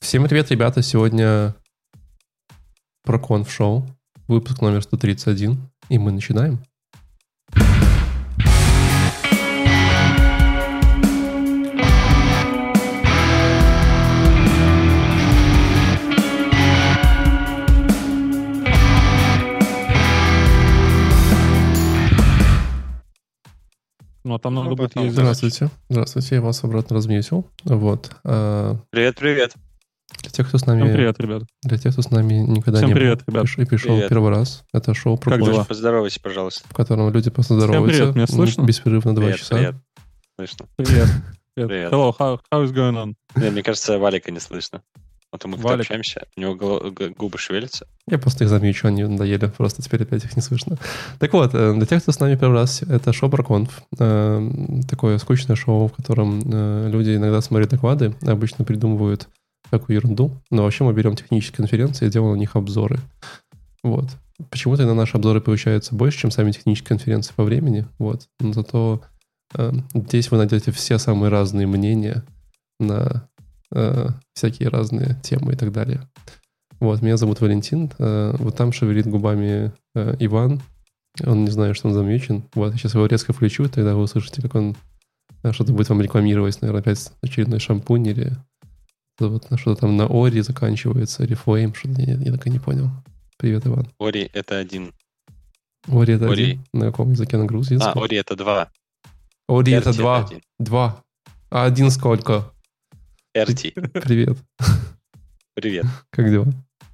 Всем привет, ребята! Сегодня ProConf шоу, выпуск номер 131, и мы начинаем. Ну, а там надо будет ездить. Здравствуйте, я вас обратно размьютил. Вот. Привет. Для тех, кто с нами... Всем привет, ребят. Для тех, кто с нами никогда Всем не привет, был ребят. и пришел первый раз, это шоу Как дела? Поздоровайся, пожалуйста. в котором люди просто здороваются. Всем привет, меня слышно? Беспрерывно 2 Привет, часа. привет. Слышно? Привет. Привет. Hello, how is going on? Мне кажется, Валика не слышно. Вот мы когда Валик. общаемся, у него губы шевелятся. Я просто их замьючу, они надоели, просто теперь опять их не слышно. Так вот, для тех, кто с нами первый раз, это шоу ProConf. Такое скучное шоу, в котором люди иногда смотрят доклады, обычно придумывают всякую ерунду, но вообще мы берем технические конференции и делаем на них обзоры. Вот. Почему-то на наши обзоры получаются больше, чем сами технические конференции по времени. Вот. Но зато здесь вы найдете все самые разные мнения на всякие разные темы и так далее. Вот, меня зовут Валентин. Вот там шевелит губами Иван. Он не знает, что он замьючен. Вот, я сейчас его резко включу, тогда вы услышите, как он что-то будет вам рекламировать, наверное, опять очередной шампунь или вот что-то там на Ори заканчивается, Oriflame, что-то я так и не понял. Привет, Иван. Ори — это один. Ори это Ори. один? На каком языке? На грузинском? Ори — это два. Ори это Эрти — два. один. Два. А один сколько? Эрти. Привет. Привет. Как дела?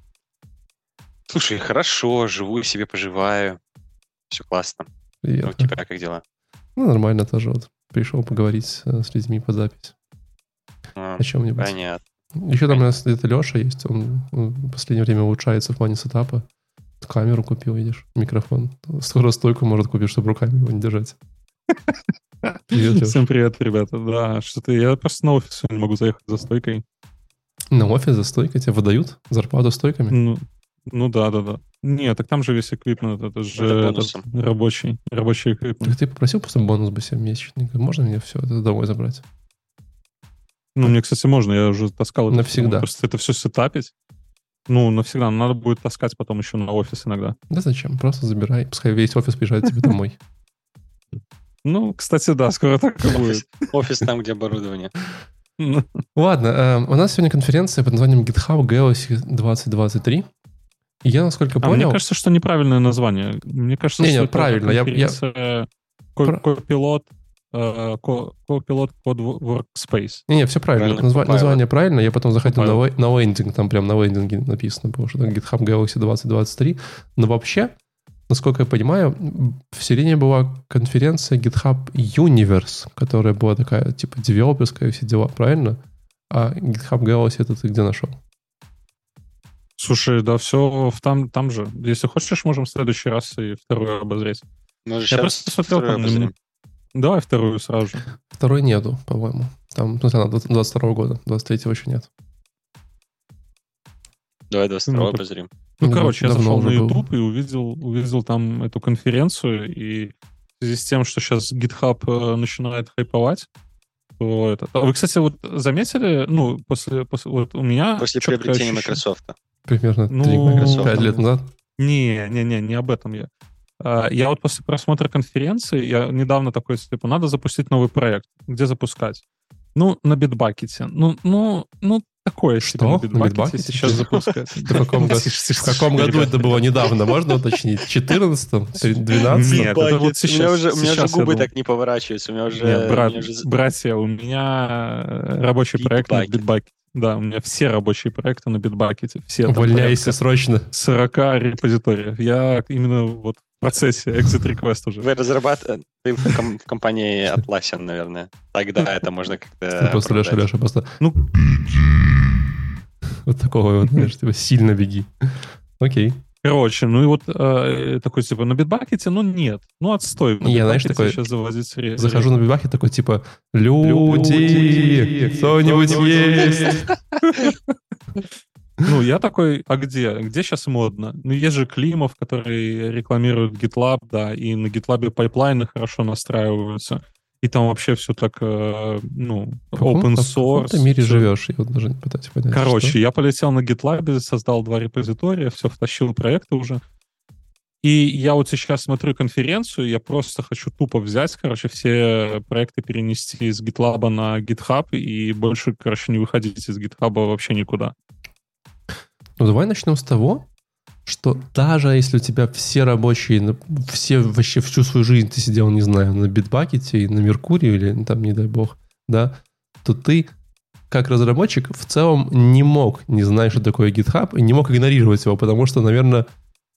Слушай, хорошо, живу себе, поживаю. Все классно. Привет. Ну, у тебя как дела? Ну, нормально тоже. Вот пришел поговорить с людьми под запись. О чем-нибудь. Понятно. Еще там у нас где-то Леша есть. Он в последнее время улучшается в плане сетапа. Камеру купил, видишь, микрофон. Скоро стойку может купить, чтобы руками его не держать. Привет, Леша. Всем привет, ребята. Да, что-то я просто на офис не могу заехать за стойкой. На офис за стойкой тебе выдают зарплату стойками? Ну да. Нет, так там же весь эквипмент, это же бонусом. рабочий эквипмент. Так ты попросил просто бонус бы себе месячный? Можно мне все это домой забрать? Ну, мне, кстати, можно, я уже таскал. это Навсегда. домой. Просто это все сетапить. Ну, навсегда. Надо будет таскать потом еще на офис иногда. Да зачем? Просто забирай. Пускай весь офис приезжает тебе домой. Ну, кстати, да, скоро так и будет. Офис там, где оборудование. Ладно, у нас сегодня конференция под названием GitHub Galaxy 2023. И я, насколько Мне понял... кажется, что неправильное название. Мне кажется, Не, что это правильно. конференция Copilot Code Workspace. Не, все правильно. Правильно, Название правильно. Я потом заходил Copilot. на лендинг, там прям на лендинге написано было, что это GitHub Galaxy 2023. Но вообще, насколько я понимаю, в середине была конференция GitHub Universe, которая была такая, типа, девелоперская, все дела, правильно? А GitHub Galaxy это ты где нашел? Слушай, да, все там же. Если хочешь, можем в следующий раз и вторую обозреть. Ну, Я просто смотрел там... Давай вторую сразу же. Второй нету, по-моему. Там, ну, 22 года, 23-го еще нет. Давай 22 Ну, обозрим. Ну, Ну, короче, я давно зашел на уже был. YouTube и увидел там эту конференцию, и в связи с тем, что сейчас GitHub начинает хайповать, то это... Вы, кстати, вот заметили, ну, после вот у меня... После чёткое приобретения ощущение- Microsoft. Примерно Ну, 5 лет назад. Не об этом я. Я вот после просмотра конференции, я недавно такой, типа, надо запустить новый проект. Где запускать? Ну, на Bitbucket. Ну, такое Что? себе на На Bitbucket Bitbucket? сейчас запускать. В каком году это было недавно? Можно уточнить? В 14-м? 12-м? Нет, это вот сейчас. У меня уже сейчас я губы думаю. так не поворачиваются. У меня уже... Нет, у меня уже- братья, у меня рабочий проект на Bitbucket. Bitbucket. Да, у меня все рабочие проекты на Bitbucket. Все там Увольняйся порядка срочно. 40 репозиториев. Я именно вот в процессе exit request уже. Вы разрабатываете... Ты в компании Atlassian, наверное. Тогда это можно как-то... Просто оправдать. Леша, просто Ну, вот такого вот, знаешь, типа сильно беги. Окей. короче, ну и вот такой, типа, на Bitbucket, ну нет. Ну, отстой. На Я, знаешь, Bitbucket такой сейчас заводить Захожу на бибахе, такой типа люди, кто-нибудь есть? Ну, я такой, а где? Где сейчас модно? Ну, есть же Климов, который рекламирует GitLab, да, и на GitLab пайплайны хорошо настраиваются. И там вообще все так, ну, В каком open source. В каком мире всё. живешь? Я вот даже не пытаюсь понять. Короче, что. я полетел на GitLab, создал 2 репозитория, все, втащил проекты уже. И я вот сейчас смотрю конференцию, я просто хочу тупо взять, короче, все проекты перенести из GitLab на GitHub и больше, короче, не выходить из GitHub вообще никуда. Ну, давай начнем с того, что даже если у тебя все рабочие, все вообще всю свою жизнь ты сидел, не знаю, на Bitbucket и на Меркурии или там, не дай бог, да, то ты как разработчик в целом не мог не знать, что такое GitHub, и не мог игнорировать его, потому что, наверное,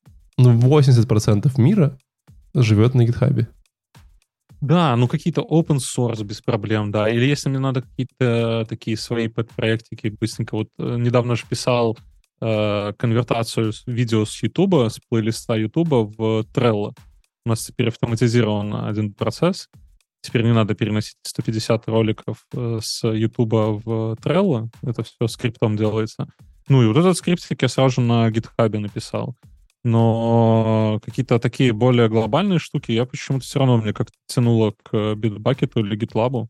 80% мира живет на GitHub. Да, ну какие-то open source без проблем, да. Или если мне надо какие-то такие свои подпроектики быстренько. Вот недавно же писал конвертацию видео с YouTube, с плейлиста YouTube в Trello. У нас теперь автоматизирован один процесс. Теперь не надо переносить 150 роликов с YouTube в Trello. Это все скриптом делается. Ну и вот этот скриптик я сразу же на GitHub написал. Но какие-то такие более глобальные штуки я почему-то все равно мне как-то тянуло к Bitbucket или GitLab.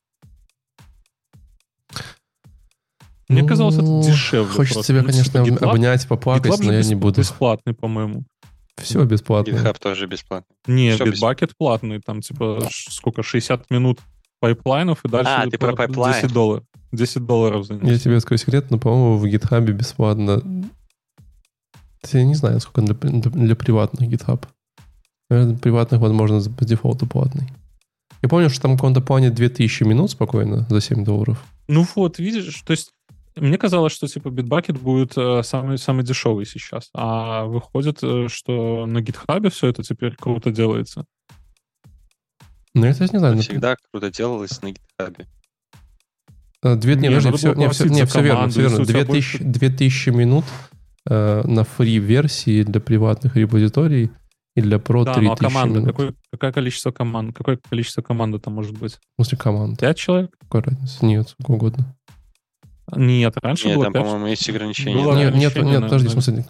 Мне казалось, это дешевле. Хочется просто. тебя, Ну, конечно, типа, GitLab- обнять, поплакать, GitLab но же я не буду. бесплатный, по-моему. Все бесплатно. GitHub тоже бесплатно. Не, Всё Bitbucket платный. Там, типа, сколько, 60 минут пайплайнов, и дальше ты про пайплайн. $10. $10 за Я них. тебе скажу секрет, но, по-моему, в GitHub бесплатно. Я не знаю, сколько для приватных GitHub. Наверное, приватных, возможно, по дефолту платный. Я помню, что там в каком-то плане 2000 минут спокойно за $7. Ну вот, видишь, то есть мне казалось, что типа Bitbucket будет самый дешевый сейчас, а выходит, что на GitHub все это теперь круто делается. Ну, я, кстати, не знаю. Это всегда круто делалось на GitHub. надо все было платить верно, за все верно. команду, если у тебя 2000 минут на фри-версии для приватных репозиторий и для Pro Да, ну а 3000 команда, минут. какое количество команды там может быть? В смысле, команд. 5 человек? Какая разница? Нет, сколько угодно. Нет, раньше Нет, было там, 5. по-моему, есть ограничения. Было да. Нет, ограничение подожди, в на- смысле,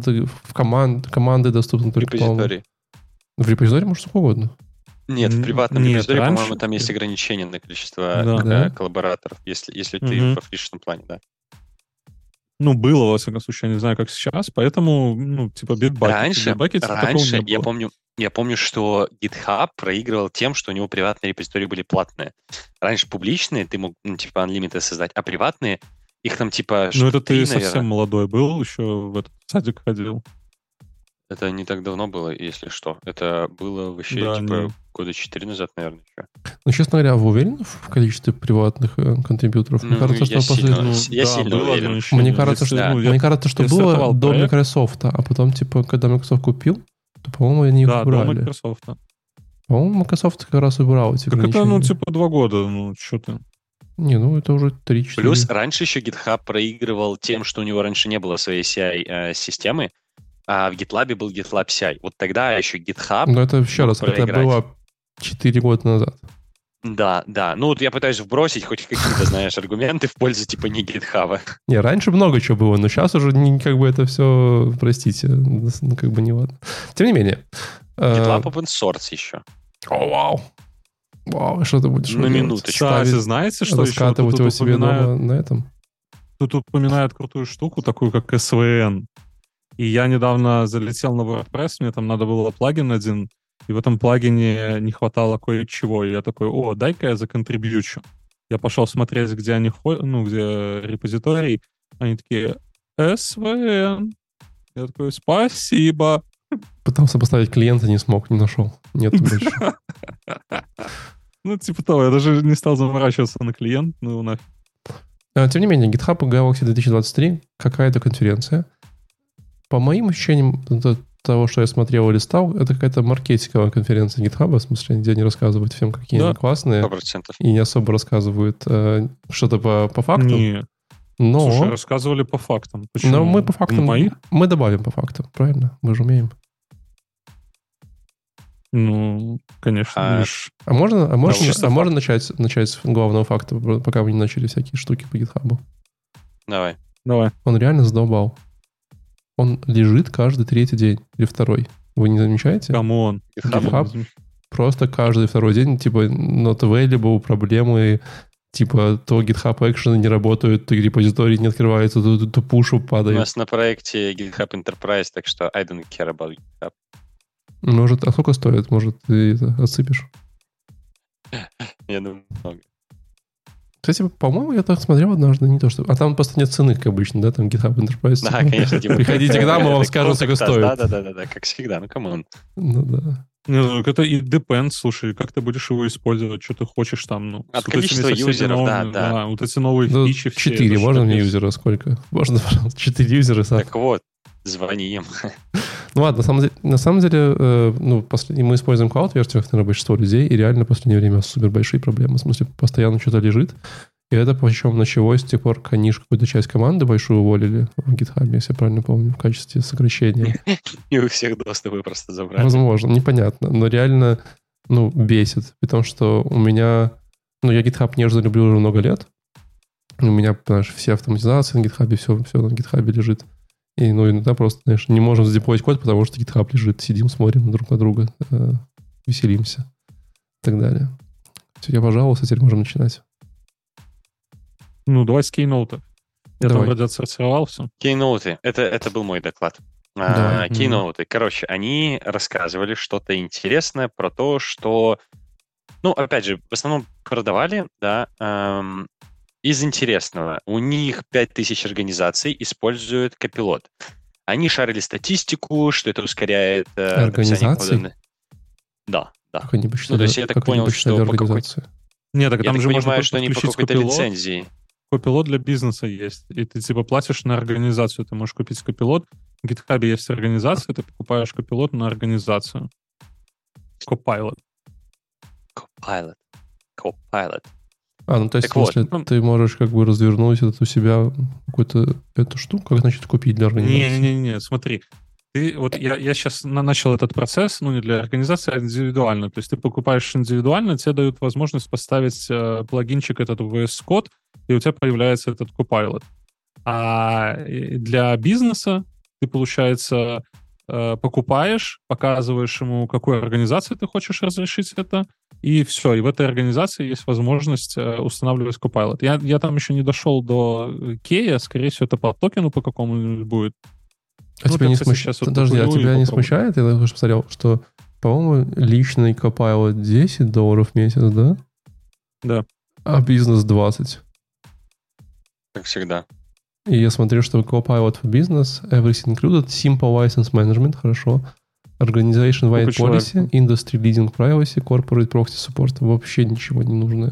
команды доступны только, по-моему. Репозиторий. В репозитории может сколько угодно. Нет, в приватном Нет, репозитории, раньше- по-моему, там есть ограничения на количество Да. коллабораторов, если ты Мгм. во фришном плане, да. Ну, было, во всяком случае, я не знаю, как сейчас, поэтому, ну, типа, Bitbucket. Раньше, Bitbucket такого не было. я помню, что GitHub проигрывал тем, что у него приватные репозитории были платные. Раньше публичные ты мог, ну, типа, Unlimited создать, а приватные, их там, типа, Ну, это 3, ты совсем наверное. молодой был, еще в этот садик ходил. Это не так давно было, если что. Это было вообще, Да, типа, не. года 4 назад, наверное, еще. Ну, честно говоря, вы уверены в количестве приватных контрибьюторов? Мне Ну, кажется, что я после... сильно- я сильно было уверен. ограничение. Мне кажется, Если, что, ну, я- мне кажется, что я было стартовал до проект. Microsoft, а потом, типа, когда Microsoft купил, то, по-моему, они их Да, до убрали. Microsoft. По-моему, Microsoft как раз убрал эти Так это, ограничения. ну, типа, 2 года, ну, что ты. Не, ну это уже 3-4. Плюс раньше еще GitHub проигрывал тем, что у него раньше не было своей CI-системы, а в GitLab был GitLab CI. Вот тогда еще GitHub... Но это, еще мог раз, это проиграть. было 4 года назад. Да. Ну вот я пытаюсь вбросить хоть какие-то, знаешь, аргументы в пользу типа не GitHub. Не, раньше много чего было, но сейчас уже как бы это все, простите, ну, как бы не ладно. Тем не менее. GitLab open source еще. О, вау. Вау, что ты будешь На делать? минуточку. Кстати, знаете, что еще? Раскатывать Тут его себе упоминают- дома на этом? Тут упоминают крутую штуку, такую как SVN. И я недавно залетел на WordPress, мне там надо было плагин один, и в этом плагине не хватало кое-чего. И я такой, дай-ка я законтрибьючу. Я пошел смотреть, где они ходят, ну, где репозиторий. Они такие, SVN. Я такой, спасибо. Пытался поставить клиента, не смог, не нашел. Нет больше. Ну, типа того, я даже не стал заморачиваться на клиент, ну, нафиг. Тем не менее, GitHub Galaxy 2023 какая-то конференция. По моим ощущениям, того, что я смотрел и листал, это какая-то маркетинговая конференция GitHub, в смысле, где они рассказывают всем, какие Да. они классные, 100%. и не особо рассказывают что-то по факту. Не, Но, слушай, рассказывали по фактам. Почему? но мы по фактам, Мои? мы добавим по фактам, правильно? Мы же умеем. Ну, конечно. Миш. А можно чисто начать с главного факта, пока мы не начали всякие штуки по GitHub? Давай. Давай. Он реально задолбал. Он лежит каждый третий день или второй. Вы не замечаете? Камон. GitHub? просто каждый второй день, типа, not available, проблемы, типа, то GitHub Action не работают, то репозиторий не открывается, то пушу падает. У нас на проекте GitHub Enterprise, так что I don't care about GitHub. Может, а сколько стоит? Может, ты это отсыпешь? Я думаю, много. Кстати, по-моему, я так смотрел однажды, не то что... А там просто нет цены, как обычно, да? Там GitHub Enterprise. Да, конечно. Приходите к нам, мы вам скажем, сколько стоит. Да, как всегда, ну камон. Ну да. Ну, это и depends, слушай, как ты будешь его использовать, что ты хочешь там, ну. От количества юзеров, да. Вот эти новые фичи все. 4, можно мне юзера сколько? Можно, пожалуйста, 4 юзера. Так вот, звони им. Ну ладно, на самом деле мы используем cloud-версию, наверное, большинство людей, и реально в последнее время супер большие проблемы. В смысле, постоянно что-то лежит. И это причем началось с тех пор, как они какую-то часть команды большую уволили в GitHub, если я правильно помню, в качестве сокращения. И у всех доступы просто забрали. Возможно, непонятно. Но реально, бесит. Потому что у меня... я GitHub нежно люблю уже много лет. У меня, понимаешь, все автоматизации на GitHub, все на GitHub лежит. И, иногда просто, знаешь, не можем задеплоить код, потому что GitHub лежит. Сидим, смотрим друг на друга, веселимся и так далее. Все, я пожаловался, теперь можем начинать. Ну, давай с кейноута. Я Давай. там вроде отсортировал все. Кейноуты. Это был мой доклад. Кейноуты. Короче, они рассказывали что-то интересное про то, что... опять же, в основном продавали, да, из интересного. У них 5000 организаций используют Copilot. Они шарили статистику, что это ускоряет... Организации? Да. Как они то есть я так понял, что по какой-то... Нет, так я там так же понимаю, можно что они по какой-то лицензии. Copilot для бизнеса есть. И ты типа платишь на организацию. Ты можешь купить Copilot. В GitHub есть организация, ты покупаешь Copilot на организацию. Copilot. То есть, в смысле, ты можешь как бы развернуть у себя какую-то эту штуку, как, значит, купить для организации? Не, смотри. Я сейчас начал этот процесс, не для организации, а индивидуально. То есть ты покупаешь индивидуально, тебе дают возможность поставить плагинчик этот в VS Code, и у тебя появляется этот Copilot. А для бизнеса ты, получается, покупаешь, показываешь ему, какой организации ты хочешь разрешить это, и все. И в этой организации есть возможность устанавливать Copilot. Я там еще не дошел до Кея, скорее всего, это по токену по какому-нибудь будет. Тебя не смущает? Подожди, тебя не смущает? Я уже посмотрел, что, по-моему, личный Copilot $10 в месяц, да? Да. А бизнес 20. Как всегда. И я смотрю, что Copilot for Business, everything included, simple license management, хорошо. Organization-wide policy, industry-leading privacy, corporate proxy support. Вообще ничего не нужно.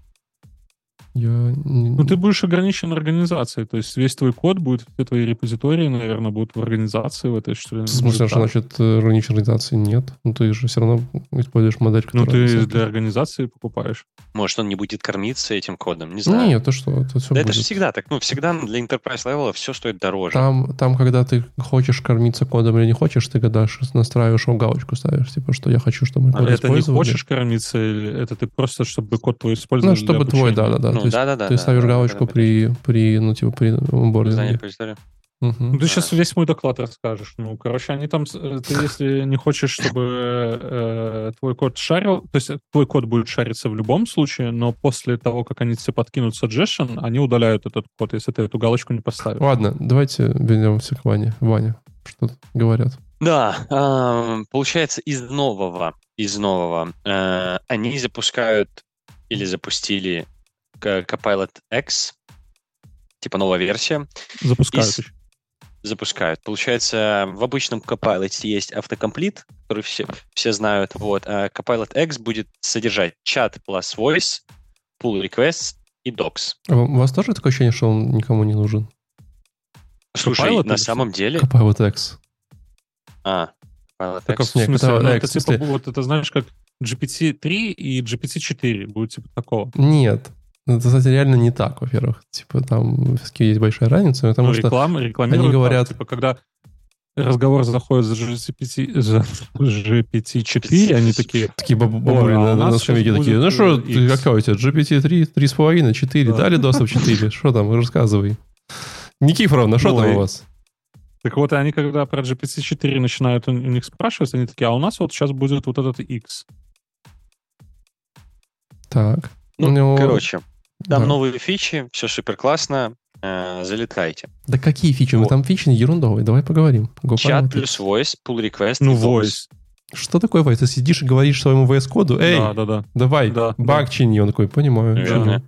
Ты будешь ограничен организацией, то есть весь твой код будет, все твои репозитории, наверное, будут в организации в этой, что ли? В смысле, что значит ограничен организации? Нет. Ты же все равно используешь модель, которая... ты для организации покупаешь. Может, он не будет кормиться этим кодом, не знаю. Нет, то что? Это все будет. Это же всегда так. Всегда для enterprise level все стоит дороже. Там, когда ты хочешь кормиться кодом или не хочешь, ты когда настраиваешь галочку, ставишь, типа, что я хочу, чтобы мой код использовали. Это не хочешь кормиться, или это ты просто, чтобы код твой использовали для чтобы твой, да. Ты ставишь галочку при онбординге. Ты сейчас весь мой доклад расскажешь. Они там, ты если не хочешь, чтобы твой код шарил, то есть твой код будет шариться в любом случае, но после того, как они тебе подкинут suggestion, они удаляют этот код, если ты эту галочку не поставишь. Ладно, давайте вернемся к Ване. Ваня, что говорят? Да, получается, из нового они запускают или запустили Copilot X, типа новая версия. Запускают. Получается, в обычном Copilot есть автокомплит, который все знают. А Copilot X будет содержать чат plus voice, pull requests и docs. А у вас тоже такое ощущение, что он никому не нужен? Слушай, Copilot на самом деле... Copilot X. Copilot X. Это типа, это знаешь, как GPT-3 и GPT-4 будет типа такого. Нет. Это, кстати, реально не так, во-первых. Типа там все-таки есть большая разница, потому что они говорят... Так, типа, когда разговор заходит за GPT-4, они такие... Такие бабули на скамейке такие, ну что, какая у тебя, GPT-3, 3,5, 4, дали доступ 4, что там, рассказывай. Никифоровна, что там у вас? Так вот, они когда про GPT-4 начинают у них спрашивать, они такие, а у нас вот сейчас будет вот этот X. Так. Короче, там новые фичи, все супер классно. Залетайте. Да какие фичи? Вот. Там фичи ерундовые. Давай поговорим. Чат плюс voice, pull request. Voice. Что такое voice? Ты сидишь и говоришь своему VS-коду, эй, давай, баг чини. Он такой, понимаю.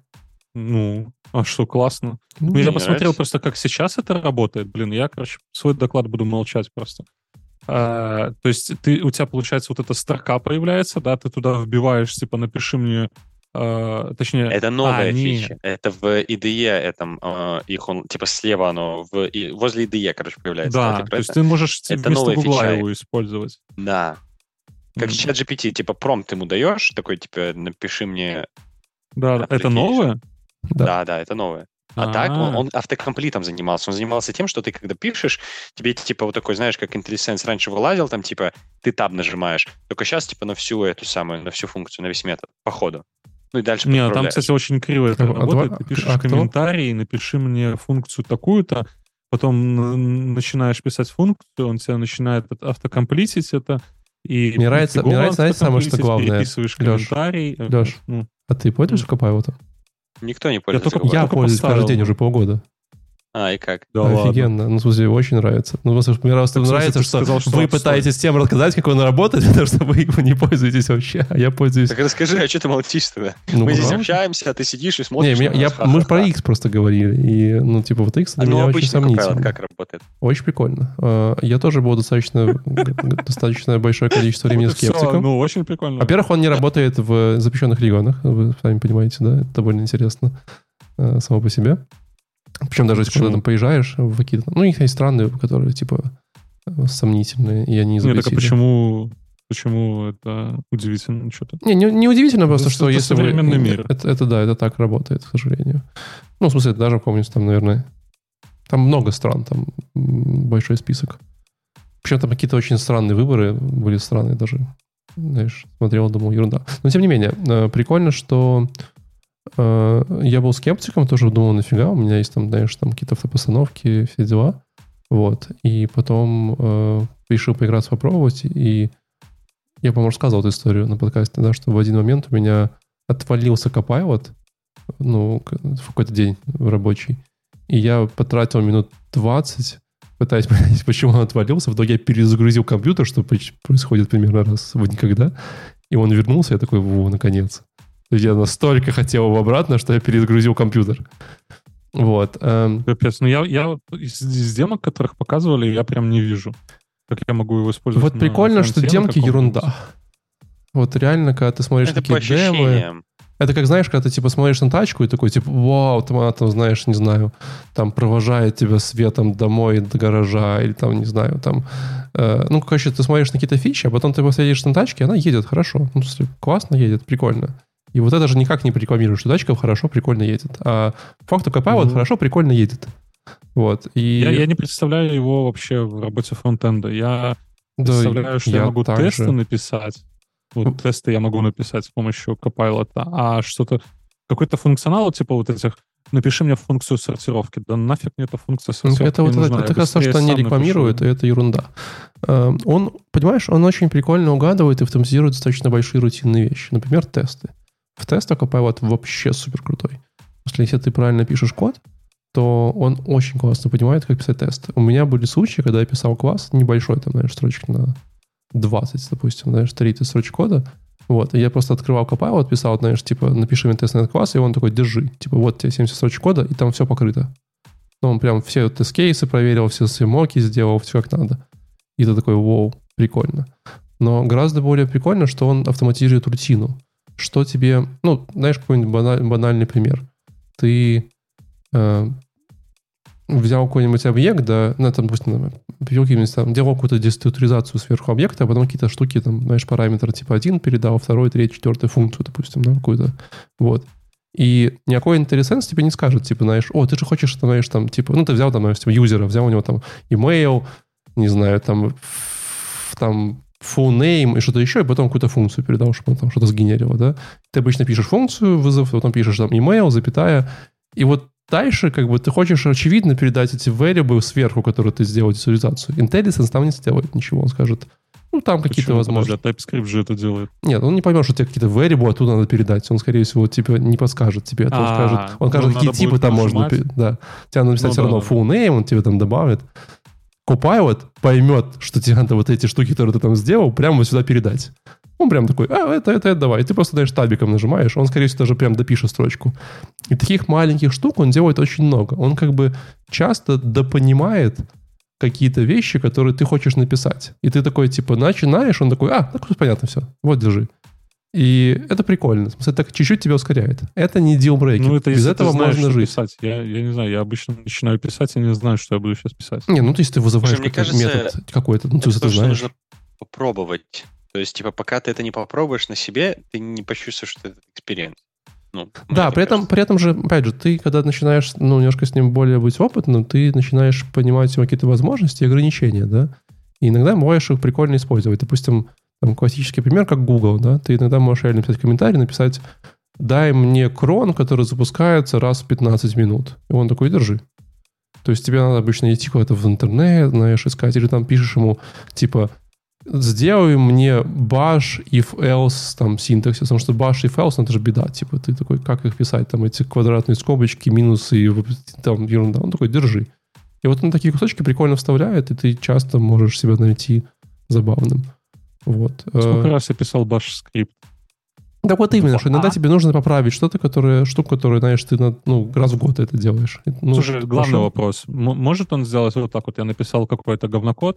А что, классно. Я посмотрел просто, как сейчас это работает. Я, свой доклад буду молчать просто. То есть у тебя, получается, вот эта строка появляется, да, ты туда вбиваешь, типа, напиши мне, точнее... Это новая фича. Это в IDE, их он, типа, слева оно, возле IDE, появляется. Да, то есть ты можешь вместо Гугла его использовать. Да. Как чат GPT, типа, промпт ему даешь, такой, типа, напиши мне... Да, это новое? Да, это новое. А так он автокомплитом занимался. Он занимался тем, что ты, когда пишешь, тебе, типа, вот такой, знаешь, как IntelliSense раньше вылазил, там, типа, ты таб нажимаешь. Только сейчас, типа, на всю эту самую, на всю функцию, на весь метод, по ходу. Ну и дальше подправляешь. Нет, там, кстати, очень криво это работает. Ты пишешь комментарий, напиши мне функцию такую-то, потом начинаешь писать функцию, он тебя начинает автокомплитить это, и мне нравится, знаете, самое, что главное. Переписываешь комментарий. Леш, а ты пользуешься Copilot? Никто не пользуется. Я пользуюсь каждый день уже полгода. И как? Да, офигенно. Ну, в смысле, очень нравится. Ну, мне просто нравится, что вы пытаетесь всем рассказать, как он работает, потому что вы его не пользуетесь вообще, а я пользуюсь... Так расскажи, а что ты молчишь тогда? Мы здесь общаемся, а ты сидишь и смотришь. Мы же про X просто говорили, и, вот X для меня очень сомнительно. Как работает? Очень прикольно. Я тоже был достаточно большое количество времени скептиком. Ну, очень прикольно. Во-первых, он не работает в запрещенных регионах, вы сами понимаете, да? Это довольно интересно само по себе. Причем даже если куда-то там поезжаешь в какие-то... Ну, у них есть страны, которые, типа, сомнительные, и они запретили. Нет, так а почему это удивительно что-то? Не удивительно, просто, что это если современный мир. Это так работает, к сожалению. Ну, в смысле, даже, помню, там, наверное... Там много стран, там большой список. Причем там какие-то очень странные выборы были странные даже. Знаешь, смотрел, думал, ерунда. Но, тем не менее, прикольно, что... Я был скептиком, тоже думал, нафига, у меня есть там, знаешь, там какие-то автопостановки, все дела. Вот. И потом решил поиграться, попробовать. И я, по-моему, рассказывал эту историю на подкасте, да, что в один момент у меня отвалился Copilot, в какой-то день рабочий. И я потратил минут 20, пытаясь понять, почему он отвалился. В итоге я перезагрузил компьютер, что происходит примерно раз в никогда. И он вернулся, я такой, наконец. Я настолько хотел его обратно, что я перезагрузил компьютер. Вот. Капец, я из демок, которых показывали, я прям не вижу, как я могу его использовать. Вот прикольно, что демки ерунда. Вот реально, когда ты смотришь такие демы... Это как, знаешь, когда ты, типа, смотришь на тачку и такой, типа, вау, там, знаешь, не знаю, там, провожает тебя светом домой до гаража или там, не знаю, там... короче, ты смотришь на какие-то фичи, а потом ты посадишь на тачке, она едет хорошо. Ну, классно едет, прикольно. И вот это же никак не рекламируешь, что тачка хорошо, прикольно едет. А по факту Copilot хорошо, прикольно едет. Вот. И... Я не представляю его вообще в работе фронтенда. Я представляю, что я могу тесты написать. Вот тесты я могу написать с помощью Copilot. А что-то... Какой-то фунгционал, типа вот этих... Напиши мне функцию сортировки. Да нафиг мне эта функция сортировки не нужна. Это как раз то, что они рекламируют, и это ерунда. Он, понимаешь, он очень прикольно угадывает и автоматизирует достаточно большие рутинные вещи. Например, тесты. В тестах Copilot вообще супер крутой. Если ты правильно пишешь код, то он очень классно понимает, как писать тесты. У меня были случаи, когда я писал класс небольшой, там, знаешь, строчек на 20, допустим, знаешь, 30 строчек кода. Вот, и я просто открывал Copilot, писал, знаешь, типа, напиши мне тест на этот класс, и он такой, держи. Типа, вот тебе 70 строчек кода, и там все покрыто. Но он прям все тест-кейсы проверил, все моки сделал, все как надо. И ты такой, вау, прикольно. Но гораздо более прикольно, что он автоматизирует рутину. Что тебе... знаешь, какой-нибудь банальный пример. Ты взял какой-нибудь объект, да, там, допустим, делал какую-то деструктуризацию сверху объекта, а потом какие-то штуки, там, знаешь, параметры типа 1 передал, 2, 3, 4 функцию, допустим, да, какую-то. Вот. И никакой IntelliSense тебе не скажет, типа, знаешь, ты же хочешь, знаешь, там, типа, ты взял, там, знаешь, типа, юзера, взял у него там email, не знаю, там full name и что-то еще, и потом какую-то функцию передал, чтобы он там что-то сгенерило, да. Ты обычно пишешь функцию, вызов, потом пишешь там email, запятая, и вот дальше как бы ты хочешь, очевидно, передать эти variables сверху, которые ты сделал деструктуризацию. IntelliSense там не сделает ничего, он скажет, Ну, там какие-то возможности. TypeScript же это делает. Нет, он не поймет, что тебе какие-то variable оттуда надо передать. Он, скорее всего, типа не подскажет тебе. Он скажет, какие типы там можно... Да. Тебе надо написать все равно full name, он тебе там добавит. Copilot поймет, что тебе надо вот эти штуки, которые ты там сделал, прямо сюда передать. Он прям такой, это давай. И ты просто, знаешь, табиком нажимаешь, он, скорее всего, даже прям допишет строчку. И таких маленьких штук он делает очень много. Он как бы часто допонимает какие-то вещи, которые ты хочешь написать. И ты такой, типа, начинаешь, он такой, так понятно все, вот, держи. И это прикольно. В смысле, так чуть-чуть тебя ускоряет. Это не дилбрейкер. Ну, это без этого знаешь, можно жить. Писать. Я не знаю, я обычно начинаю писать, и не знаю, что я буду сейчас писать. Не, ну, то есть ты вызываешь метод какой-то, ну, ты это знаешь. Нужно попробовать. То есть, типа, пока ты это не попробуешь на себе, ты не почувствуешь, что это эксперимент. Ну, да, при этом же, опять же, ты, когда начинаешь, ну, немножко с ним более быть опытным, ты начинаешь понимать его какие-то возможности и ограничения, да. И иногда можешь их прикольно использовать. Допустим, там классический пример, как Google, да. Ты иногда можешь реально написать комментарий, написать «дай мне крон, который запускается раз в 15 минут». И он такой «держи». То есть тебе надо обычно идти куда-то в интернет, знаешь, искать, или там пишешь ему, типа сделай мне bash, if else, там, синтаксис, потому что bash, if else, это же беда, типа, ты такой, как их писать, там, эти квадратные скобочки, минусы, и там, ерунда, он такой, держи. И вот он такие кусочки прикольно вставляет, и ты часто можешь себя найти забавным. Вот. Сколько раз я писал bash скрипт? Да вот именно, что иногда тебе нужно поправить штуку, которую, знаешь, ты раз в год это делаешь. Ну, слушай, главный вопрос. Может он сделать вот так вот, я написал какой-то говнокод,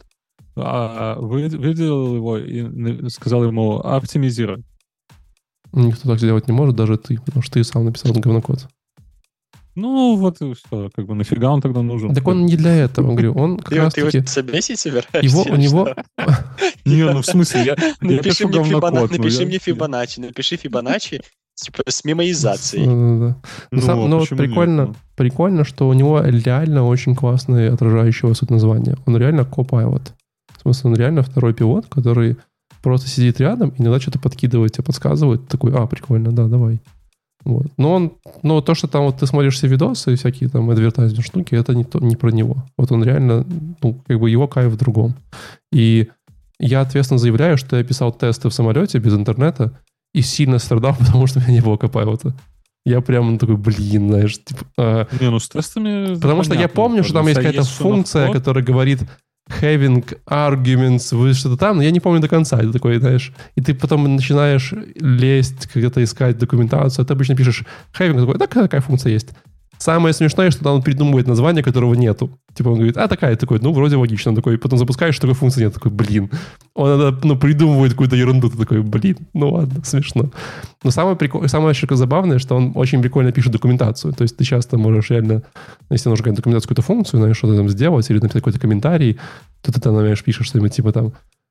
выделил его и сказал ему оптимизируй. Никто так сделать не может, даже ты, потому что ты сам написал говнокод. Ну, вот что, как бы нафига он тогда нужен? Так он не для этого, говорю, он как раз таки... Ты его собесить собираешься? У него... Не, ну в смысле, я пишу говнокод. Напиши мне Фибоначчи, напиши Фибоначчи типа с мемоизацией. Но прикольно, что у него реально очень классное отражающее суть названия. Он реально Copilot. В смысле, он реально второй пилот, который просто сидит рядом и иногда что-то подкидывает, тебе подсказывает. Такой, прикольно, да, давай. Вот. Но то, что там вот ты смотришь все видосы и всякие там адвертайзинг штуки, это не про него. Вот он реально, как бы его кайф в другом. И я ответственно заявляю, что я писал тесты в самолете без интернета и сильно страдал, потому что у меня не было Copilot. Я прям такой, знаешь, типа... с тестами... Потому что я помню, что там есть какая-то функция, которая говорит having arguments, что-то там, но я не помню до конца. Это такой, знаешь, и ты потом начинаешь лезть, когда-то искать документацию, а ты обычно пишешь having, такой, такая функция есть. Самое смешное, что там он придумывает название, которого нету. Типа он говорит, такой, вроде логично. Он такой, потом запускаешь, такой функции нет. Такой, Он придумывает какую-то ерунду. Ты такой, ладно, смешно. Но самое еще забавное, что он очень прикольно пишет документацию. То есть ты часто можешь реально, если нужно документацию, какую-то функцию, знаешь, что-то там сделать, или написать какой-то комментарий, то ты там, знаешь, пишешь что-нибудь типа там,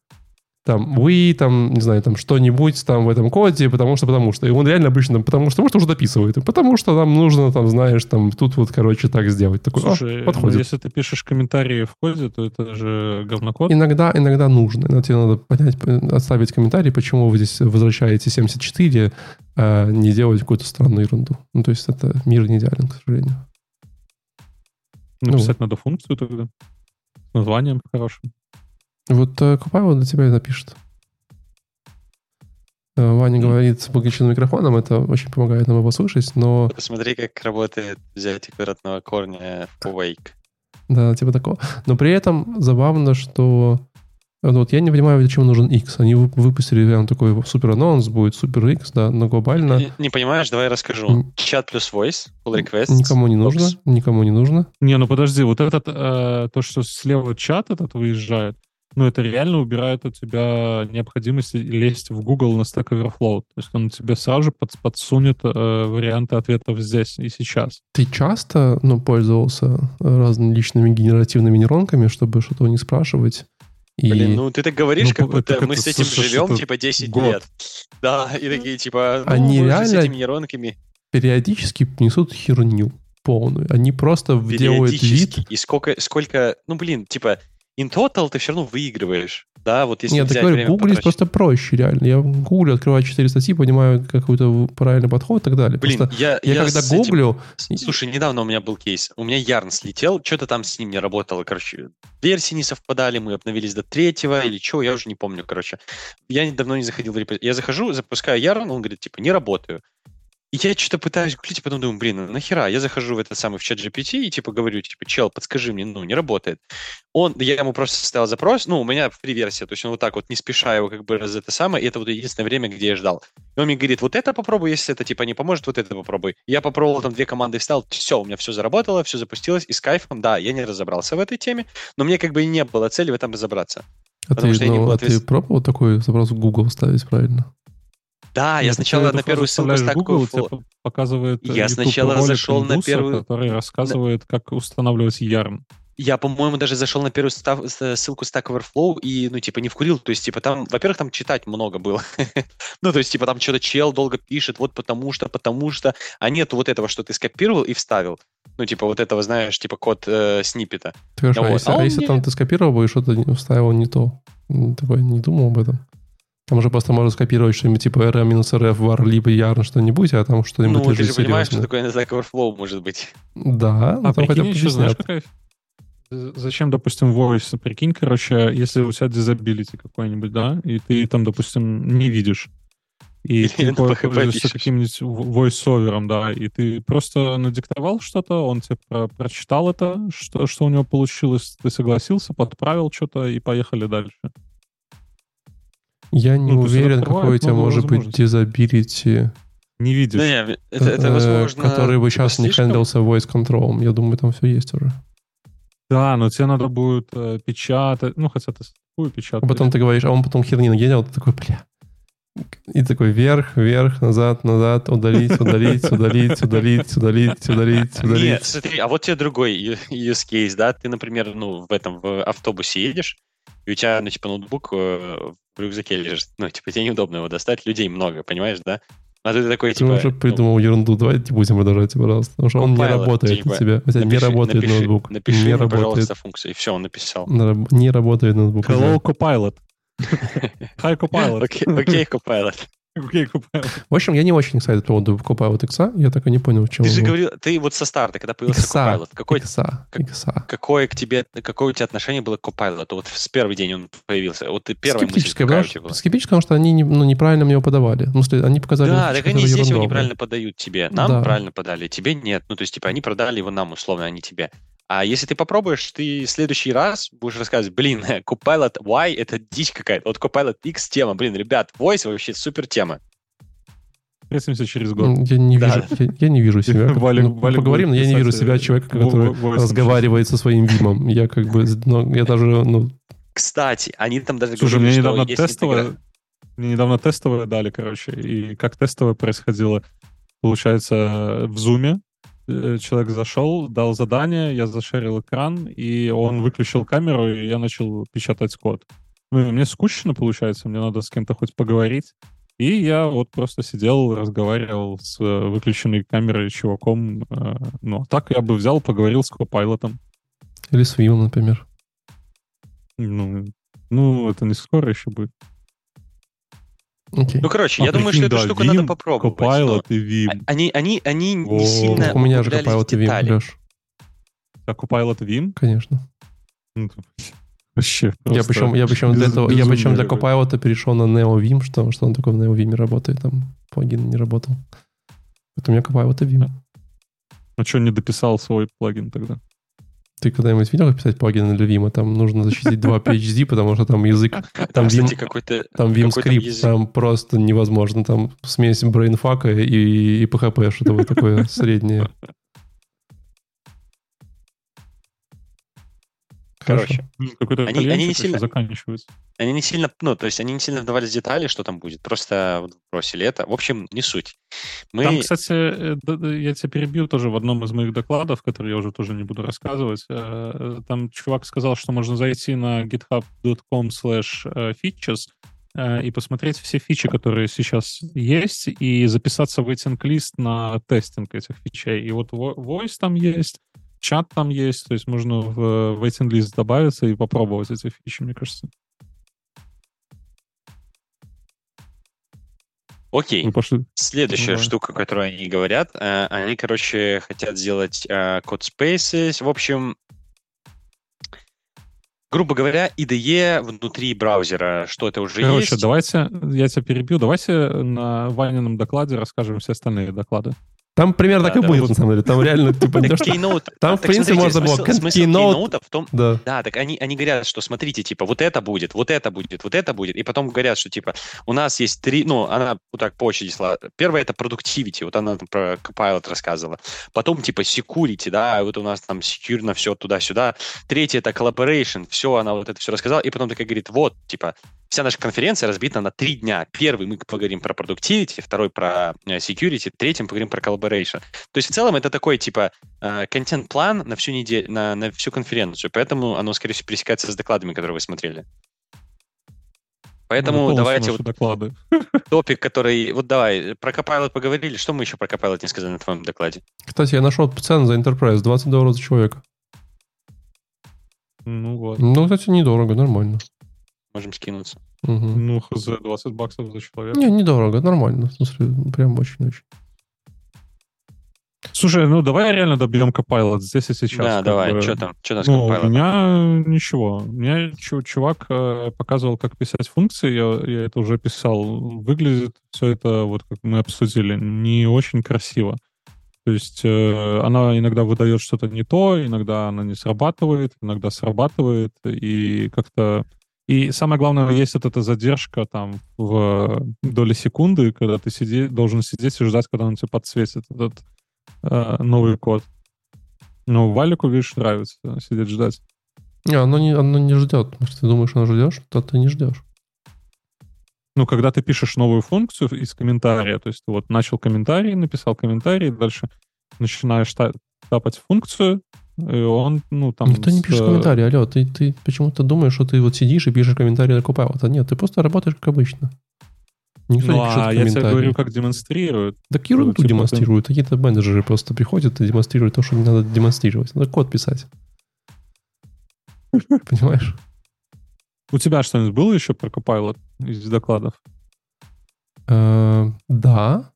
не знаю, там что-нибудь там в этом коде, потому что. И он реально обычно потому что уже дописывает. Потому что нам нужно, там, знаешь, там, тут вот, короче, так сделать. Такой, слушай, подходит. Если ты пишешь комментарии в коде, то это же говнокод. Иногда нужно. Иногда тебе надо понять, отставить комментарий, почему вы здесь возвращаете 74, а не делать какую-то странную ерунду. Ну, то есть это мир не идеален, к сожалению. Написать надо функцию тогда. С названием хорошим. Вот Copilot для тебя и напишет. Ваня говорит с выключенным микрофоном, это очень помогает нам его слышать, но... Посмотри, как работает взятие квадратного корня в Wake. Да, типа такого. Но при этом забавно, что... Вот я не понимаю, зачем нужен X. Они выпустили прям такой супер анонс, будет супер X, да, но глобально... Не понимаешь? Давай расскажу. Чат плюс voice, pull request. Никому не нужно. Не, ну подожди, вот этот, то, что слева чат этот выезжает, это реально убирает от тебя необходимость лезть в Google на Stack Overflow. То есть он тебе сразу же подсунет варианты ответов здесь и сейчас. Ты часто пользовался разными личными генеративными нейронками, чтобы что-то у них спрашивать? Блин, ты так говоришь, как будто мы с этим живем, 10 лет. Да, и такие, они мы реально с этими нейронками. Периодически несут херню полную. Они просто делают вид... И сколько... in total ты все равно выигрываешь. Да, вот если Нет, так говорю, гуглить просто проще, реально. Я в гугле открываю 4 статьи, понимаю какой-то правильный подход и так далее. Блин, просто я когда гуглю... Слушай, недавно у меня был кейс. У меня Yarn слетел, что-то там с ним не работало. Короче, версии не совпадали, мы обновились до 3-го или что, я уже не помню, короче. Я давно не заходил в репозиторий. Я захожу, запускаю Yarn, он говорит, типа, не работаю. И я что-то пытаюсь гуглить, потом думаю, блин, ну нахера? Я захожу в этот самый в чат GPT и типа говорю, типа, чел, подскажи мне, ну, не работает. Я ему просто составил запрос, ну, у меня фри-версия, то есть он вот так вот не спеша его как бы раз это самое, и это вот единственное время, где я ждал. И он мне говорит, вот это попробуй, если это типа не поможет, вот это попробуй. Я попробовал, там 2 команды вставил, все, у меня все заработало, все запустилось, и с кайфом, да, я не разобрался в этой теме, но мне как бы и не было цели в этом разобраться. А ты пробовал такой запрос в Google ставить правильно? Да, я сначала на первую ссылку Stack Google тебе показывает я сначала зашел на первую... который рассказывает, как устанавливать Yarn. Я, по-моему, даже зашел на первую ссылку Stack Overflow и, ну, типа, не вкурил. То есть, типа, там, во-первых, там читать много было. Ну, то есть, типа, там что-то чел долго пишет, вот потому что, а нету вот этого, что ты скопировал и вставил. Ну, типа, вот этого, знаешь, типа, код сниппета. Хорошо, если там ты скопировал и что-то вставил не то, такой не думал об этом. Там уже просто можно скопировать что-нибудь типа rm-rf, var, либо yarn, что-нибудь, а там что-нибудь лежит серьезно. Ну, ты же понимаешь, что такое на Stack Overflow может быть. Да, а там хотя бы еще, знаешь, какая... Зачем, допустим, voice? Прикинь, короче, если у тебя disability какой-нибудь, да, и ты там, допустим, не видишь, и ты пользуешься каким-нибудь voice-овером, да, и ты просто надиктовал что-то, он тебе прочитал это, что у него получилось, ты согласился, подправил что-то, и поехали дальше. Я не уверен, какой у тебя может быть disability. Не видишь. Да, это возможно... Который бы сейчас не хендлился voice control. Я думаю, там все есть уже. Да, но тебе надо будет печатать. Ну, хотя ты такую печатать. А потом ты говоришь, а он потом херни нагенял, ты такой, бля. И такой вверх, назад, удалить. Нет, смотри, а вот тебе другой use case, да? Ты, например, в автобусе едешь, и у тебя, типа, ноутбук в рюкзаке лежит. Ну, типа, тебе неудобно его достать, людей много, понимаешь, да? А ты такой, типа... Ты уже придумал ерунду, давайте будем продолжать, пожалуйста. Потому что он не работает у тебя. У тебя не работает ноутбук. Напиши ему, пожалуйста, функцию. И все, он написал. Не работает ноутбук. Hello, Copilot. Hi, Copilot. Окей, Copilot. В общем, я не очень excited по поводу Copilot X. Я так и не понял, в чем. Ты же говорил, ты вот со старта, когда появился Copilot, какое у тебя отношение было к Copilot? Вот с первый день он появился. Вот ты первая мысль какая у тебя была? Скептическое, потому что они неправильно мне его подавали. Ну, они показали... Да, так они здесь его неправильно подают тебе. Нам правильно подали, тебе нет. Ну, то есть, типа, они продали его нам, условно, а не тебе. А если ты попробуешь, ты в следующий раз будешь рассказывать, блин, Copilot Y — это дичь какая-то. Вот Copilot X тема, блин, ребят, Voice вообще супер тема. Встретимся через год. Я не вижу себя. Поговорим, но я не вижу себя человека, который разговаривает со своим Вимом. Я как бы, я даже, Кстати, они там даже говорили, что мне недавно тестовое дали, короче, и как тестовое происходило, получается, в Zoom человек зашел, дал задание, я зашерил экран, и он выключил камеру, и я начал печатать код. Ну, мне скучно, получается, мне надо с кем-то хоть поговорить. И я вот просто сидел, разговаривал с выключенной камерой чуваком. Ну, так я бы взял, поговорил с Copilot'ом. Или с Vim, например. Ну, это не скоро еще будет. Okay. Ну, короче, я думаю, что эту штуку надо попробовать. Copilot и Vim. Они не сильно у меня же Copilot и Vim, Леш. А Copilot Vim? Конечно. Вообще я причем для Copilot перешел на NeoVim, что он такой в NeoVim работает, там плагин не работал. Это у меня Copilot и Vim. А что не дописал свой плагин тогда? Ты когда-нибудь видел, как писать плагины для Vim? Там нужно защитить 2 PHD, потому что там язык... Там, кстати, какой-то... Там Vim скрипт, там просто невозможно. Там смесь брейнфака и PHP, что-то вот такое среднее. Короче, они не сильно заканчиваются. Они не сильно, то есть они не сильно вдавались в детали, что там будет. Просто бросили это. В общем, не суть. Там, кстати, я тебя перебью тоже в одном из моих докладов, который я уже тоже не буду рассказывать. Там чувак сказал, что можно зайти на github.com/features и посмотреть все фичи, которые сейчас есть, и записаться в waiting list на тестинг этих фичей. И вот Voice там есть, чат там есть, то есть можно в waiting-лист добавиться и попробовать эти фичи, мне кажется. Окей. Следующая штука, которую они говорят, они, короче, хотят сделать Code Spaces. В общем, грубо говоря, IDE внутри браузера, что это уже есть. Короче, давайте, я тебя перебью, давайте на Ванином докладе расскажем все остальные доклады. Там примерно так и будет, на самом деле. Там реально, типа, там, в принципе, можно было Keynote в том... Да, так они говорят, что смотрите, типа, вот это будет, вот это будет, вот это будет. И потом говорят, что, типа, у нас есть 3... Ну, она вот так по очереди шла. Первое — это productivity. Вот она там про Copilot рассказывала. Потом, типа, security, да, вот у нас там secure все туда-сюда. Третье — это collaboration. Все, она вот это все рассказала. И потом такая говорит, вот, типа, вся наша конференция разбита на 3 дня. Первый мы поговорим про productivity, второй про security, третий мы поговорим про collaboration. То есть в целом это такой типа контент-план на всю неделю, на всю конференцию, поэтому оно, скорее всего, пересекается с докладами, которые вы смотрели. Поэтому давайте вот доклады. Топик, который... Вот давай, про Copilot поговорили. Что мы еще про Copilot не сказали на твоем докладе? Кстати, я нашел цену за Enterprise, $20 за человека. Ну вот. Ну, кстати, недорого, нормально. Можем скинуться. Угу. Ну, за $20 за человека. Не, недорого, нормально. В смысле, прям очень-очень. Слушай, ну давай реально добьем Copilot здесь и сейчас. Да, давай, что там с Copilot? У меня ничего. У меня чувак показывал, как писать функции, я это уже писал. Выглядит все это, вот как мы обсудили, не очень красиво. То есть она иногда выдает что-то не то, иногда она не срабатывает, иногда срабатывает, и как-то... И самое главное, есть вот эта задержка там в доли секунды, когда ты должен сидеть и ждать, когда он тебе подсветит этот новый код. Ну, Валику, видишь, нравится сидеть ждать. Оно не ждет. Если ты думаешь, оно ждешь, то ты не ждешь. Ну, когда ты пишешь новую функцию из комментария, то есть ты вот начал комментарий, написал комментарий, дальше начинаешь тапать функцию, и он, ну, там... Никто не пишет комментарий, алло, ты почему-то думаешь, что ты вот сидишь и пишешь комментарий на Copilot. А нет, ты просто работаешь как обычно. Никто не пишет комментарий. Я тебе говорю, как демонстрируют. Так ерунду типа демонстрируют. Какие-то менеджеры просто приходят и демонстрируют то, что не надо демонстрировать. Надо код писать. Понимаешь? У тебя что-нибудь было еще про Copilot из докладов? Да.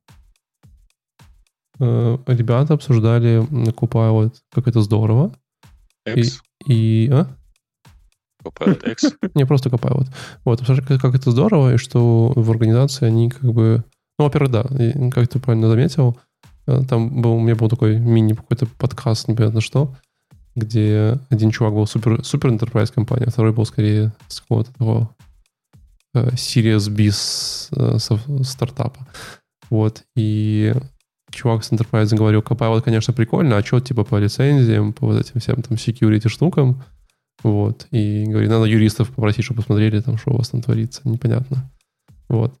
Ребята обсуждали Copilot, как это здорово. X? Copilot X? Не, просто Copilot. Вот, обсуждали, как это здорово, и что в организации они как бы... Ну, во-первых, да, как ты правильно заметил, там у меня был такой мини какой-то подкаст, непонятно что, где один чувак был супер enterprise компания, а второй был скорее с какого-то того Series B стартапа. Вот, и чувак с enterprise говорил, Copilot, конечно, прикольно, а что типа по лицензиям, по вот этим всем там security штукам, вот, и говорит, надо юристов попросить, чтобы посмотрели там, что у вас там творится, непонятно. Вот,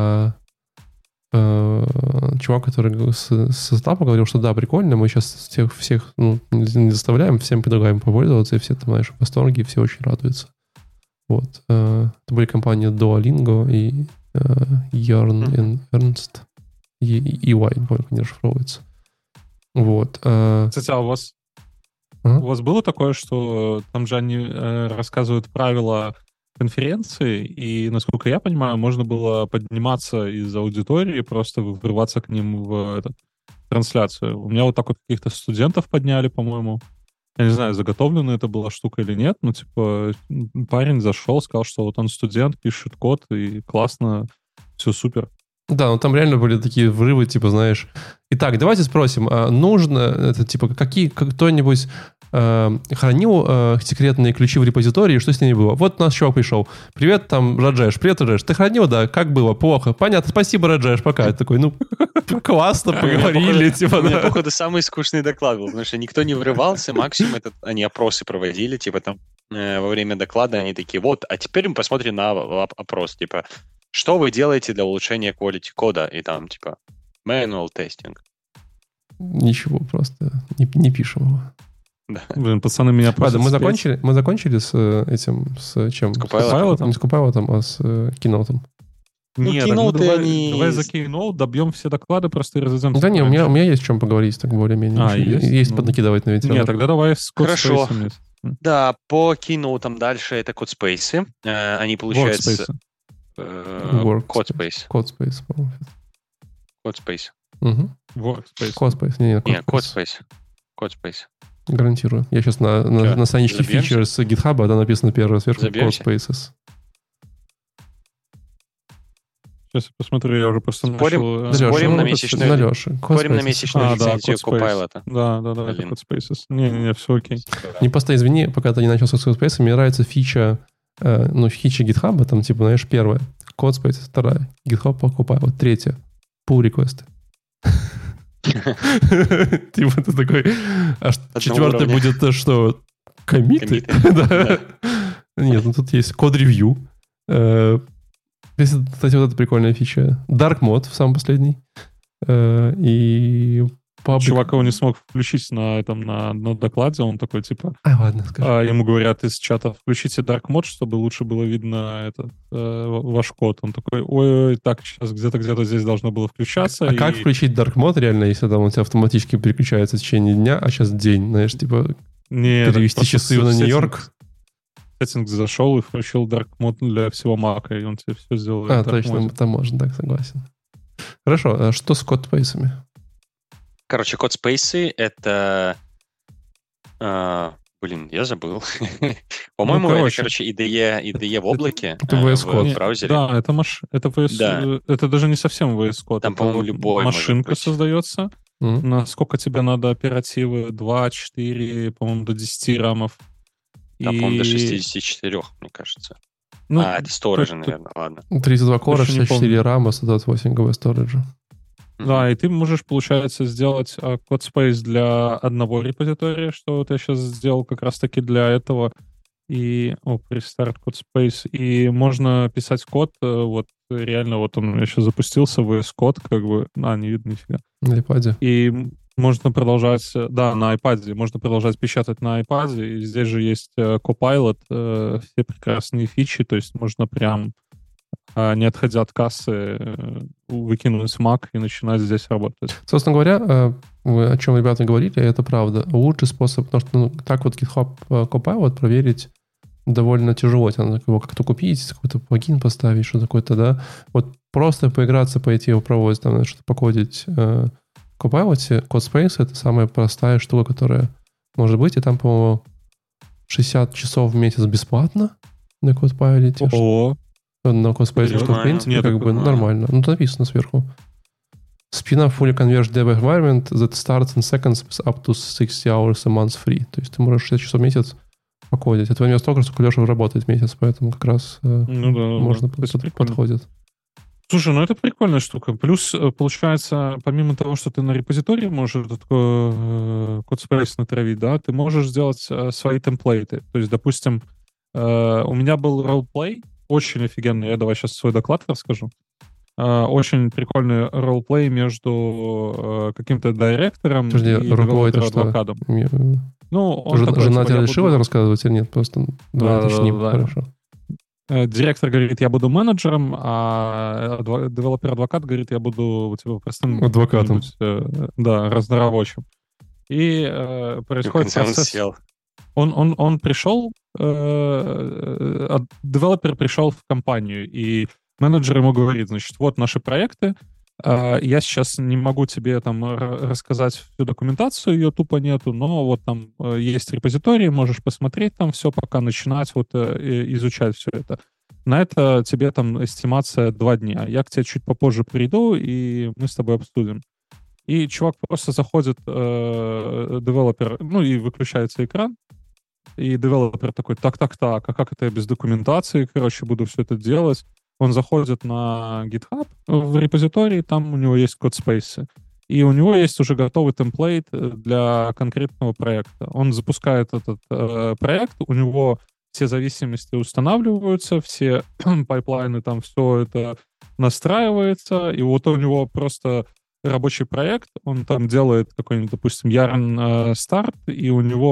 чувак, который с стартапа говорил, что да, прикольно, мы сейчас всех не заставляем, всем предлагаем попользоваться, и все там, знаешь, в восторге, и все очень радуются. Вот. Это были компании Duolingo и Yarn Ernst. EY, не помню, как они расшифровываются. Вот. Кстати, а у вас было такое, что там же они рассказывают правила конференции, и, насколько я понимаю, можно было подниматься из аудитории, просто врываться к ним в трансляцию. У меня вот так вот каких-то студентов подняли, по-моему. Я не знаю, заготовлена это была штука или нет, но, типа, парень зашел, сказал, что вот он студент, пишет код, и классно, все супер. Да, ну там реально были такие врывы, типа, знаешь... Итак, давайте спросим, нужно, это, типа, кто-нибудь хранил секретные ключи в репозитории, что с ними было? Вот у нас чувак пришел. Привет, там, Раджеш. Привет, Раджеш. Ты хранил, да? Как было? Плохо. Понятно. Спасибо, Раджеш. Пока. Я такой, классно, поговорили. У меня, походу, самый скучный доклад был, потому что никто не врывался, максимум они опросы проводили, типа, там, во время доклада они такие, вот, а теперь мы посмотрим на опрос, типа, что вы делаете для улучшения quality кода? И там, типа, manual testing. Ничего, просто не пишем его. Да. Блин, пацаны, меня просто... Ладно, мы закончили с этим, с чем? С Copilot? Не с Copilot, а с Keynote. Нет, Keynote давай за Keynote добьем все доклады, просто и разойдемся. Да не, у меня есть о чем поговорить, так более-менее. Есть поднакидывать на вентилятор. Нет, тогда давай с Хорошо. Codespace. Да, по Keynote дальше это Codespace. Они, получается... Codespace. Codespace, по-моему. Codespace. Угу. Workspace. Codespace. Не, Codespace. Гарантирую. Я сейчас на страничке features GitHub, а там написано первое сверху Codespaces. Сейчас я посмотрю, я уже просто начал... Спорим на месячную... Спорим на месячную лицензию Copilot. Да, это Codespaces. Не, все окей. Не просто извини, пока ты не начал с Codespace, мне нравится фича, фича GitHub, там, типа, знаешь, первая. Codespace, вторая. GitHub Copilot, третья. Pull request. Типа ты такой... А четвертый будет что? Коммиты? Нет, ну тут есть код-ревью. Кстати, вот это прикольная фича. Dark Mode в самом последний. И... Чувак его не смог включить на докладе, он такой, типа... ладно, скажи. Ему говорят из чата, включите Dark Mode, чтобы лучше было видно ваш код. Он такой, ой, так, сейчас где-то здесь должно было включаться. А как включить Dark Mode реально, если там он у тебя автоматически переключается в течение дня, а сейчас день, знаешь, типа... перевести часы на Нью-Йорк? Сеттинг зашел и включил Dark Mode для всего Mac, и он тебе все сделал. Точно, там можно, так, согласен. Хорошо, а что с Codespace'ами? Короче, Codespace — это... я забыл. По-моему, это, IDE в облаке. Это VS Code. В браузере. Да, это VS... Да. Это даже не совсем VS Code. Там, по-моему, любой машинка создается. Насколько тебе надо оперативы? 2, 4, по-моему, до 10 рамов. Там, по-моему, до 64, мне кажется. Это storage, наверное, ладно. 32 кора, 64 рама, 128 ГБ сториджа. Да, и ты можешь, получается, сделать Codespace для одного репозитория, что вот я сейчас сделал как раз-таки для этого. И, restart Codespace. И можно писать код, вот реально, вот он у меня сейчас запустился, VS Code, как бы, не видно нифига. На iPad. И можно продолжать, на iPad, можно продолжать печатать на iPad, и здесь же есть Copilot, все прекрасные фичи, то есть можно прям, не отходя от кассы, выкинуть Mac и начинать здесь работать. Собственно говоря, о чем ребята говорили, это правда. Лучший способ, потому что так вот GitHub Copilot проверить довольно тяжело. Его как-то купить, какой-то плагин поставить, что такое-то, да. Вот просто поиграться, пойти его проводить, там, что-то покодить Copilot, Codespace — это самая простая штука, которая может быть. И там, по-моему, 60 часов в месяц бесплатно на Codepilot. О, на Codespace, что, в принципе, как бы нормально. Ну, тут написано сверху. Spin up fully converged dev environment that starts in seconds with up to 60 hours a month free. То есть ты можешь 60 часов в месяц покодить. Это у него столько, сколько Леша работает в месяц, поэтому как раз можно подходит. Слушай, это прикольная штука. Плюс, получается, помимо того, что ты на репозитории можешь этот Codespace натравить, да, ты можешь сделать свои темплейты. То есть, допустим, у меня был ролплей, очень офигенный, я давай сейчас свой доклад расскажу. Очень прикольный ролплей между каким-то директором и девелопер-адвокатом. Жена тебя решила это рассказывать или нет? Просто давай уточним. Хорошо. Директор говорит, я буду менеджером, а девелопер-адвокат говорит, я буду простым адвокатом. разнорабочим. И происходит процесс. Он пришел, девелопер пришел в компанию, и менеджер ему говорит, значит, вот наши проекты, я сейчас не могу тебе там рассказать всю документацию, ее тупо нету, но вот там есть репозиторий, можешь посмотреть там все, пока начинать вот изучать все это. На это тебе там эстимация 2 дня. Я к тебе чуть попозже приду, и мы с тобой обсудим. И чувак просто заходит, девелопер, и выключается экран, и девелопер такой, так, а как это я без документации, буду все это делать? Он заходит на GitHub в репозиторий, там у него есть Codespace, и у него есть уже готовый темплейт для конкретного проекта. Он запускает этот проект, у него все зависимости устанавливаются, все пайплайны, там все это настраивается, и вот у него просто рабочий проект, он там делает какой-нибудь, допустим, Yarn старт, и у него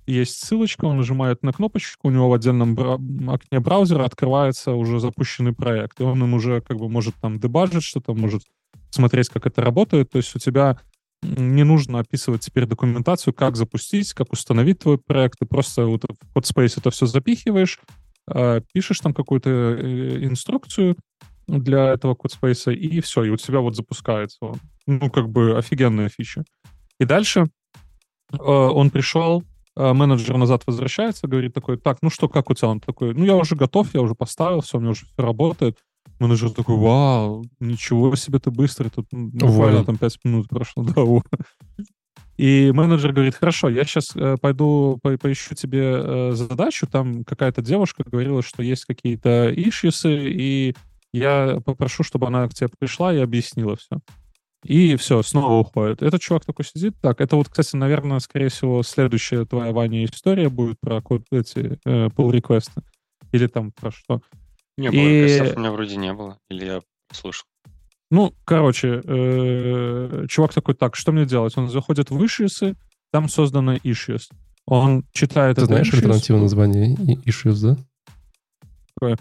есть ссылочка, он нажимает на кнопочку, у него в отдельном окне браузера открывается уже запущенный проект, и он им уже как бы может там дебаджить что-то, может смотреть, как это работает. То есть у тебя не нужно описывать теперь документацию, как запустить, как установить твой проект. Ты просто вот в CodeSpace это все запихиваешь, пишешь там какую-то инструкцию для этого CodeSpace, и все, и у тебя вот запускается он. Ну, как бы офигенная фича. И дальше он пришел, менеджер назад возвращается, говорит такой, так, ну что, как у тебя? Он такой, ну я уже готов, я уже поставил, все, у меня уже все работает. Менеджер такой, вау, ничего себе ты быстрый, тут буквально там 5 минут прошло. Да. И менеджер говорит, хорошо, я сейчас пойду поищу тебе задачу, там какая-то девушка говорила, что есть какие-то issues, и я попрошу, чтобы она к тебе пришла и объяснила все. И все, снова уходит. Этот чувак такой сидит. Так, это вот, кстати, наверное, скорее всего, следующая твоя, Ваня, история будет про эти pull-реквесты. Или там про что. Не, pull-реквестов у меня вроде не было. Или я слушал. Ну, короче, чувак такой, так, что мне делать? Он заходит в issues, там создано issues. Он читает это. Ты знаешь альтернативное название issues, да? Какое?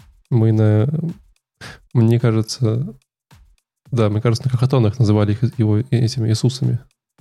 Мне кажется... Да, мне кажется, на хакатонах называли его этими Иисусами.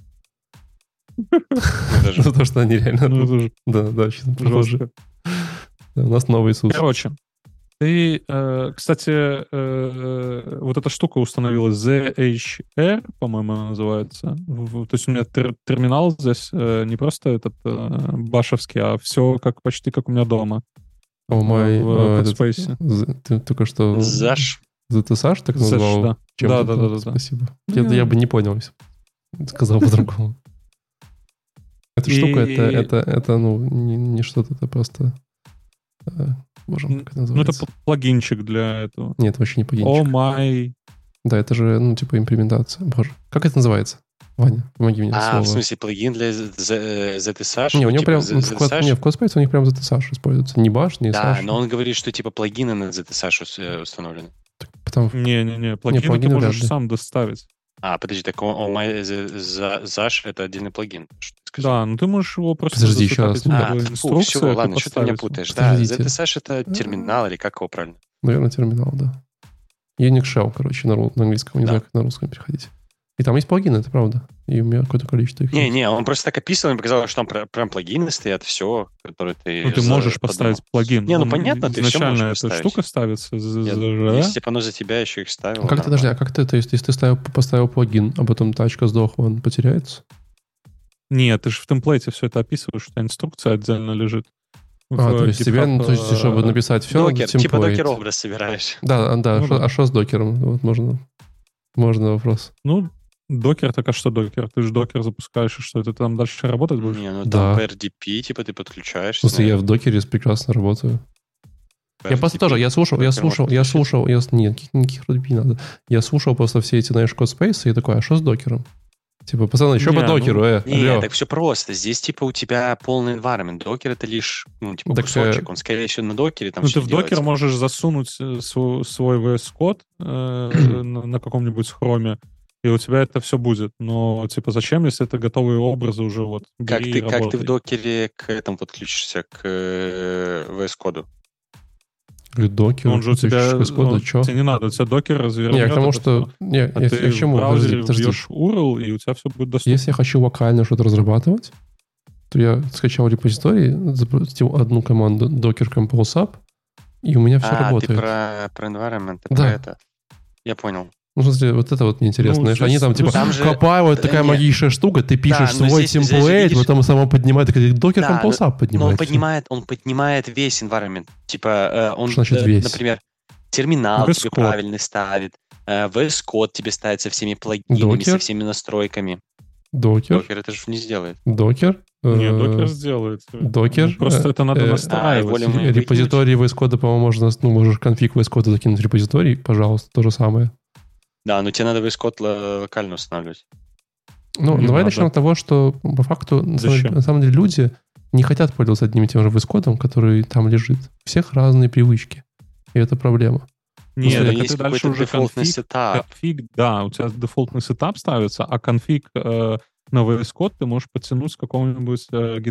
Потому что они реально... Да, очень похожи. У нас новый Иисус. Короче, ты, кстати, вот эта штука установилась, ZHR, по-моему, она называется. То есть у меня терминал здесь не просто этот башевский, а все почти как у меня дома. В CodeSpace. Ты только что... ZASH? ZTSH так назвал? Да. Спасибо. Я бы не понял, если сказал по-другому. Эта штука, это не что-то, это просто... Боже, как это называется? Ну, это плагинчик для этого. Нет, вообще не плагинчик. Oh my... Да, это же, имплементация. Боже, как это называется? Ваня, помоги мне слово. В смысле, плагин для ZSH? Не, у него прям в CodeSpace у них прям ZSH используется. Не Bash, не SH. Да, но он говорит, что типа плагины на ZSH установлены. Не, плагины ты можешь сам доставить. Подожди, так ZSH это отдельный плагин. Да, ну ты можешь его просто... Подожди, еще раз. Все, ладно, что ты меня путаешь. Да, ZSH это терминал, или как его правильно? Наверное, терминал, да. Unix Shell, короче, на английском, не знаю, как на русском переходить. И там есть плагины, это правда. И у меня какое-то количество их. Не, он просто так описывал, мне показалось, что там прям плагины стоят, все, которые ты... Ну, ты можешь поставить плагин. Не, понятно, ты все можешь поставить. Изначально эта штука ставится. Если бы оно за тебя еще их ставило. Как ты, то есть, если ты поставил плагин, а потом тачка сдохла, он потеряется? Нет, ты же в темплейте все это описываешь, у тебя инструкция отдельно лежит. То есть тебе, чтобы написать все, докер, типа докер-образ собираешь. Да. А что с докером? Вот можно вопрос. Ну, докер, так а что докер? Ты же докер запускаешь, и что, это там дальше работать будешь? Не, ну там по RDP, типа ты подключаешься. Слушай, я в докере прекрасно работаю. Я просто тоже, я слушал, нет, никаких RDP не надо. Я слушал просто все эти, знаешь, CodeSpace, и такой, а что с докером? Типа, пацаны, еще по докеру, Не, так все просто. Здесь, типа, у тебя полный environment. Докер — это лишь, кусочек. Он, скорее всего, на докере там все ты в докер можешь засунуть свой VS-код на каком-нибудь хроме, и у тебя это все будет. Но, типа, зачем, если это готовые образы уже вот как ты в докере к этому подключишься, к VS-коду? Докер, он же у тебя, тебе не надо, у тебя докер развернет. Не, потому что... ты в браузере вбьешь URL, и у тебя все будет доступно. Если я хочу локально что-то разрабатывать, то я скачал репозиторий, запустил одну команду docker compose up, и у меня все работает. Ты про environment, про это. Я понял. Ну, в смысле, вот это вот мне интересно. Знаешь, они там, типа, копают, такая магическая штука, ты пишешь свой темплейт, потом само поднимает, docker compose up поднимает. Но он поднимает весь environment. Типа, он, что значит весь? Например, терминал тебе правильно ставит, VS Code тебе ставит со всеми плагинами, со всеми настройками. Докер это же не сделает. Докер? Нет, докер сделает. Докер? Просто это надо настраивать. Репозиторий VS Code, по-моему, можешь конфиг VS Code закинуть в репозиторий, пожалуйста, то же самое. Да, но тебе надо VS Code локально устанавливать. Ну, давай начнем с того, что по факту, на самом деле, люди не хотят пользоваться одним и тем же VS Code, который там лежит. У всех разные привычки. И это проблема. Нет, есть дальше уже дефолтный сетап. Да, у тебя дефолтный сетап ставится, а конфиг на VS Code ты можешь подтянуть с какого-нибудь GitHub.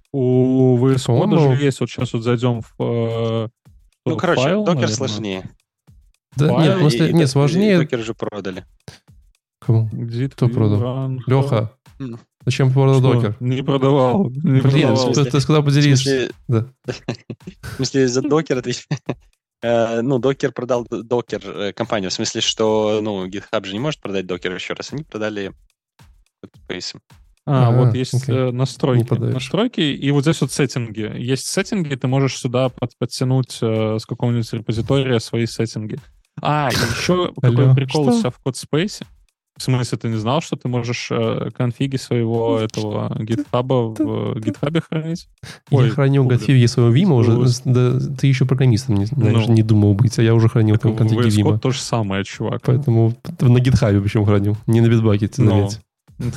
У VS Code По-моему- даже есть. Вот сейчас вот зайдем в Ну, короче, файл, докер наверное. сложнее. Да, Файл нет, в смысле, И не, сложнее. Докер же продали. Кому? Git Кто view продал? run. Леха, М. зачем продал Что? докер? Не продавал. Не Блин, продавал. в смысле- ты сказал, В поделись. смысле, Да. в смысле, за докер отвечаю. Ну, докер продал докер компанию. В смысле, что, ну, GitHub же не может продать докер еще раз. Они продали Codespace. Вот Ага, есть окей. Не настройки. подаешь. Настройки, и вот здесь вот сеттинги. Есть сеттинги, ты можешь сюда подтянуть с какого-нибудь репозитория свои сеттинги. Еще какой Алло, прикол у что? себя в CodeSpace. В смысле, ты не знал, что ты можешь конфиги своего этого GitHub в GitHub хранить? Я Ой, хранил кубер. конфиги своего Вима уже. Ну, Да, ты еще программистом знаешь, Ну. не думал быть, а я уже хранил Так там в конфиги VS Вима. Code то же самое, чувак. Поэтому на GitHub причем хранил, не на Bitbucket, Ну. заметь.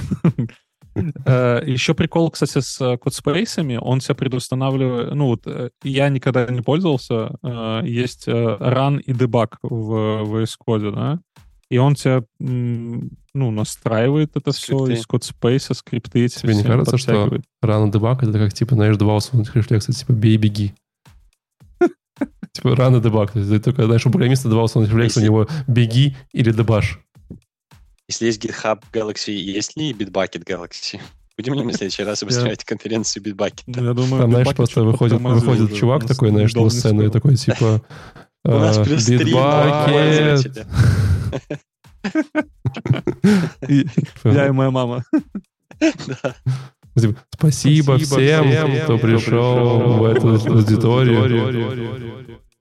Еще прикол, кстати, с кодспейсами, он себя предустанавливает, ну вот я никогда не пользовался, есть run и debug в VS Code, да, и он тебя, настраивает это все Скрипты. из кодспейса, скрипты эти Тебе не все кажется, что подтягивает. рано дебаг это как, типа, знаешь, два условных рефлекса, типа, бей, беги. Типа, рано дебаг. То есть ты только, знаешь, у программиста два условных рефлекса, у него беги или дебаш. Если есть GitHub Galaxy, есть ли Bitbucket Galaxy? Будем ли мы в следующий раз устраивать конференцию Bitbucket? Я думаю, Там, знаешь, Bitbucket просто что-то выходит потормозил уже. чувак У нас такой, знаешь, на долго не сцену и стоило. такой, типа, У нас плюс 3 Bitbucket. Я и моя мама. Типа, Спасибо всем, кто пришел в эту аудиторию.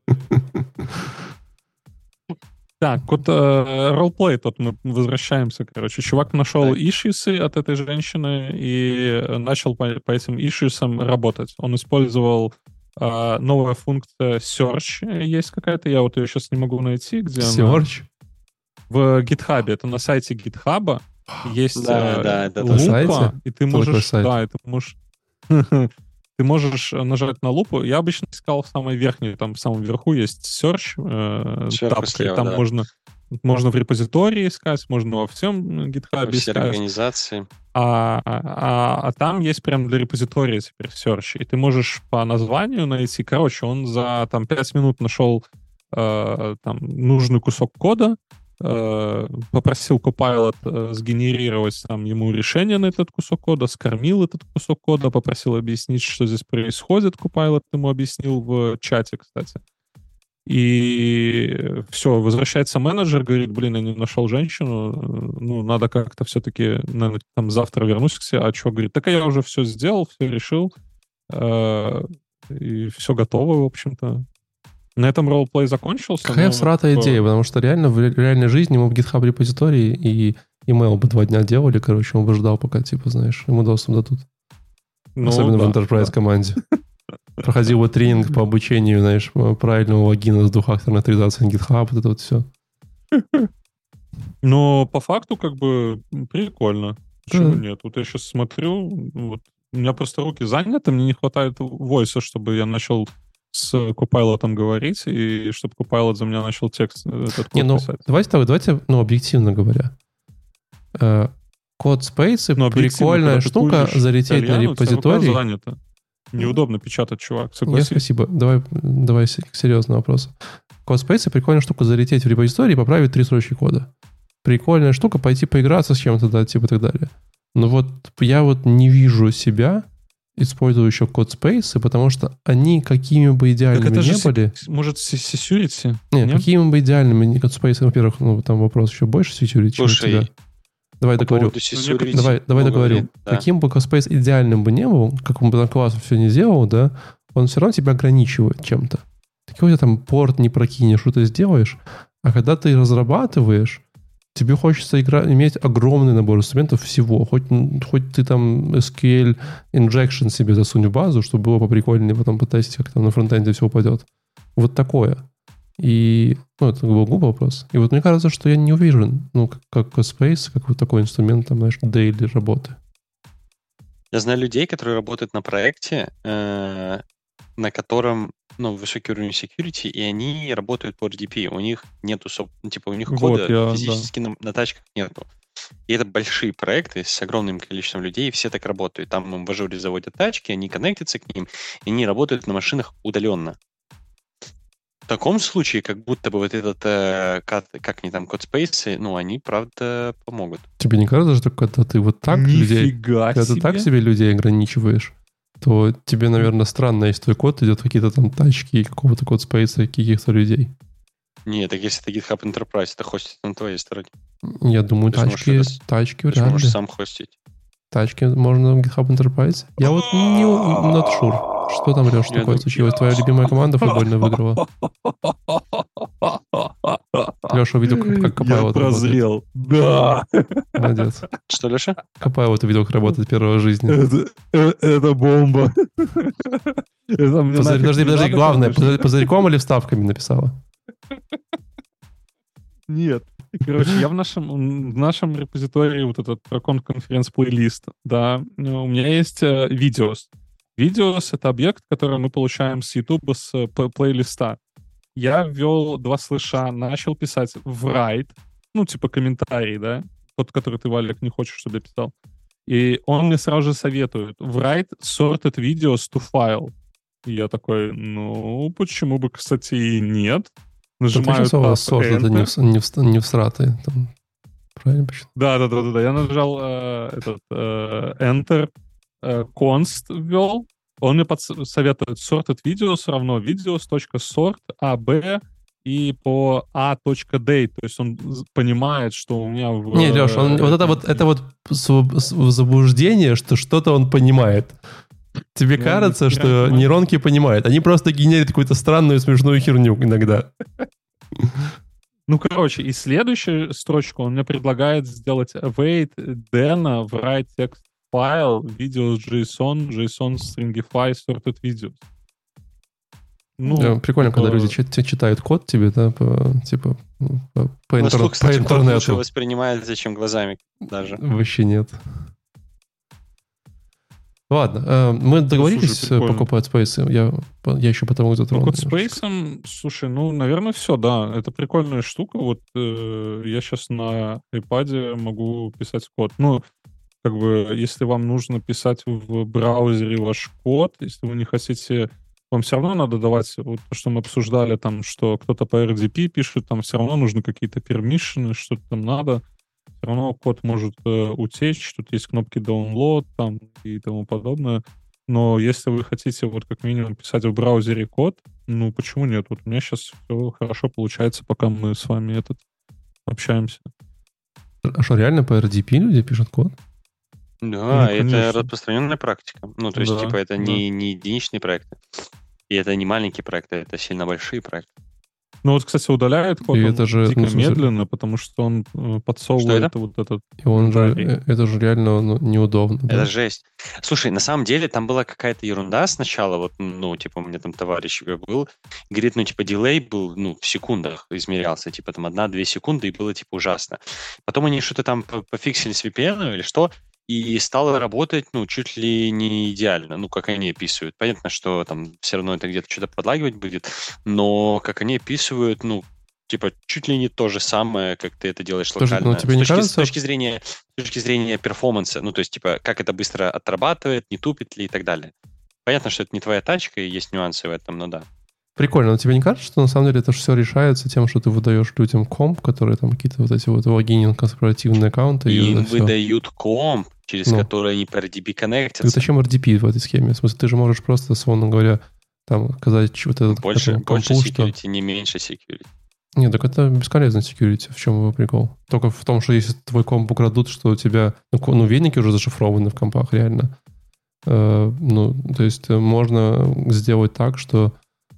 Так, вот ролплей тут мы возвращаемся, короче. Чувак нашел Так. ишьюсы от этой женщины и начал по этим ишьюсам работать. Он использовал новая функция search есть какая-то, я вот ее сейчас не могу найти, где она. Search? В GitHub, это на сайте GitHub есть Да, это лупа, сайте? и ты Что такое можешь, сайт? да, и ты можешь ты можешь нажать на лупу. Я обычно искал в самой верхней, там в самом верху есть search Сверху тапка, слева, и там да. можно в репозитории искать, можно во всем GitHub Все искать. организации. А там есть прям для репозитория теперь search. И ты можешь по названию найти. Короче, он за там 5 минут нашел там нужный кусок кода, попросил Copilot сгенерировать там ему решение на этот кусок кода, скормил этот кусок кода, попросил объяснить, что здесь происходит. Copilot ему объяснил в чате, кстати. И все, возвращается менеджер, говорит, блин, я не нашел женщину, ну, надо как-то все-таки, наверное, там завтра вернусь к себе. А что, говорит, так я уже все сделал, все решил, и все готово, в общем-то. На этом ролплей закончился. Какая но всратая вот, идея, потому что реально в реальной жизни мы в GitHub репозитории и email бы 2 дня делали, короче, он бы ждал, пока, типа, знаешь, ему доступ дадут. ну, Особенно да, в Enterprise да. команде. Проходил бы тренинг по обучению, знаешь, правильного логина с двухфакторной авторизацией на GitHub, вот это вот все. Но по факту как бы прикольно. Почему Да. нет? Вот я сейчас смотрю, вот, у меня просто руки заняты, мне не хватает войса, чтобы я начал с Copilot говорить, и чтобы Copilot за меня начал текст этот Не, код ну, писать. давайте, ну, объективно говоря. CodeSpace Но объективно, прикольная когда ты штука, пулишь залететь на кальян, у тебя рука репозиторий. занята. Неудобно печатать, чувак, Нет, согласись. спасибо. Давай серьезный вопрос. CodeSpace прикольная штука залететь в репозиторий и поправить 3 строчки кода. Прикольная штука пойти поиграться с чем-то, да, типа и так далее. Но вот я вот не вижу себя использующего CodeSpace, потому что они какими бы Так идеальными это же, не были... может, security? Нет, какими бы идеальными не CodeSpace, во-первых, ну, там вопрос еще больше security, чем у Слушай, тебя. Давай по договорю. поводу security Давай много договорю. говорит, да. Каким бы CodeSpace идеальным бы не был, как он бы там классно все не сделал, да, он все равно тебя ограничивает чем-то. Ты какой-то там порт не прокинешь, что ты сделаешь, а когда ты разрабатываешь, тебе хочется иметь огромный набор инструментов всего. Хоть ты там SQL injection себе засунь в базу, чтобы было поприкольнее потом потестить, как там на фронтенде все упадет. Вот такое. И, ну, это был глупый вопрос. И вот мне кажется, что я не уверен, ну, как CodeSpace, как вот такой инструмент, там, знаешь, daily работы. Я знаю людей, которые работают на проекте, на котором, ну, высокий уровень security, и они работают по RDP. У них нету, типа, у них Вот, кода я, физически на тачках нету. И это большие проекты с огромным количеством людей, и все так работают. Там в ажуре заводят тачки, они коннектятся к ним, и они работают на машинах удаленно. В таком случае, как будто бы вот этот, как они там, CodeSpace, ну, они, правда, помогут. Тебе не кажется, что когда ты вот так людей... Когда ты так себе людей ограничиваешь, то тебе, наверное, странно, если твой код идет в какие-то там тачки какого-то CodeSpace каких-то людей. Нет, так если это GitHub Enterprise, это хостит на твоей стороне. Я думаю, тачки вряд ли. Можешь сам хостить. Тачки можно в GitHub Enterprise? Я вот не not sure. Что там, Леш, такое случилось? Твоя любимая команда футбольная выиграла? Леша увидел, как Копайлот прозрел. Да. Молодец. Что, Леша? Копайлот увидел, как работает первая в жизни. Это бомба. Подожди, главное, позырьком или вставками написала? Нет. Короче, я в нашем репозитории вот этот Procon Conference плейлист, да, у меня есть Videos. Videos — это объект, который мы получаем с YouTube, с плейлиста. Я ввел 2 слэша, начал писать в write, ну, типа комментарий, да, тот, который ты, Валик, не хочешь, чтобы я писал. И он мне сразу же советует: write sorted videos to file. И я такой, ну, почему бы, кстати, и нет. Нажимаю Tab, сорт, это не всратый. Правильно почему? Да. Я нажал Enter, const ввел. Он мне советует sorted videos равно videos.sort ab и по a.date. То есть он понимает, что у меня... Не, Леш, это вот заблуждение, что что-то он понимает. Тебе кажется, что нейронки понимают. Они просто генерят какую-то странную смешную херню иногда. Ну, короче, и следующую строчку он мне предлагает сделать await then write text file videos.json stringify sorted videos. Ну, прикольно, когда люди читают код тебе, да, по интернету. Кстати, код лучше воспринимается, чем глазами даже. Вообще нет. Ладно, мы договорились покупать Space. Я еще потому затронул. С Space, слушай, наверное, все, да. Это прикольная штука. Вот я сейчас на iPad могу писать код. Ну, как бы, если вам нужно писать в браузере ваш код, если вы не хотите... Вам все равно надо давать, вот то, что мы обсуждали, там, что кто-то по RDP пишет, там все равно нужны какие-то пермишины, что-то там надо. Все равно код может утечь, тут есть кнопки download там и тому подобное. Но если вы хотите вот как минимум писать в браузере код, ну почему нет? Вот у меня сейчас все хорошо получается, пока мы с вами общаемся. А что, реально по RDP люди пишут код? Да, это распространенная практика. Ну, то есть, типа, это не единичные проекты. И это не маленькие проекты, это сильно большие проекты. Ну вот, кстати, удаляет код, это же, дико медленно, потому что он подсовывает вот этот... И он же, это же реально неудобно. Это жесть. Слушай, на самом деле там была какая-то ерунда сначала, вот, ну, типа, у меня там товарищ был, говорит, ну, типа, дилей был, ну, в секундах измерялся, типа, там 1-2 секунды, и было, типа, ужасно. Потом они что-то там пофиксили с VPN или что, и стало работать, ну, чуть ли не идеально, ну, как они описывают. Понятно, что там все равно это где-то что-то подлагивать будет, но как они описывают, ну, типа, чуть ли не то же самое, как ты это делаешь локально. Тебе не кажется... С точки зрения перформанса, ну, то есть, типа, как это быстро отрабатывает, не тупит ли и так далее. Понятно, что это не твоя тачка, и есть нюансы в этом, но да. Прикольно, но тебе не кажется, что на самом деле это все решается тем, что ты выдаешь людям комп, которые там какие-то вот эти вот логининг, корпоративные аккаунты? И им выдают комп, через который они по RDP коннектятся. Зачем RDP в этой схеме? В смысле, ты же можешь просто, условно говоря, там сказать вот этот... Больше security, что... не меньше security. Нет, так это бесполезно security. В чем его прикол? Только в том, что если твой комп украдут, что у тебя... Ну, веники уже зашифрованы в компах, реально. Ну, то есть можно сделать так, что...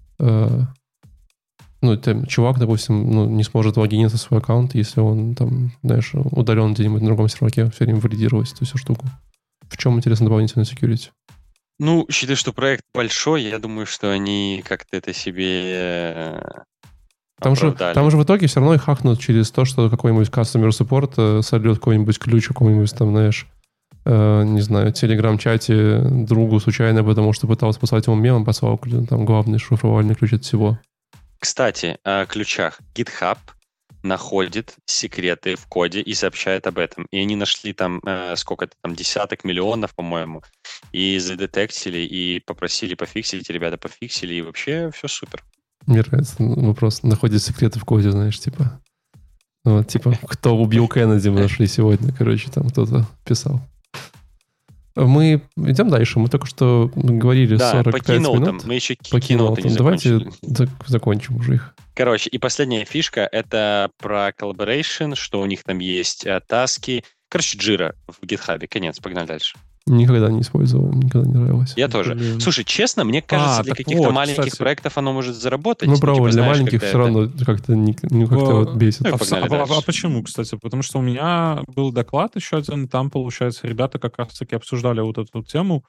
Ну, чувак, допустим, не сможет логиниться в свой аккаунт, если он там, знаешь, удален где-нибудь на другом серваке, все время валидировать эту всю штуку. В чем интересно дополнительная security? Ну, считаю, что проект большой, я думаю, что они как-то это себе оправдали. Там же в итоге все равно их хакнут через то, что какой-нибудь customer support сольет какой-нибудь ключ какой-нибудь там, знаешь, не знаю, в телеграм-чате другу случайно, потому что пытался послать ему мем, послал там главный шифровальный ключ от всего. Кстати, о ключах. GitHub находит секреты в коде и сообщает об этом. И они нашли там, сколько-то там, десяток миллионов, по-моему, и задетектили, и попросили пофиксить, и ребята пофиксили, и вообще все супер. Мне нравится вопрос, находит секреты в коде, знаешь, типа... Вот, типа, кто убил Кеннеди, мы нашли сегодня. Короче, там кто-то писал. Мы идем дальше. Мы только что говорили 45 минут. Мы еще киноуты не закончили. Давайте закончим уже их. Короче, и последняя фишка — это про collaboration, что у них там есть таски. Короче, Jira в GitHub. Конец, погнали дальше. Никогда не использовал, никогда не нравилось. Я тоже. Слушай, честно, мне кажется, для каких-то маленьких проектов оно может заработать. Ну, правда, для маленьких все равно как-то как-то бесит. А почему, кстати? Потому что у меня был доклад еще один, там, получается, ребята как раз-таки обсуждали вот эту тему.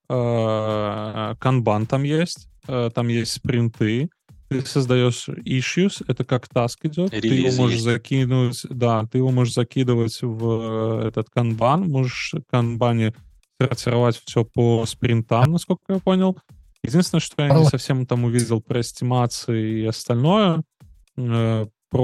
Канбан там есть спринты, ты создаешь issues, это как task идет, ты его можешь закинуть, ты его можешь закидывать в этот канбан, можешь в канбане сортировать все по спринтам, насколько я понял. Единственное, что я не совсем там увидел про эстимации и остальное. Про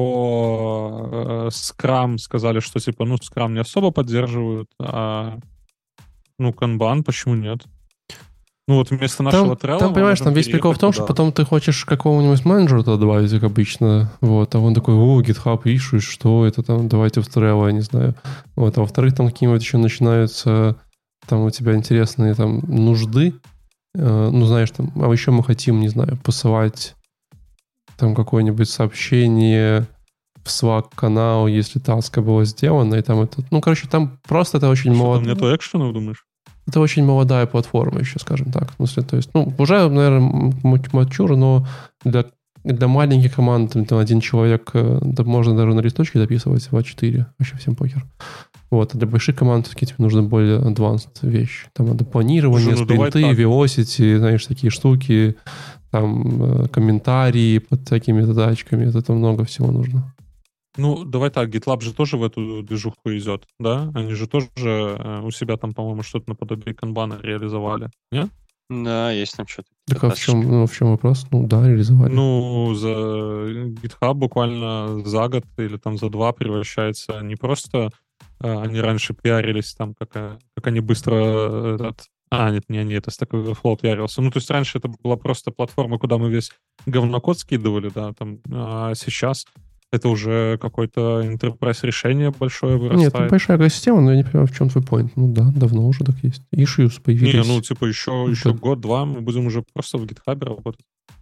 Scrum сказали, что типа, Scrum не особо поддерживают, а Kanban почему нет? Вот вместо нашего Trello... Там, понимаешь, там весь прикол в том, что потом ты хочешь какого-нибудь менеджера туда добавить, как обычно, вот, а он такой, GitHub issues, что это там, давайте в Trello, я не знаю. Вот, а во-вторых, там какие-нибудь еще начинаются... Там у тебя интересные там нужды, знаешь, там, а еще мы хотим, не знаю, посылать там какое-нибудь сообщение в Slack-канал, если таска была сделана, и там это... там просто это очень молодая... Там нету экшенов, думаешь? Это очень молодая платформа еще, скажем так. В смысле, то есть, уже, наверное, матюр, но для маленьких команд, там, один человек, да, можно даже на листочке дописывать в А4, вообще всем покер. Вот, а для больших команд все-таки тебе нужны более advanced вещи. Там надо планирование, спринты, velocity, знаешь, такие штуки, там комментарии под такими задачками. Это много всего нужно. Давай так, GitLab же тоже в эту движуху идет, да? Они же тоже у себя там, по-моему, что-то наподобие канбана реализовали, нет? Да, есть там что-то. Так а в чем вопрос? Реализовали. За GitHub буквально за год или там за два превращается не просто... Они раньше пиарились там, как они быстро... нет, не они, это Stack Overflow пиарился. То есть раньше это была просто платформа, куда мы весь говнокод скидывали, да, там, а сейчас это уже какое-то enterprise решение большое вырастает. Нет, это большая экосистема, но я не понимаю, в чем твой point. Давно уже так есть. Issues появились. Еще год-два мы будем уже просто в GitHub работать.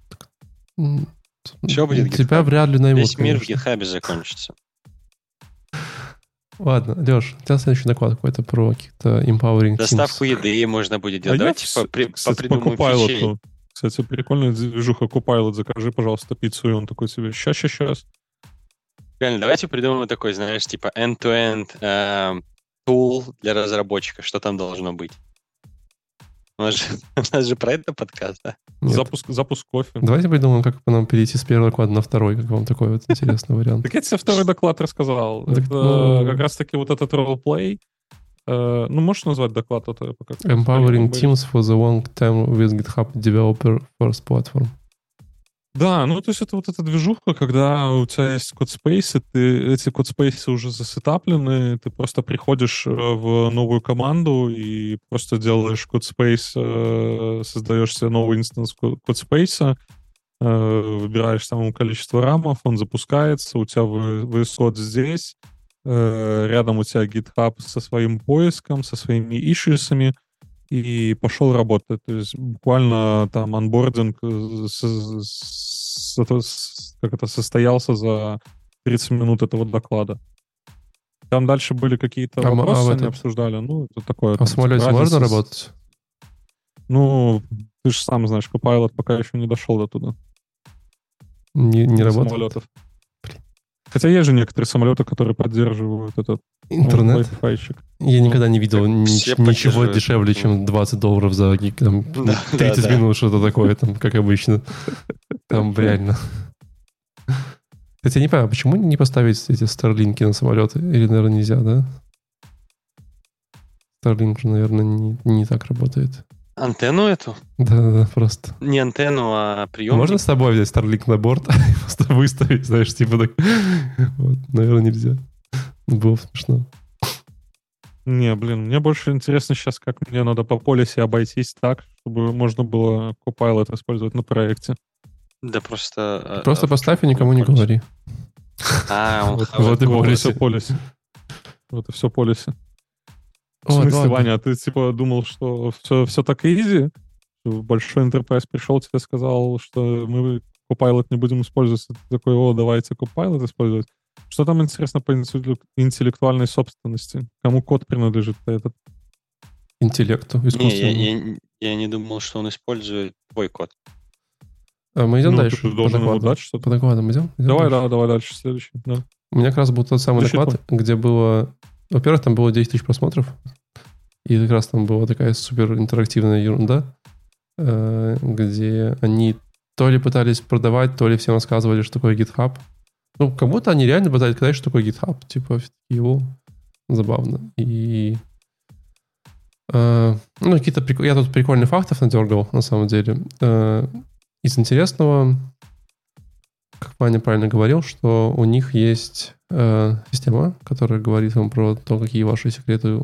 Все будет GitHub. Тебя вряд ли наймут, весь мир в GitHub закончится. Ладно, Леш, у тебя следующий доклад какой-то про каких-то empowering Доставку teams. еды можно будет делать. Давайте попридумаем фичей. Кстати, прикольная движуха Copilot. Закажи, пожалуйста, пиццу. И он такой себе, сейчас. Реально, давайте придумаем такой, знаешь, типа end-to-end tool для разработчика. Что там должно быть? У нас же про это подкаст, да? Запуск кофе. Давайте придумаем, как нам перейти с первого доклада на второй, как вам такой вот интересный вариант. Так я тебе второй доклад рассказал. Это как раз-таки вот этот role-play. Можешь назвать доклад? Empowering teams for the long term with GitHub Developer First Platform. Да, то есть это вот эта движуха, когда у тебя есть кодспейсы, эти кодспейсы уже засетаплены, ты просто приходишь в новую команду и просто делаешь кодспейс, создаешь себе новый инстанс кодспейса, выбираешь самое количество рамов, он запускается, у тебя VS Code здесь, рядом у тебя GitHub со своим поиском, со своими ишьюсами, и пошел работать. То есть буквально там анбординг состоялся за 30 минут этого доклада. Там дальше были какие-то вопросы, они обсуждали. Это такое. А в самолете можно работать? Ты же сам знаешь, Copilot пока еще не дошел до туда. Не работает? Самолетов. Хотя есть же некоторые самолеты, которые поддерживают этот интернет. Wi-Fi-щик. Я никогда не видел ничего дешевле, чем $20 за 30 минут, что-то такое, там, как обычно. Там реально. Хотя я не понимаю, почему не поставить эти Starlink на самолеты? Или, наверное, нельзя, да? Starlink же, наверное, не так работает. Антенну эту? Да, просто. Не антенну, а приемник. Можно с собой взять Starlink на борт и просто выставить, знаешь, типа так. Вот, наверное, нельзя. Было бы смешно. Не, блин, мне больше интересно сейчас, как мне надо по полисе обойтись так, чтобы можно было Copilot использовать на проекте. Да просто... Просто поставь и никому не говори. Вот и полисе. Вот и все полисе. В смысле, Ваня, а ты типа думал, что все так изи? Большой enterprise пришел, тебе сказал, что мы Copilot не будем использовать. Ты такой, давайте Copilot использовать. Что там интересно по интеллектуальной собственности? Кому код принадлежит этот? Интеллекту искусственному. Я не думал, что он использует твой код. Мы идем дальше. Ты должен ему дать что-то. По докладам идем? Давай дальше, следующий. Да. У меня как раз был тот самый доклад, где было... Во-первых, там было 10 тысяч просмотров. И как раз там была такая супер интерактивная ерунда, где они то ли пытались продавать, то ли всем рассказывали, что такое GitHub. Ну, как будто они реально пытались сказать, что такое GitHub. Типа, его забавно. И... какие-то я тут прикольных фактов надергал, на самом деле. Из интересного, как Ваня правильно говорил, что у них есть система, которая говорит вам про то, какие ваши секреты,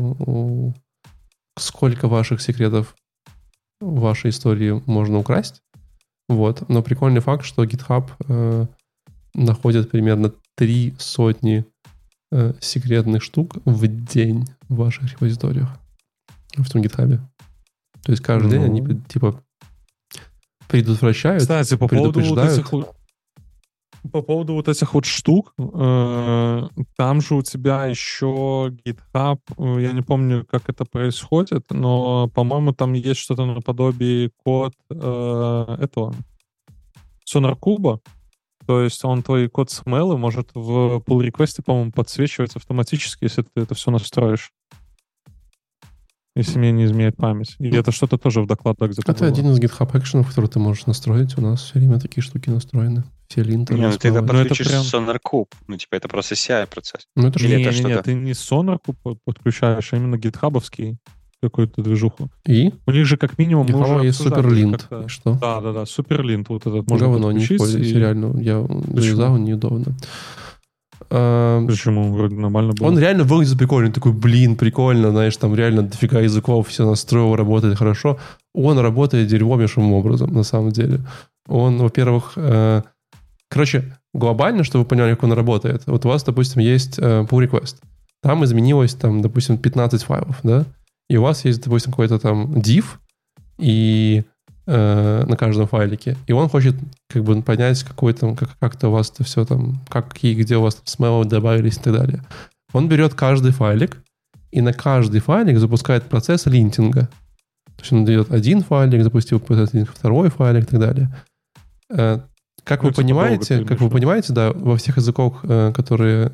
сколько ваших секретов в вашей истории можно украсть. Вот. Но прикольный факт, что GitHub находит примерно 300 секретных штук в день в ваших репозиториях в том GitHub. То есть каждый день они типа предотвращают, кстати, предупреждают. По поводу вот этих вот штук, там же у тебя еще GitHub, я не помню, как это происходит, но, по-моему, там есть что-то наподобие код этого SonarQube. То есть он твой код смелы может в pull-реквесте, по-моему, подсвечивать автоматически, если ты это все настроишь. Если мне не изменяет память. И это что-то тоже в докладах где-то Это один из GitHub экшенов, который ты можешь настроить. У нас все время такие штуки настроены. Все линтеры. Не, ты это подключишь SonarQube. Ну, это просто CI-процесс. Ну, это не, ты не SonarQube подключаешь, а именно гитхабовский какую-то движуху. И? У них же как минимум... GitHub есть SuperLint. Что? Да, SuperLint. Вот этот можно подключить. Не используйте, реально. Я залезал, неудобно. Почему? Вроде нормально было. Он реально выглядит прикольно. Такой, прикольно, знаешь, там реально дофига языков, все настроил, работает хорошо. Он работает дерьмовейшим образом, на самом деле. Он, во-первых... глобально, чтобы вы поняли, как он работает. Вот у вас, допустим, есть pull request. Там изменилось, допустим, 15 файлов, да? И у вас есть, допустим, какой-то там div и на каждом файлике. И он хочет как бы понять, как-то у вас это все там, где у вас там смело добавились и так далее. Он берет каждый файлик и на каждый файлик запускает процесс линтинга. То есть он дает один файлик, запустил второй файлик и так далее. Как вы понимаете, да, во всех языках, которые,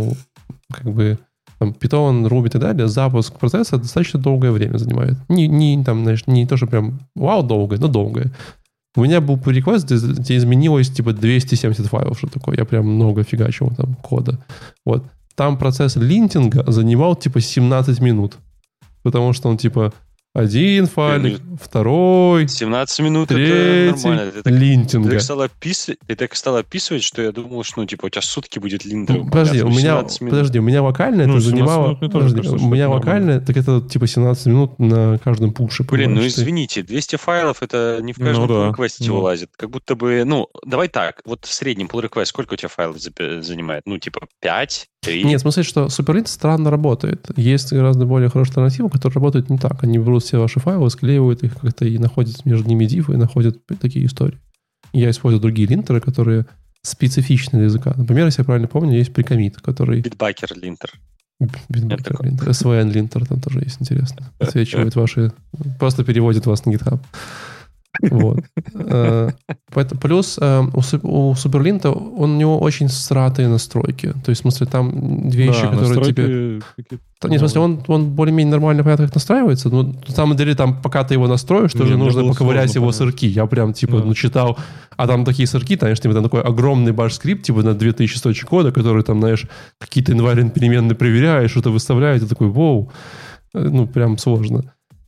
Python, Ruby и так далее, запуск процесса достаточно долгое время занимает. Не то, что прям долгое, но долгое. У меня был pull request, где изменилось 270 файлов, что такое. Я прям много фигачил там кода. Вот. Там процесс линтинга занимал 17 минут. Потому что он один файлик, второй, 17 минут третий, это нормально. Линтинга. Ты так стал описывать, что я думал, что у тебя сутки будет линтер. Подожди, у меня локально это занимало... У меня локально, так это 17 минут на каждом пуше. Извините, 200 файлов это не в каждом pull-реквесте вылазит. Как будто бы, давай так, вот в среднем pull-реквест сколько у тебя файлов занимает? 5, 3? Нет, в смысле, что SuperLint странно работает. Есть гораздо более хорошая альтернатива, которая работает не так. Они берут все ваши файлы, склеивают их как-то и находят между ними дифы, и находят такие истории. Я использую другие линтеры, которые специфичны для языка. Например, если я правильно помню, есть прикомит, который... Bitbucket линтер. Bitbucket линтер. SVN линтер там тоже есть, интересно. Отсвечивает ваши... Просто переводит вас на GitHub. Вот. Плюс у SuperLint у него очень сратые настройки. То есть, в смысле, там вещи, которые тебе... Нет, в смысле, он более-менее нормально, понятно, как настраивается, но на самом деле, там, пока ты его настроишь, тоже нужно поковырять его сырки. Я прям, читал, а там такие сырки, конечно, там такой огромный баш-скрипт, на 2000 строчек кода, который там, знаешь, какие-то environment переменные проверяешь, что-то выставляет, и такой, воу, прям сложно.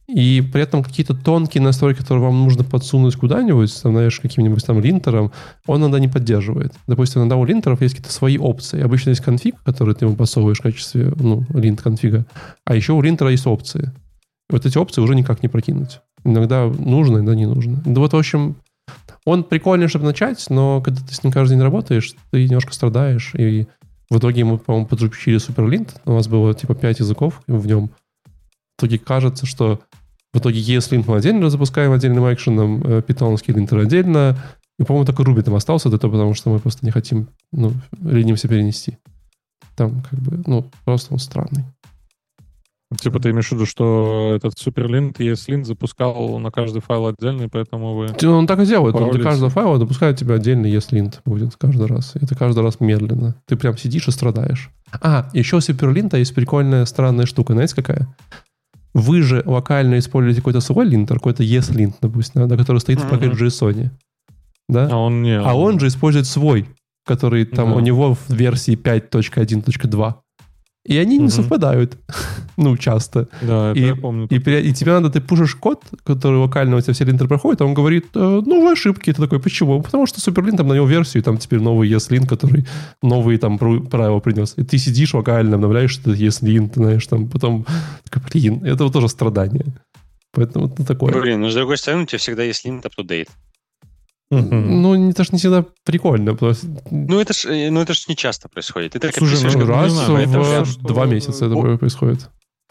и при этом какие-то тонкие настройки, которые вам нужно подсунуть куда-нибудь, там, знаешь, каким-нибудь там линтером, он иногда не поддерживает. Допустим, иногда у линтеров есть какие-то свои опции. Обычно есть конфиг, который ты ему подсовываешь в качестве, линт конфига, а еще у линтера есть опции. И вот эти опции уже никак не прокинуть. Иногда нужно, иногда не нужно. Да вот, в общем, он прикольный, чтобы начать, но когда ты с ним каждый день работаешь, ты немножко страдаешь, и в итоге мы, по-моему, подручили суперлинт. У нас было типа 5 языков в нем. В итоге кажется, что в итоге ESLint мы отдельно запускаем отдельным экшеном, питонский линтер отдельно. И, по-моему, только Ruby там остался, это потому что мы просто не хотим, ленимся перенести. Там как бы, просто он странный. Типа ты имеешь в виду, что этот суперлинт и ESLint запускал на каждый файл отдельный, поэтому вы... Он так и делает. Он для каждого файла допускает тебе отдельный ESLint будет каждый раз. Это каждый раз медленно. Ты прям сидишь и страдаешь. Еще у суперлинта есть прикольная странная штука. Знаете, какая? Вы же локально используете какой-то свой линтер, какой-то ESLint, допустим, который стоит в пакет JSON. Да? Он же использует свой, который там у него в версии 5.1.2. И они не совпадают. Часто. Да, это я помню. И тебе надо, ты пушишь код, который локально у тебя все линтеры проходит, а он говорит, новые ошибки. Ты такой, почему? Потому что Суперлинт там на него версию, и там теперь новый ESLint, который новые там правила принес. И ты сидишь локально, обновляешь этот ESLint, знаешь, там потом такой, это вот тоже страдание. Поэтому это такое. С другой стороны, у тебя всегда есть линт up-to-date. Это ж не всегда прикольно. Просто... это ж не часто происходит. Ты так раз в 2 месяца это происходит.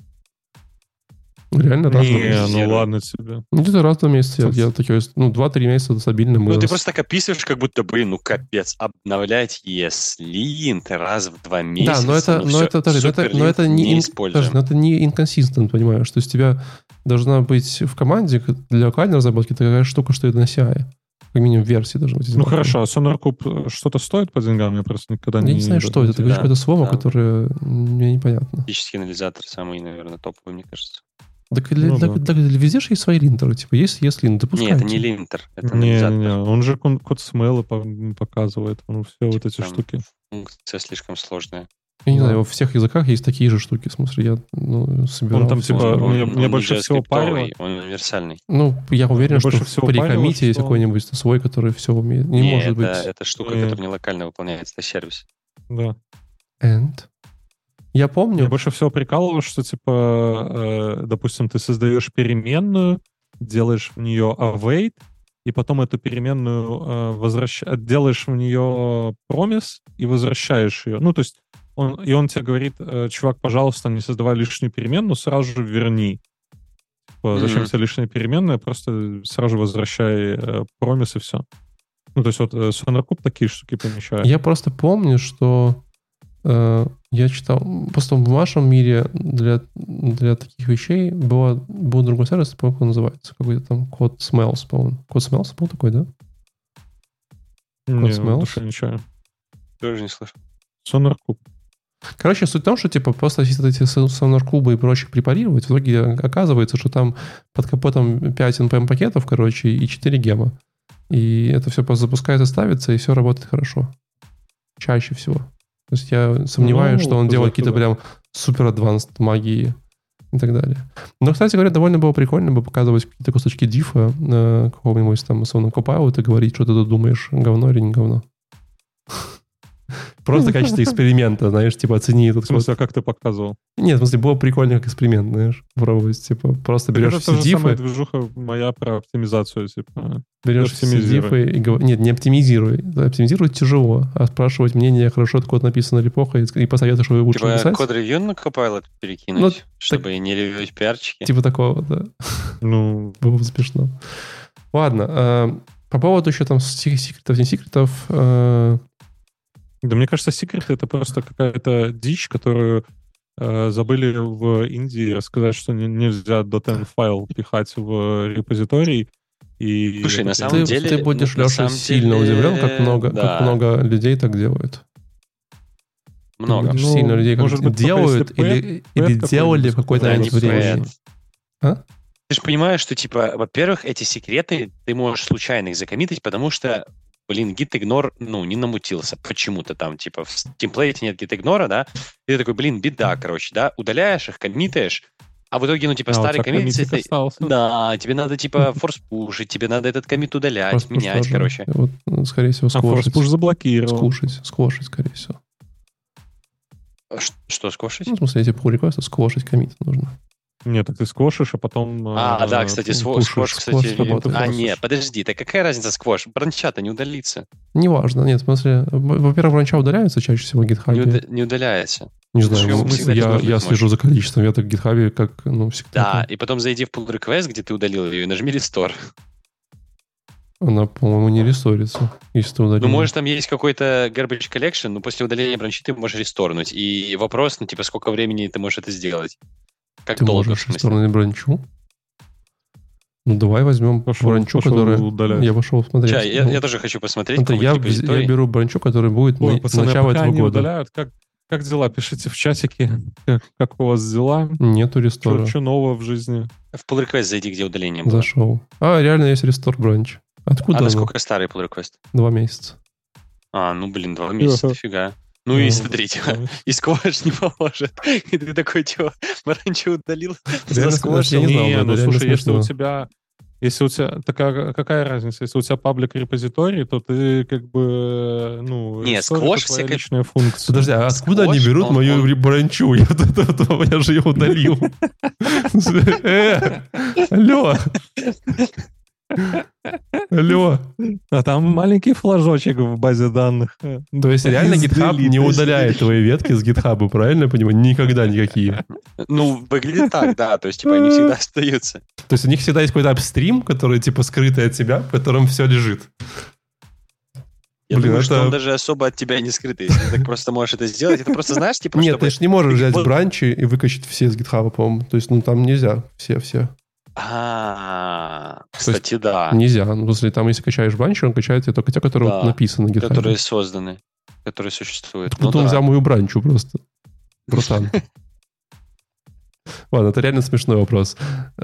Реально раз в месяц. Ладно тебе. Где-то раз в месяц. Я такой, 2-3 месяца стабильно. Ты просто так описываешь, как будто, капец, обновлять ESLint раз в 2 месяца. Да, но это не инконсистент, понимаешь? То есть у тебя должна быть в команде для локальной разработки такая штука, что это на CI. Как минимум версии должны быть. Хорошо, а SonarCube что-то стоит по деньгам? Я просто никогда не... Я не знаю, что это. Это какое-то слово, которое мне непонятно. Физический анализатор самый, наверное, топовый, мне кажется. Так везде же есть свои линтеры. Типа, есть линтер, допускайте. Нет, это не линтер, это анализатор. Не, он же код смелы показывает. Все вот эти штуки. Функция слишком сложная. Я не знаю, во всех языках есть такие же штуки. В смысле, я собирал... Он там, типа, мне больше всего парило... Он универсальный. Я уверен, что при коммите есть какой-нибудь свой, который все умеет. Не может быть. Это штука, которая не локально выполняется, это сервис. Да. Я помню... Я больше всего прикалывал, что, типа, допустим, ты создаешь переменную, делаешь в нее await, и потом эту переменную делаешь в нее промис и возвращаешь ее. То есть он тебе говорит, чувак, пожалуйста, не создавай лишнюю переменную, сразу же верни. Зачем тебе лишняя переменная, просто сразу же возвращай промис и все. То есть вот SonarCube такие штуки помещает. Я просто помню, что я читал, просто в вашем мире для таких вещей был другой сервис, по-моему, как он называется, какой-то там Code Smells, по-моему. Code Smells был такой, да? Code Smells? Ничего. Тоже не слышал. SonarCube. Короче, суть в том, что типа просто если эти SonarCube и прочих препарировать, в итоге оказывается, что там под капотом 5 NPM пакетов, короче, и 4 гема. И это все просто запускается, ставится, и все работает хорошо. Чаще всего. То есть я сомневаюсь, что он делает какие-то прям супер advanced магии и так далее. Но, кстати говоря, довольно было прикольно бы показывать какие-то кусочки дифа какого-нибудь там условно Copilot и говорить, что ты тут думаешь, говно или не говно. Просто в качестве эксперимента, знаешь, типа оцени этот код. А как ты показывал? Нет, в смысле, было прикольно как эксперимент, знаешь, пробовать, типа, просто берешь все дифы. Это самая движуха моя про оптимизацию, типа. Берешь все дифы и говоришь, нет, не оптимизируй. Оптимизировать тяжело, а спрашивать мнение, хорошо этот код написан или плохо, и посоветуешь, что лучше типа написать. Типа код-ревью на Copilot перекинуть, чтобы не ревьюить пиарчики. Типа такого, да. Было бы смешно. Ладно, по поводу еще там секретов, не секретов... Да, мне кажется, секреты — это просто какая-то дичь, которую забыли в Индии рассказать, что нельзя .env файл пихать в репозиторий. И слушай, на самом деле... Ты будешь, Леша, сильно удивлен, как много людей так делают. Много. Ты будешь сильно людей как делают или делали в какой-то момент времени. Ты же понимаешь, что, типа, во-первых, эти секреты ты можешь случайно их закоммитить, потому что git-ignore, не намутился почему-то там, типа, в темплейте нет git-ignore, да, и ты такой, беда, короче, да, удаляешь их, коммитаешь, А в итоге, старый коммит... остался. Да, тебе надо, форс-пушить, тебе надо этот коммит удалять, Форс-пуш менять, тоже. короче. Вот, скорее всего, А форс-пуш заблокировал. Сквошить, скорее всего. Что, сквошить? Ну, в смысле, эти pull-реквесты сквошить коммит нужно. Нет, так ты сквошишь, а потом... Да, кстати, сквош, кстати... работает. Нет, подожди, так какая разница сквош? Бранча-то не удалится. Неважно, нет, в смысле, во-первых, бранча удаляются чаще всего в GitHub. Не удаляется. Не знаю, я слежу за количеством веток в GitHub, как, всегда. Да, и потом зайди в pull request, где ты удалил ее, и нажми restore. Она, по-моему, не ресторится, если ты удалил. Ну, может, там есть какой-то garbage collection, но после удаления бранчи ты можешь ресторнуть. И вопрос, сколько времени ты можешь это сделать? Как ты долго, можешь ресторнуть бранчу? Ну, давай возьмем бранчу, которая... удалять. Я пошел смотреть. Я тоже хочу посмотреть. Я беру бранчу, которая будет начало этого года. Удаляют. Как дела? Пишите в чатике, как у вас дела. Нету рестора. Что нового в жизни? В pull request зайди, где удаление было. Зашел. Реально есть рестор бранч. Откуда насколько старый pull request? 2 месяца. 2 месяца, дофига. Ну и смотрите, и сквош не поможет. И ты такой, бранчу удалил за сквош. Слушай, если у тебя... какая разница? Если у тебя паблик репозиторий, то ты Нет, сквош все личная функция. Подожди, а откуда они берут мою бранчу? Я же ее удалил. Алло. А там маленький флажочек в базе данных. То есть реально GitHub не удаляет твои ветки с GitHub, правильно я понимаю? Никогда никакие. Выглядит так, да. То есть, они всегда остаются. То есть у них всегда есть какой-то апстрим, который, скрытый от тебя, в котором все лежит. Я думаю, что он даже особо от тебя не скрытый. Если ты так просто можешь это сделать, это просто знаешь, Нет, ты же не можешь взять бранчи и выкачать все с GitHub, по-моему. То есть, там нельзя все. Кстати, да. Нельзя. Ну, если там, если качаешь бранчи, он качает тебе только те, которые написаны на GitHub. Которые созданы, которые существуют. Откуда он взял мою бранчу просто? Братан. Ладно, это реально смешной вопрос.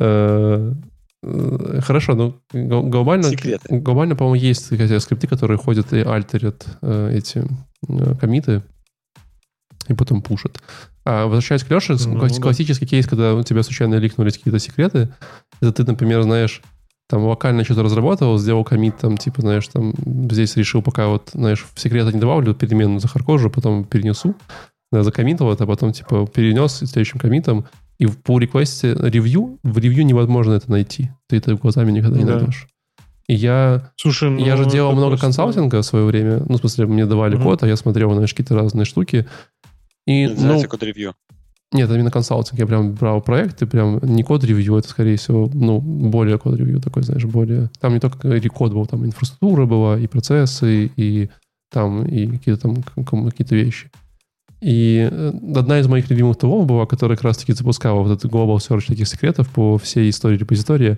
Хорошо, глобально, по-моему, есть скрипты, которые ходят и альтерят эти коммиты и потом пушат. Возвращаясь к Леше, классический кейс, когда у тебя случайно ликнулись какие-то секреты, это ты, например, знаешь, там локально что-то разработал, сделал коммит, здесь решил пока в секреты не добавлю, переменную захардкожу, потом перенесу, закоммитил это, а потом перенес следующим коммитом, и в pull request в ревью невозможно это найти. Ты это глазами никогда не найдешь. И я же делал много консалтинга в свое время. В смысле, мне давали код, а я смотрел на какие-то разные штуки. Называется код-ревью. Нет, именно консалтинг. Я прям брал проекты, прям не код-ревью, это, скорее всего, более код-ревью такой, знаешь, более... Там не только код был, там инфраструктура была, и процессы, и какие-то вещи. И одна из моих любимых тулов была, которая как раз-таки запускала вот этот global search таких секретов по всей истории репозитория.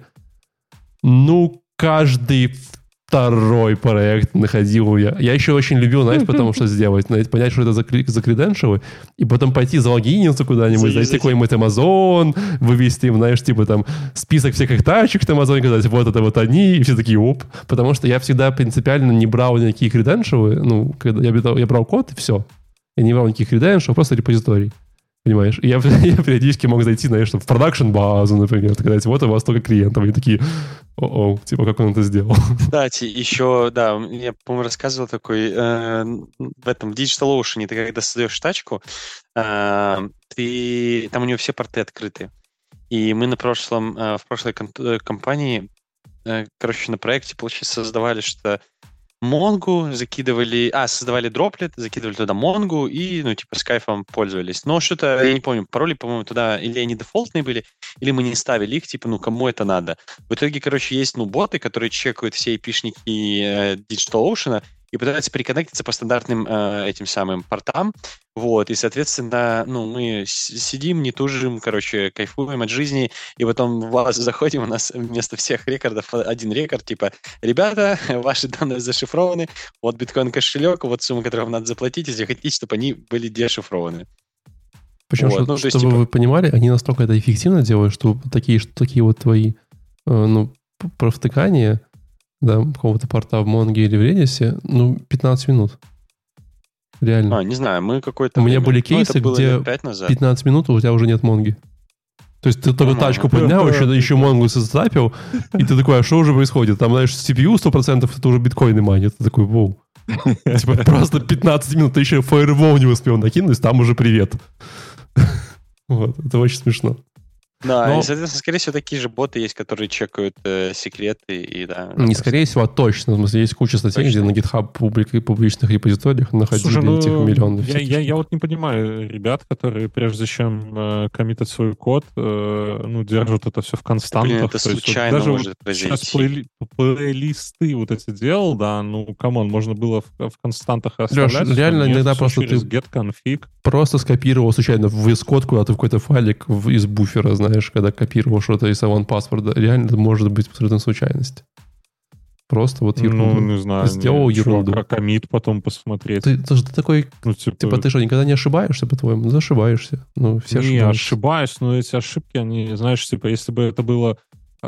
Каждый второй проект находил я. Я еще очень любил, знаешь, потому что сделать. Понять, что это за креденшалы, и потом пойти залогиниться куда-нибудь, зайти какой-нибудь Amazon, вывести им, знаешь, список всех их тачек на Amazon, сказать, вот это вот они, и все такие, оп. Потому что я всегда принципиально не брал никакие креденшалы. Когда я брал код, и все. Я не брал никаких креденшалов, просто репозиторий. Понимаешь? И я периодически мог зайти, знаешь, в продакшн-базу, например, сказать, вот у вас столько клиентов. И такие, как он это сделал? Кстати, еще, да, я, по-моему, рассказывал такой, в DigitalOcean, ты когда создаешь тачку, там у нее все порты открыты. И мы в прошлой компании, на проекте, получается, создавали, что Монгу создавали дроплет, закидывали туда Монгу и, с кайфом пользовались. Но что-то, я не помню, пароли, по-моему, туда или они дефолтные были, или мы не ставили их, кому это надо. В итоге, есть, боты, которые чекают все IP-шники DigitalOcean и пытаются переконнектиться по стандартным этим самым портам. Вот, и, соответственно, мы сидим, не тужим, кайфуем от жизни, и потом в базу заходим, у нас вместо всех рекордов один рекорд, ребята, ваши данные зашифрованы, вот биткоин-кошелек, вот сумма, которую вам надо заплатить, если хотите, чтобы они были дешифрованы. Причем, чтобы вы понимали, они настолько это эффективно делают, что такие вот твои провтыкания, да, какого-то порта в Монге или в Redis, 15 минут. Реально. Не знаю, мы какой-то... У меня были кейсы, где 15 минут у тебя уже нет Монги. То есть ты только тачку поднял, еще Mongoose зацапил, и ты такой, а что уже происходит? Там, знаешь, CPU 100%, это уже биткоины манит. Ты такой, воу. Типа просто 15 минут ты еще Firewall не успел накинуть, там уже привет. Вот, это очень смешно. Да, и, соответственно, скорее всего, такие же боты есть, которые чекают секреты и, да. Не скорее всего, а точно. В смысле, есть куча статей, где на GitHub публичных репозиториях находили этих миллионов. Я вот не понимаю ребят, которые, прежде чем коммитать свой код, держат это все в константах. Блин, это случайно вот может произойти. Сейчас плейлисты вот эти делал, да, камон, можно было в константах оставлять. Леш, реально иногда просто ты get-config. Просто скопировал случайно в VS-код куда-то в какой-то файлик из буфера, знаешь, когда копировал что-то из one-password. Реально это может быть абсолютно случайность. Просто вот ерунду. Не знаю. Сделал ерунду. Чувак, коммит потом посмотреть. Ты такой... Типа ты что, никогда не ошибаешься, по-твоему? Ну, ошибаешься. Все не ошибаюсь, но эти ошибки, они, знаешь, типа, если бы это было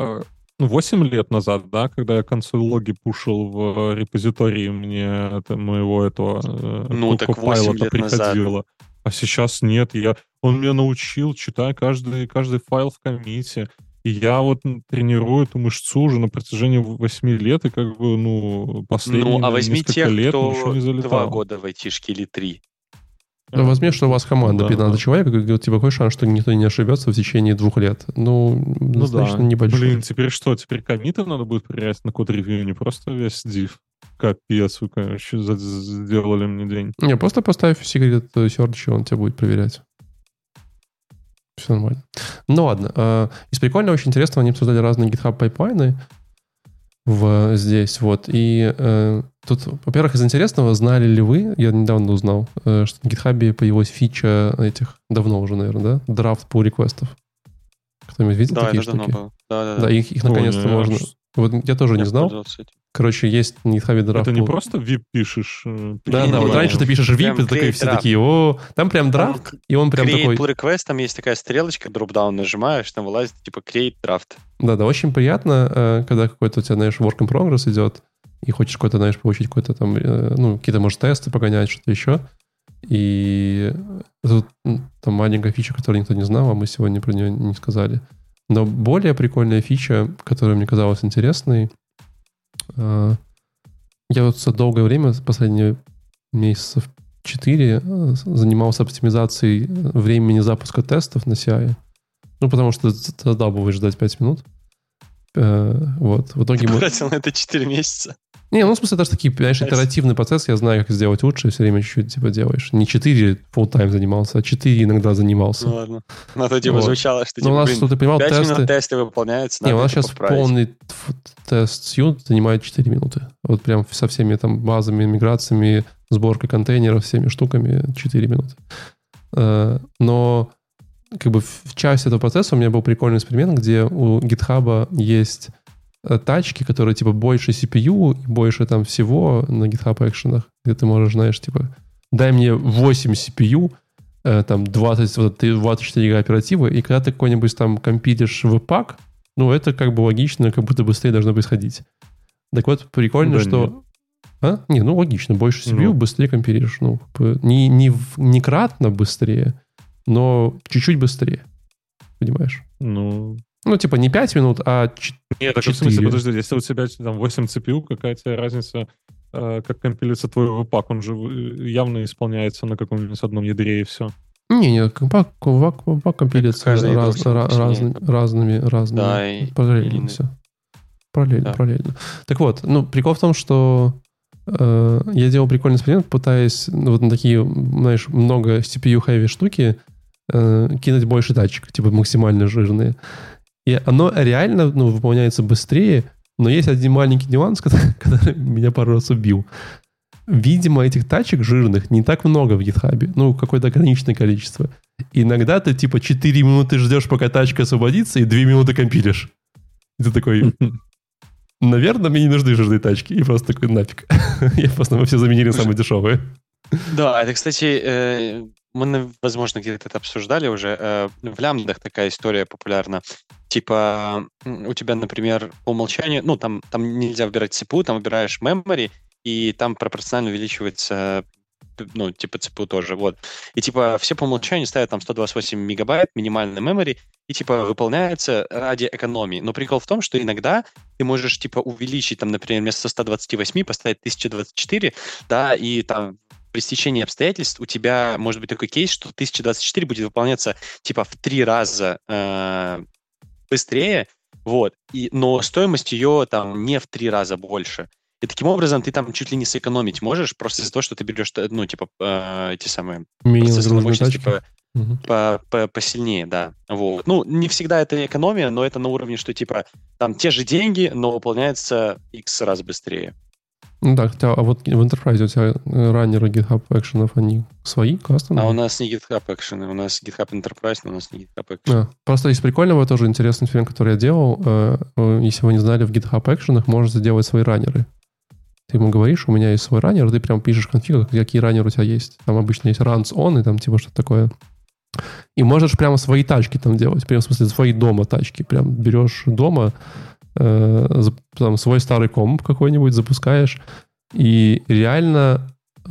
8 лет назад, да, когда я консоль-логи пушил в репозитории, мне моего этого так 8 лет приходило. Назад. А сейчас нет. Он меня научил, читай каждый файл в коммите. И я вот тренирую эту мышцу уже на протяжении 8 лет, и как бы, последние несколько лет ничего не залетало. 2 года в айтишке или 3. Возьми, что у вас команда 15 человек, и типа какой шанс, что никто не ошибется в течение 2 лет? Достаточно небольшой. Блин, теперь что? Теперь коммиты надо будет проверять на код-ревью, не просто весь div. Капец, вы, короче, сделали мне день. Не, просто поставь secret search, и он тебя будет проверять. Все нормально. Ну ладно. Из прикольного, очень интересного, они обсуждали разные GitHub пайплайны здесь. Вот. И тут, во-первых, из интересного, знали ли вы, я недавно узнал, что на GitHub появилась фича этих, давно уже, наверное, да? Драфт pull реквестов. Кто-нибудь видел такие штуки? Да, их наконец-то можно... Вот я тоже не знал. Короче, есть на GitHub драфт. Это не просто VIP пишешь? Да, вот раньше ты пишешь VIP, и все такие, там прям драфт, и он прям такой... Create pull request, там есть такая стрелочка, дропдаун нажимаешь, там вылазит типа create draft. Да, очень приятно, когда какой-то у тебя, знаешь, work in progress идет, и хочешь какой-то, знаешь, получить какой-то там, какие-то, может, тесты погонять, что-то еще. И тут там маленькая фича, которую никто не знал, а мы сегодня про нее не сказали. Но более прикольная фича, которая мне казалась интересной, я вот за долгое время, последние месяцев 4, занимался оптимизацией времени запуска тестов на CI. Потому что задалбываешь ждать 5 минут. Вот. В итоге ты потратил на это 4 месяца. Не, в смысле, даже такие, знаешь, итеративный процесс, я знаю, как сделать лучше, все время чуть-чуть типа делаешь. Не 4 full-time занимался, а 4 иногда занимался. Ну ладно. Но то типа звучало, что у нас, что ты понимал, 5 минут тесты выполняются, надо. Не, у нас сейчас полный тест-сьют занимает 4 минуты. Вот прям со всеми там базами, миграциями, сборкой контейнеров, всеми штуками 4 минуты. Но как бы в части этого процесса у меня был прикольный эксперимент, где у GitHub есть тачки, которые типа больше CPU и больше там всего на GitHub Action'ах, где ты можешь, знаешь, типа дай мне 8 CPU, там 24 гига оперативы, и когда ты какой-нибудь там компилишь в пак, это как бы логично, как будто быстрее должно происходить. Так вот, прикольно, что... логично, больше CPU, быстрее компилируешь. Не кратно быстрее, но чуть-чуть быстрее. Понимаешь? Типа не 5 минут, а 4. Нет, так в смысле, подожди, если у тебя там 8 CPU, какая тебе разница, как компилится твой веб-пак? Он же явно исполняется на каком-нибудь одном ядре и все. Не, веб-пак компилится разными. Да, параллельно все. Параллельно. Так вот, прикол в том, что я делал прикольный эксперимент, пытаясь вот на такие, знаешь, много CPU-heavy штуки кинуть больше тачек, типа максимально жирные. И оно реально выполняется быстрее, но есть один маленький нюанс, который меня пару раз убил. Видимо, этих тачек жирных не так много в GitHub. Какое-то ограниченное количество. Иногда ты типа 4 минуты ждешь, пока тачка освободится, и 2 минуты компилишь. И ты такой... Наверное, мне не нужны жирные тачки. И просто такой, нафиг. Мы все заменили самые дешевые. Да, это, кстати, мы, возможно, где-то это обсуждали уже. В лямбдах такая история популярна. Типа, у тебя, например, по умолчанию, там нельзя выбирать CPU, там выбираешь memory, и там пропорционально увеличивается, CPU тоже, вот. И, типа, все по умолчанию ставят там 128 мегабайт, минимальный memory, и, типа, выполняется ради экономии. Но прикол в том, что иногда ты можешь, типа, увеличить, там, например, вместо 128 поставить 1024, да, и там при стечении обстоятельств у тебя может быть такой кейс, что 1024 будет выполняться, типа, в 3 раза быстрее, вот, но стоимость ее там не в 3 раза больше. И таким образом ты там чуть ли не сэкономить можешь, просто из-за того, что ты берешь, ну, типа, эти самые процессорные мощности посильнее, да. Вот. Ну, не всегда это экономия, но это на уровне, что, типа, там те же деньги, но выполняется X раз быстрее. Ну да, хотя, а вот в Enterprise у тебя раннеры GitHub Action'ов, они свои, кастомные? А у нас не GitHub Action, у нас GitHub Enterprise, но у нас не GitHub Action. Просто из прикольного тоже интересный эксперимент, который я делал. Если вы не знали, в GitHub Action'ах можно сделать свои раннеры. Ты ему говоришь, у меня есть свой раннер, ты прям пишешь конфиг, какие раннеры у тебя есть. Там обычно есть runs on и там типа что-то такое. И можешь прямо свои тачки там делать. Прям в смысле свои дома тачки. Прям берешь дома там свой старый комп какой-нибудь запускаешь, и реально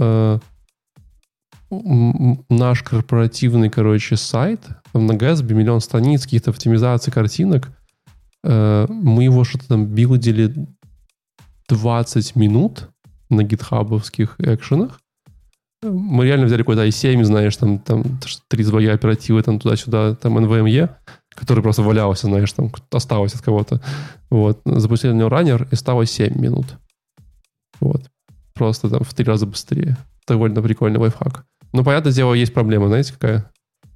наш корпоративный, сайт, там на Gatsby миллион страниц, каких-то оптимизаций картинок, мы его что-то там билдили 20 минут на гитхабовских экшенах. Мы реально взяли какой-то i7, знаешь, там 32 оперативы, там туда-сюда, там NVMe, который просто валялся, знаешь, там осталось от кого-то. Вот. Запустили на него раннер, и стало 7 минут. Вот. Просто там в 3 раза быстрее. Довольно прикольный лайфхак. Но, понятное дело, есть проблема, знаете, какая?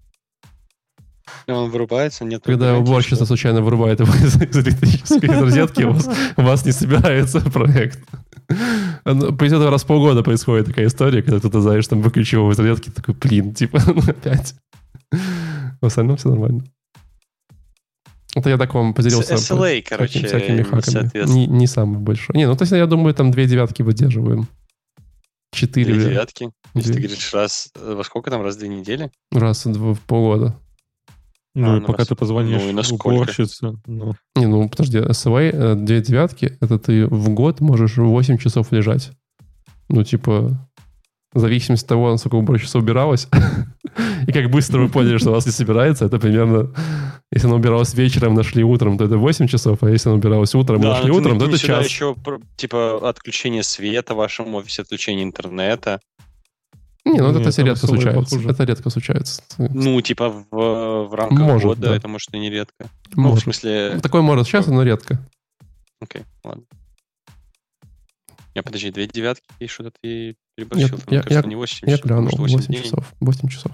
Он вырубается, нет. Когда уборщица случайно вырубает его из электрической розетки, у вас не собирается проект. Примерно раз в полгода происходит такая история, когда кто-то, знаешь, там выключил его из розетки, такой, блин, типа, опять. В остальном все нормально. Это я так вам поделился SLA, короче, всякими хаками. Не самый большой. Не, ну, то есть, я думаю, там 2 девятки выдерживаем. 4. 2 девятки? Если ты говоришь раз... Во сколько там? Раз в 2 недели? Раз в полгода. Ну, и пока ты позвонишь уборщице. Не, ну, подожди, SLA 2 девятки, это ты в год можешь 8 часов лежать. Ну, типа... В зависимости от того, насколько уборщица убиралась, и как быстро вы поняли, что у вас не собирается, это примерно... Если она убиралась вечером, нашли утром, то это 8 часов, а если она убиралась утром, нашли утром, то это час. Еще, типа, отключение света в вашем офисе, отключение интернета. Не, ну это редко случается. Это редко случается. Ну, типа, в рамках года это, может, и не редко. Ну, в смысле... Такое может случаться, но редко. Окей, ладно. Подожди, 2 девятки, и что-то ты переборщил. Я глянул, 8 часов. 8 часов.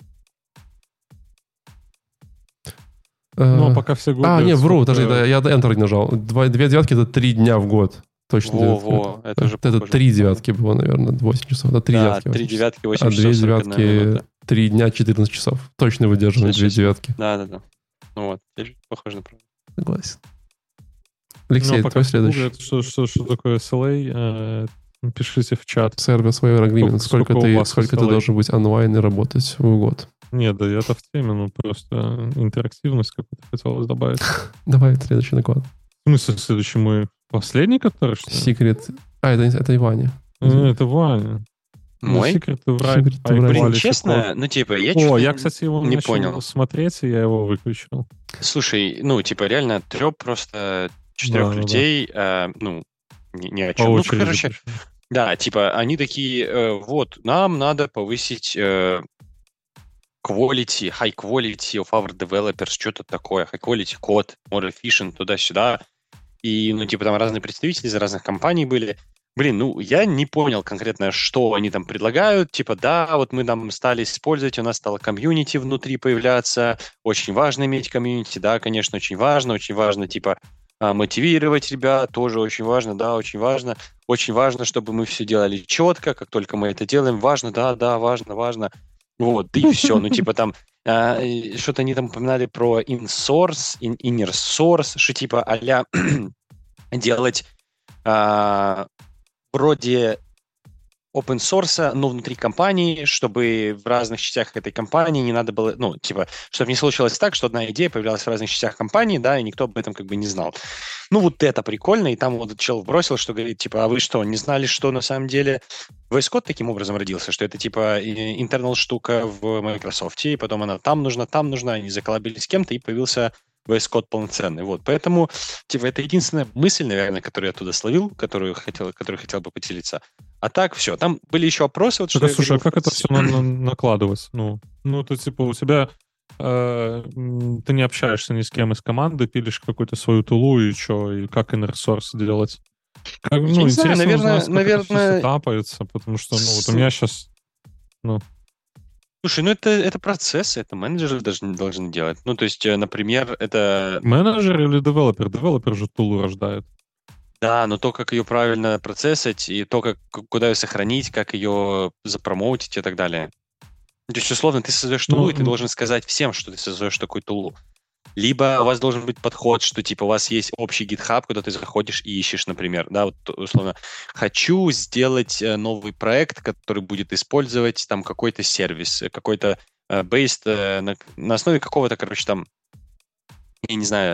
Ну, пока все гуглят. Не, вру, подожди, я Enter нажал. 2 девятки — это 3 дня в год. Точно. Во, это уже это 3 девятки было, наверное, 8 часов. Это 3 девятки. 3 девятки, 8 часов. А 2 девятки 3 дня, 14 часов. Точно выдерживают 2 девятки. Да. Ну вот, теперь похоже на правду. Согласен. Алексей, твой следующий. Что такое SLA? Пишите в чат. Service Waiver Agreement. Сколько ты должен быть онлайн и работать в год? Нет, да это в теме, ну просто интерактивность какую-то хотелось добавить. Давай следующий доклад. В смысле следующий мой? Последний, который что ли? Секрет. Это Ваня. Это Ваня. Мой? Блин, честно, ну типа, я, кстати, его не понял смотреть, и я его выключил. Слушай, ну типа реально трёп просто 4 людей, ну, ни о чем. Ну, короче, да, типа, они такие, вот, нам надо повысить quality, high quality of our developers, что-то такое, high quality код, more efficient, туда-сюда. И, ну, типа, там разные представители из разных компаний были. Блин, ну, я не понял конкретно, что они там предлагают. Типа, да, вот мы там стали использовать, у нас стало комьюнити внутри появляться. Очень важно иметь комьюнити, да, конечно, очень важно, типа, мотивировать ребят, тоже очень важно, да, очень важно. Очень важно, чтобы мы все делали четко, как только мы это делаем. Важно, да, важно. Вот, и все. Ну, типа, там, что-то они там упоминали про in-source, inner source, что типа а-ля делать вроде open source, но внутри компании, чтобы в разных частях этой компании не надо было, ну, типа, чтобы не случилось так, что одна идея появлялась в разных частях компании, да, и никто об этом как бы не знал. Ну, вот это прикольно, и там вот чел бросил, что говорит, типа, а вы что, не знали, что на самом деле VS Code таким образом родился, что это, типа, internal штука в Microsoft, и потом она там нужна, они заколлабились с кем-то, и появился VS Code полноценный. Вот, поэтому, типа, это единственная мысль, наверное, которую я оттуда словил, которую хотел бы поделиться. А так, все. Там были еще вопросы. Вот, так, слушай, а как это все накладывается? Ну, ты, типа, у тебя ты не общаешься ни с кем из команды, пилишь какую-то свою тулу, и что, и как inner source делать? Ну, я не знаю, интересно узнать, как это все сетапается, потому что, ну, вот у меня сейчас... Ну. Слушай, ну это процессы, это менеджеры должны делать. Ну, то есть, например, это... Менеджер или девелопер? Девелопер же тулу рождает. Да, но то, как ее правильно процессить, и то, куда ее сохранить, как ее запромоутить и так далее. То есть, условно, ты создаешь тулу, и ты должен сказать всем, что ты создаешь такую тулу. Либо у вас должен быть подход, что типа у вас есть общий GitHub, куда ты заходишь и ищешь, например, да, вот условно, хочу сделать новый проект, который будет использовать там какой-то сервис, какой-то based на основе какого-то, короче, там, я не знаю,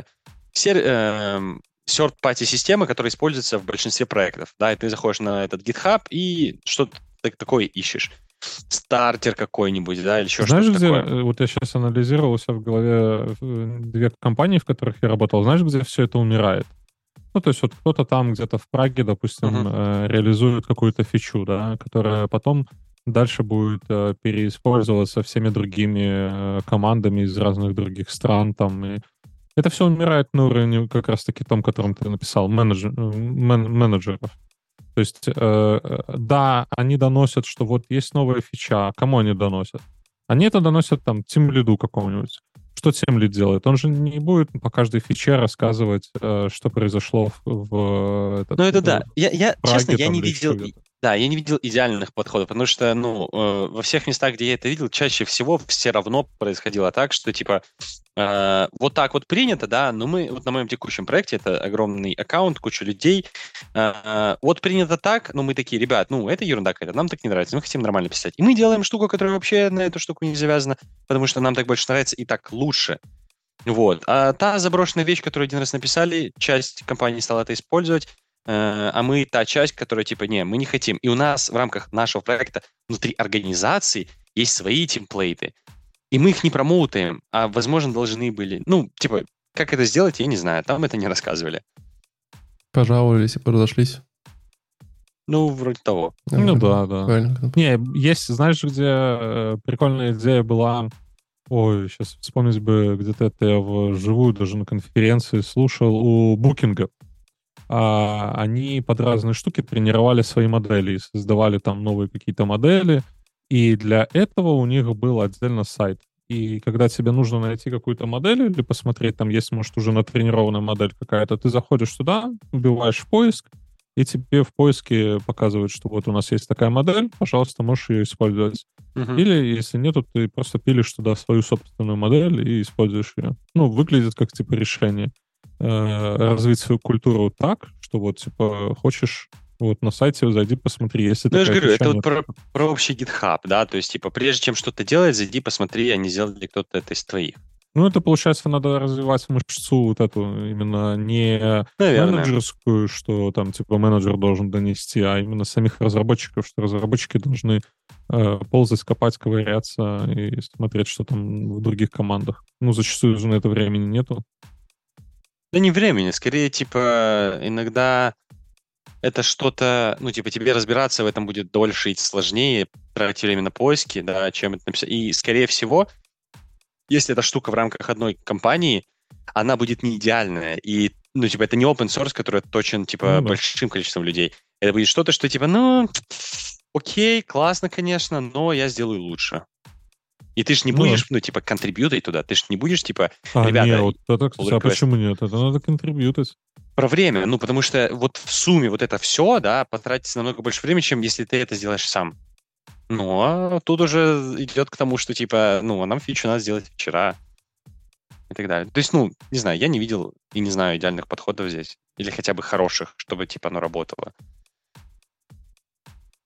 third-party системы, которая используется в большинстве проектов, да, и ты заходишь на этот GitHub и что-то такое ищешь. Стартер какой-нибудь, да, или еще знаешь, что-то где, такое. вот я сейчас анализировал у себя в голове две компании, в которых я работал. Знаешь, где все это умирает? Ну, то есть вот кто-то там где-то в Праге, допустим, реализует какую-то фичу, да, которая потом дальше будет переиспользоваться всеми другими командами из разных других стран. Там, и это все умирает на уровне как раз-таки том, которым ты написал, менеджеров. То есть, да, они доносят, что вот есть новая фича. Кому они доносят? Они это доносят там тимлиду какому-нибудь. Что тимлид делает? Он же не будет по каждой фиче рассказывать, что произошло в Ну, это да. Я Праге, честно, я там, не или видел... еще Да, я не видел идеальных подходов, потому что, ну, во всех местах, где я это видел, чаще всего все равно происходило так, что, типа, вот так вот принято, да, но мы, вот на моем текущем проекте, это огромный аккаунт, куча людей, вот принято так, но мы такие, ребят, ну, это ерунда какая-то, нам так не нравится, мы хотим нормально писать. И мы делаем штуку, которая вообще на эту штуку не завязана, потому что нам так больше нравится и так лучше. Вот. А та заброшенная вещь, которую один раз написали, часть компании стала это использовать, а мы та часть, которая типа, не, мы не хотим. И у нас в рамках нашего проекта внутри организации есть свои темплейты, и мы их не промоутаем, а, возможно, должны были. Ну, типа, как это сделать, я не знаю, там это не рассказывали. Пожаловались и разошлись. Ну, вроде того. Ну да. Правильно. Не, есть, знаешь, где прикольная идея была. Ой, сейчас вспомнить бы, где-то это я вживую даже на конференции слушал у Букинга. Они под разные штуки тренировали свои модели и создавали там новые какие-то модели. И для этого у них был отдельно сайт. И когда тебе нужно найти какую-то модель или посмотреть, там есть, может, уже натренированная модель какая-то, ты заходишь туда, вбиваешь в поиск, и тебе в поиске показывают, что вот у нас есть такая модель, пожалуйста, можешь ее использовать. Или, если нету, ты просто пилишь туда свою собственную модель и используешь ее. Ну, выглядит как, типа, решение. Развить свою культуру так, что вот, типа, хочешь вот на сайте зайди, посмотри, если ну, я же говорю, это нет. вот про общий GitHub, да, то есть, типа, прежде чем что-то делать, зайди, посмотри, а не сделали ли кто-то это из твоих. Ну, это, получается, надо развивать мышцу вот эту, именно не менеджерскую, что там, типа, менеджер должен донести, а именно самих разработчиков, что разработчики должны ползать, копать, ковыряться и смотреть, что там в других командах. Ну, зачастую же на это времени нету. Да не времени, скорее, типа, иногда это что-то, ну, типа, тебе разбираться в этом будет дольше и сложнее, тратить время на поиски, да, чем это написать. И, скорее всего, если эта штука в рамках одной компании, она будет не идеальная. И, ну, типа, это не open source, который точен, типа, большим количеством людей. Это будет что-то, что, типа, ну, окей, классно, конечно, но я сделаю лучше. И ты ж не будешь, ну, типа, контрибьютить туда. Ты ж не будешь, типа, ребята... Нет, вот это, кстати, а почему нет? Это надо контрибьютить. Про время, ну, потому что вот в сумме вот это все, да, потратится намного больше времени, чем если ты это сделаешь сам. Ну, а тут уже идет к тому, что, типа, ну, а нам фичу надо сделать вчера. И так далее. То есть, ну, не знаю, я не видел и не знаю идеальных подходов здесь. Или хотя бы хороших, чтобы, типа, оно работало.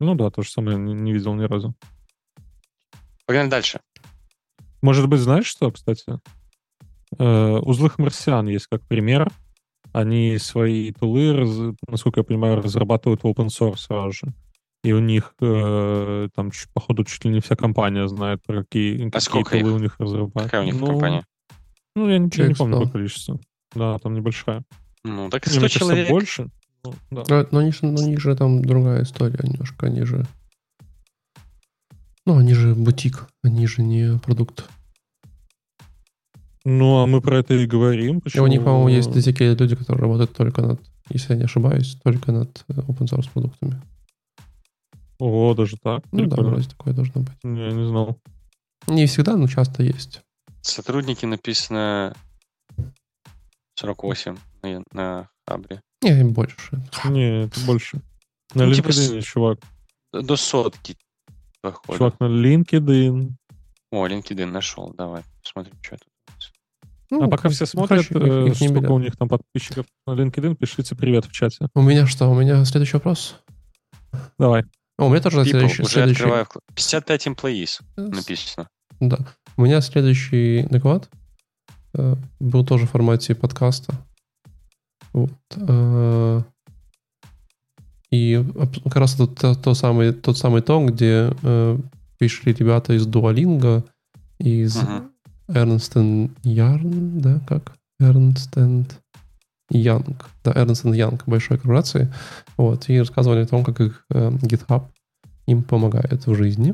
Ну да, то же самое не видел ни разу. Погнали дальше. Может быть, знаешь что, кстати? У злых марсиан есть как пример. Они свои тулы, насколько я понимаю, разрабатывают в open source сразу же. И у них там, походу, чуть ли не вся компания знает, про какие тулы у них разрабатывают. Какая у них компания? Ну, я не помню, какое количество. Да, там небольшая. Ну, так 100 мне кажется, человек. Больше. Ну, да. Но у них же там другая история немножко. Они же... Ну, они же бутик, они же не продукт. Ну, а мы про это и говорим. Почему? У них, по-моему, есть такие люди, которые работают только над, если я не ошибаюсь, только над open source продуктами. О, даже так? Ну да, вроде такое должно быть. Я не знал. Не всегда, но часто есть. Сотрудники написано 48 на Хабре. Не, больше. Не, это больше. На ну, LinkedIn, типа, чувак. До 100, походу. Чувак, на LinkedIn. О, LinkedIn нашел. Давай, посмотрим, что это. Ну, а пока все смотрят, сколько у них там подписчиков на LinkedIn, пишите привет в чате. У меня что? У меня следующий вопрос. Давай. У меня тоже следующий. Открываю 55 employees написано. Да. У меня следующий доклад был тоже в формате подкаста. Вот. И как раз тот самый том, где пришли ребята из Duolingo, из Ernst & Young, да, как? Ernst & Young. Да, Ernst & Young, большой корпорации. Вот, и рассказывали о том, как их GitHub им помогает в жизни.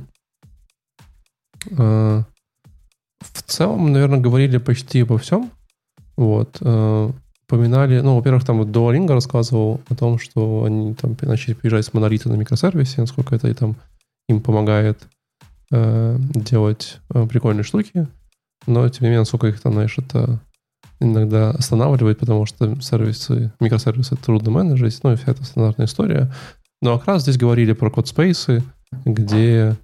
В целом, наверное, говорили почти обо всем. Вот. Упоминали, ну, во-первых, там вот Duolingo рассказывал о том, что они там начали приезжать с монолита на микросервисе, насколько это там им помогает делать прикольные штуки. Но, тем не менее, насколько их там, знаешь, это иногда останавливает, потому что микросервисы трудно менеджить, ну, и вся эта стандартная история. Но как раз здесь говорили про CodeSpace, где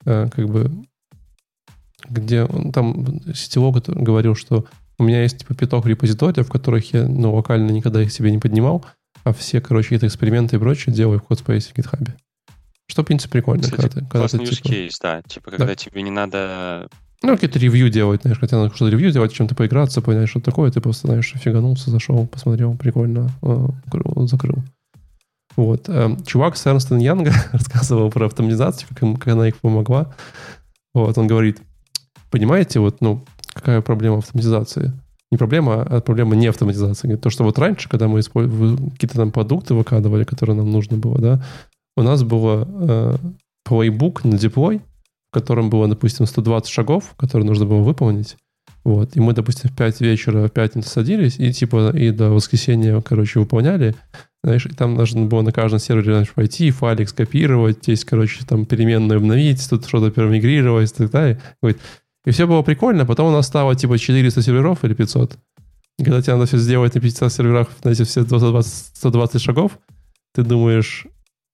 где там сетевой говорил, что у меня есть типа пяток репозиториев, в которых я локально никогда их себе не поднимал, а все, короче, какие-то эксперименты и прочее делаю в CodeSpace в GitHub. Что, в принципе, прикольно. Кстати, классный use case, да. Типа, когда тебе не надо... Ну, какие-то ревью делать, знаешь, хотя надо что-то ревью делать, чем-то поиграться, понять, что такое, ты просто, знаешь, фиганулся, зашел, посмотрел, прикольно, закрыл. Вот. Чувак с Ernst & Young рассказывал про автоматизацию, как она их помогла. Вот, он говорит, понимаете, вот, ну, какая проблема автоматизации? Не проблема, а проблема не автоматизации. Говорит, то, что вот раньше, когда мы какие-то там продукты выкладывали, которые нам нужно было, да, у нас было плейбук на деплой, в котором было, допустим, 120 шагов, которые нужно было выполнить. Вот. И мы, допустим, в 5 вечера в пятницу садились и типа и до воскресенья, короче, выполняли. Знаешь, и там нужно было на каждом сервере, знаешь, пойти, файлик скопировать, здесь, короче, там переменную обновить, тут что-то перемигрировать и так далее. Говорит, и все было прикольно, потом у нас стало типа 400 серверов или 500. И когда тебе надо все сделать на 500 серверах, знаете, все 120 шагов, ты думаешь,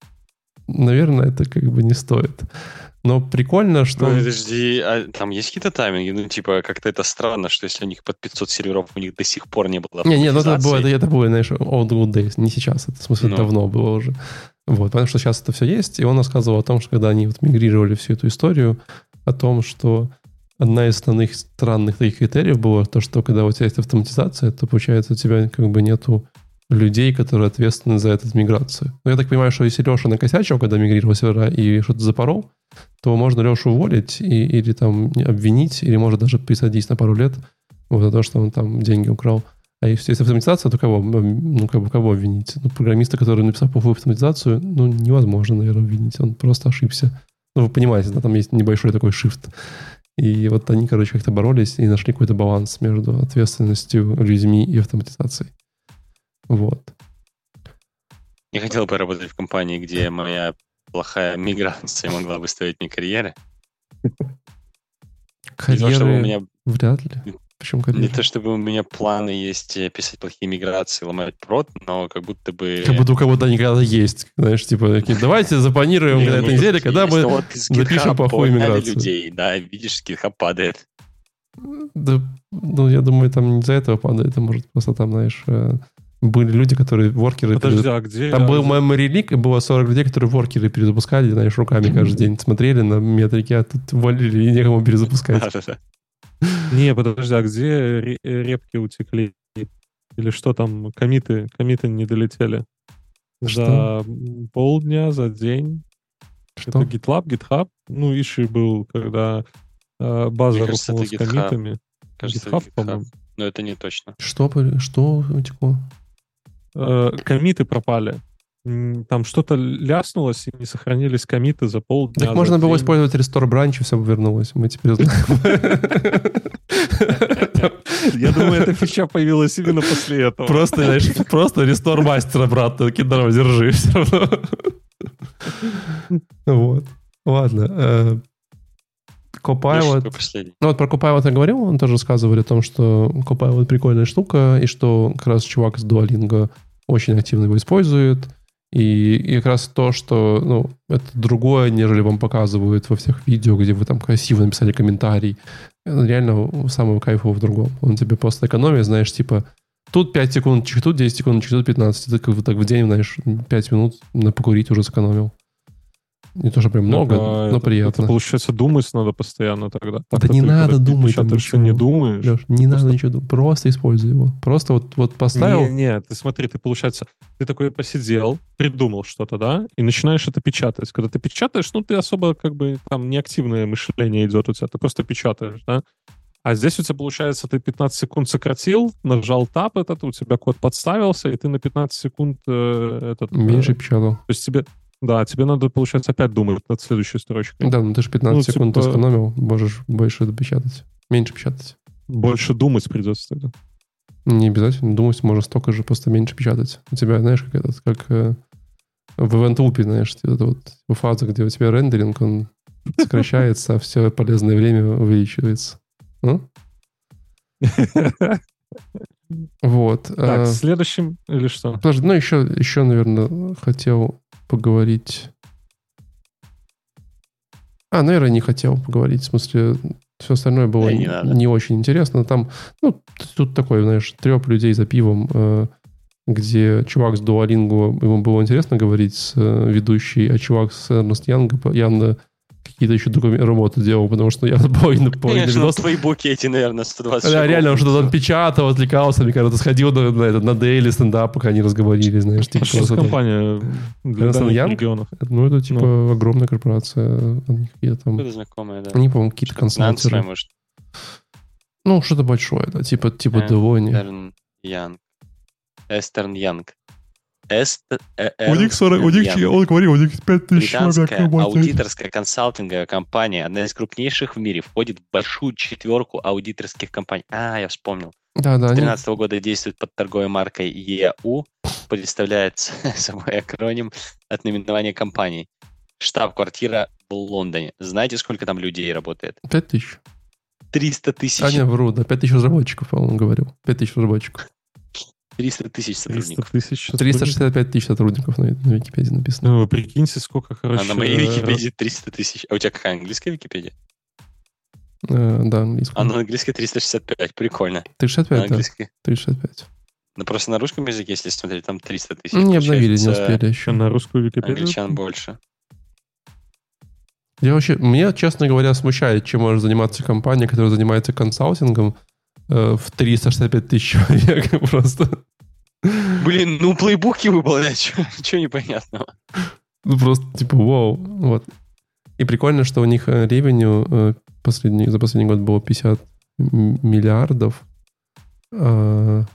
наверное, это как бы не стоит. Но прикольно, что... Ну, подожди, а там есть какие-то тайминги? Ну, типа, как-то это странно, что если у них под 500 серверов, у них до сих пор не было автоматизации. Не, это было, знаешь, old days, не сейчас. Это, в смысле, давно было уже. Вот, потому что сейчас это все есть. И он рассказывал о том, что когда они вот мигрировали всю эту историю, о том, что одна из основных странных таких критериев была то, что когда у тебя есть автоматизация, то, получается, у тебя как бы нету людей, которые ответственны за эту миграцию. Но я так понимаю, что если Леша накосячил, когда мигрировал сервера и что-то запорол, то можно Лешу уволить или там обвинить, или может даже присадить на пару лет вот, за то, что он там деньги украл. А если есть автоматизация, то кого? Ну, как бы кого обвинить? Ну, программиста, который написал плохую автоматизацию, ну, невозможно, наверное, обвинить. Он просто ошибся. Ну, вы понимаете, да, там есть небольшой такой shift. И вот они, короче, как-то боролись и нашли какой-то баланс между ответственностью людьми и автоматизацией. Вот. Я хотел бы работать в компании, где моя плохая миграция могла бы стоить мне карьеры. Карьеры вряд ли. Почему карьеры? Не то, чтобы у меня планы есть писать плохие миграции, ломать прод, но как будто бы... Как будто у кого-то никогда есть. Знаешь, типа, давайте запланируем на этой неделе, когда мы запишем плохую миграцию. Людей, да, видишь, GitHub падает. Да, ну, я думаю, там не из-за этого падает, а может просто там, знаешь, Были люди, которые воркеры... Подожди, а где... Там был memory leak, и было 40 людей, которые воркеры перезапускали, знаешь, руками каждый день смотрели на метрики, а тут валили, и некому перезапускать. Не, подожди, а где репки утекли? Или что там, коммиты не долетели? За полдня, за день? Что? Это GitLab? Ну, issue был, когда база рухнула с коммитами. GitHub, по-моему. Но это не точно. Что утекло? Коммиты пропали. Там что-то ляснулось, и не сохранились коммиты за полдня. Так можно было использовать Restore Branch, и все бы вернулось. Мы теперь знаем. Я думаю, эта фича появилась именно после этого. Просто Restore Master обратно. Такие, давай, держи все равно. Вот. Ладно. Copilot. Ну вот про Copilot я говорил, он тоже рассказывали о том, что Copilot прикольная штука, и что как раз чувак с Duolingo очень активно его использует. И как раз то, что это другое, нежели вам показывают во всех видео, где вы там красиво написали комментарий. Реально самого кайфа в другом. Он тебе просто экономит, знаешь, типа тут 5 секунд, тут 10 секунд, тут 15. Ты как бы так в день, знаешь, 5 минут на покурить уже сэкономил. Не то, что прям много, но приятно. Это, получается, думать надо постоянно тогда. Да не надо думать. Ты не думаешь. Леш, не надо ничего думать. Просто используй его. Просто вот поставил. Не, ты смотри, получается, ты такой посидел, придумал что-то, да, и начинаешь это печатать. Когда ты печатаешь, ты особо как бы там неактивное мышление идет у тебя, ты просто печатаешь, да. А здесь у тебя, получается, ты 15 секунд сократил, нажал Tab у тебя код подставился, и ты на 15 секунд меньше печатал. То есть тебе надо, получается, опять думать над следующей строчкой. Да, ты же 15 секунд сэкономил, можешь больше допечатать. Меньше печатать. Больше думать придется тогда. Не обязательно думать, можно столько же, просто меньше печатать. У тебя, знаешь, как в Event Loop, знаешь, это вот фаза, где у тебя рендеринг, он сокращается, а все полезное время увеличивается. Вот. Так, следующим или что? Подожди, еще, наверное, хотел поговорить. Наверное, не хотел поговорить. В смысле, все остальное было не очень интересно. Там, тут такой, знаешь, треп людей за пивом, где чувак с Duolingo, ему было интересно говорить с ведущей, а чувак с Эрнест Янга явно какие-то еще другие работы делал, потому что я половину видосов... твои буки эти, наверное, 120 Да, реально, он что-то там печатал, отвлекался, мне кажется, сходил на дейли стендап, пока они разговорили, знаешь. Типа, что за компания для дальних регионов? Это типа огромная корпорация. Они какие-то там... Это знакомые, да. Они, по-моему, какие-то консалтеры. Может. Что-то большое, да, типа Deloitte. Эстерн Янг. У них, он говорил, у них 5000 человек работает. Аудиторская консалтинговая компания, одна из крупнейших в мире, входит в большую четверку аудиторских компаний. Я вспомнил. Да. С 2013 года действует под торговой маркой ЕУ, представляет собой акроним от наименования компании. Штаб-квартира в Лондоне. Знаете, сколько там людей работает? 5000. 300 тысяч. Не, вру, да, 5000 разработчиков, по-моему, говорил. 5000 разработчиков. 300 тысяч сотрудников. 365 тысяч сотрудников на Википедии написано. Вы прикиньте, сколько, короче... А на моей Википедии 300 тысяч. А у тебя какая английская Википедия? Да, английская. А на английской 365. Прикольно. 365, да. 365. Просто на русском языке, если смотреть, там 300 тысяч. Не обновили, не успели еще. На русскую Википедию? Англичан больше. Меня, честно говоря, смущает, чем может заниматься компания, которая занимается консалтингом в 365 тысяч человек просто. Блин, плейбуки выполнять, чего непонятного. Просто типа вау. Вот. И прикольно, что у них ревеню за последний год было 50 миллиардов. Долларов.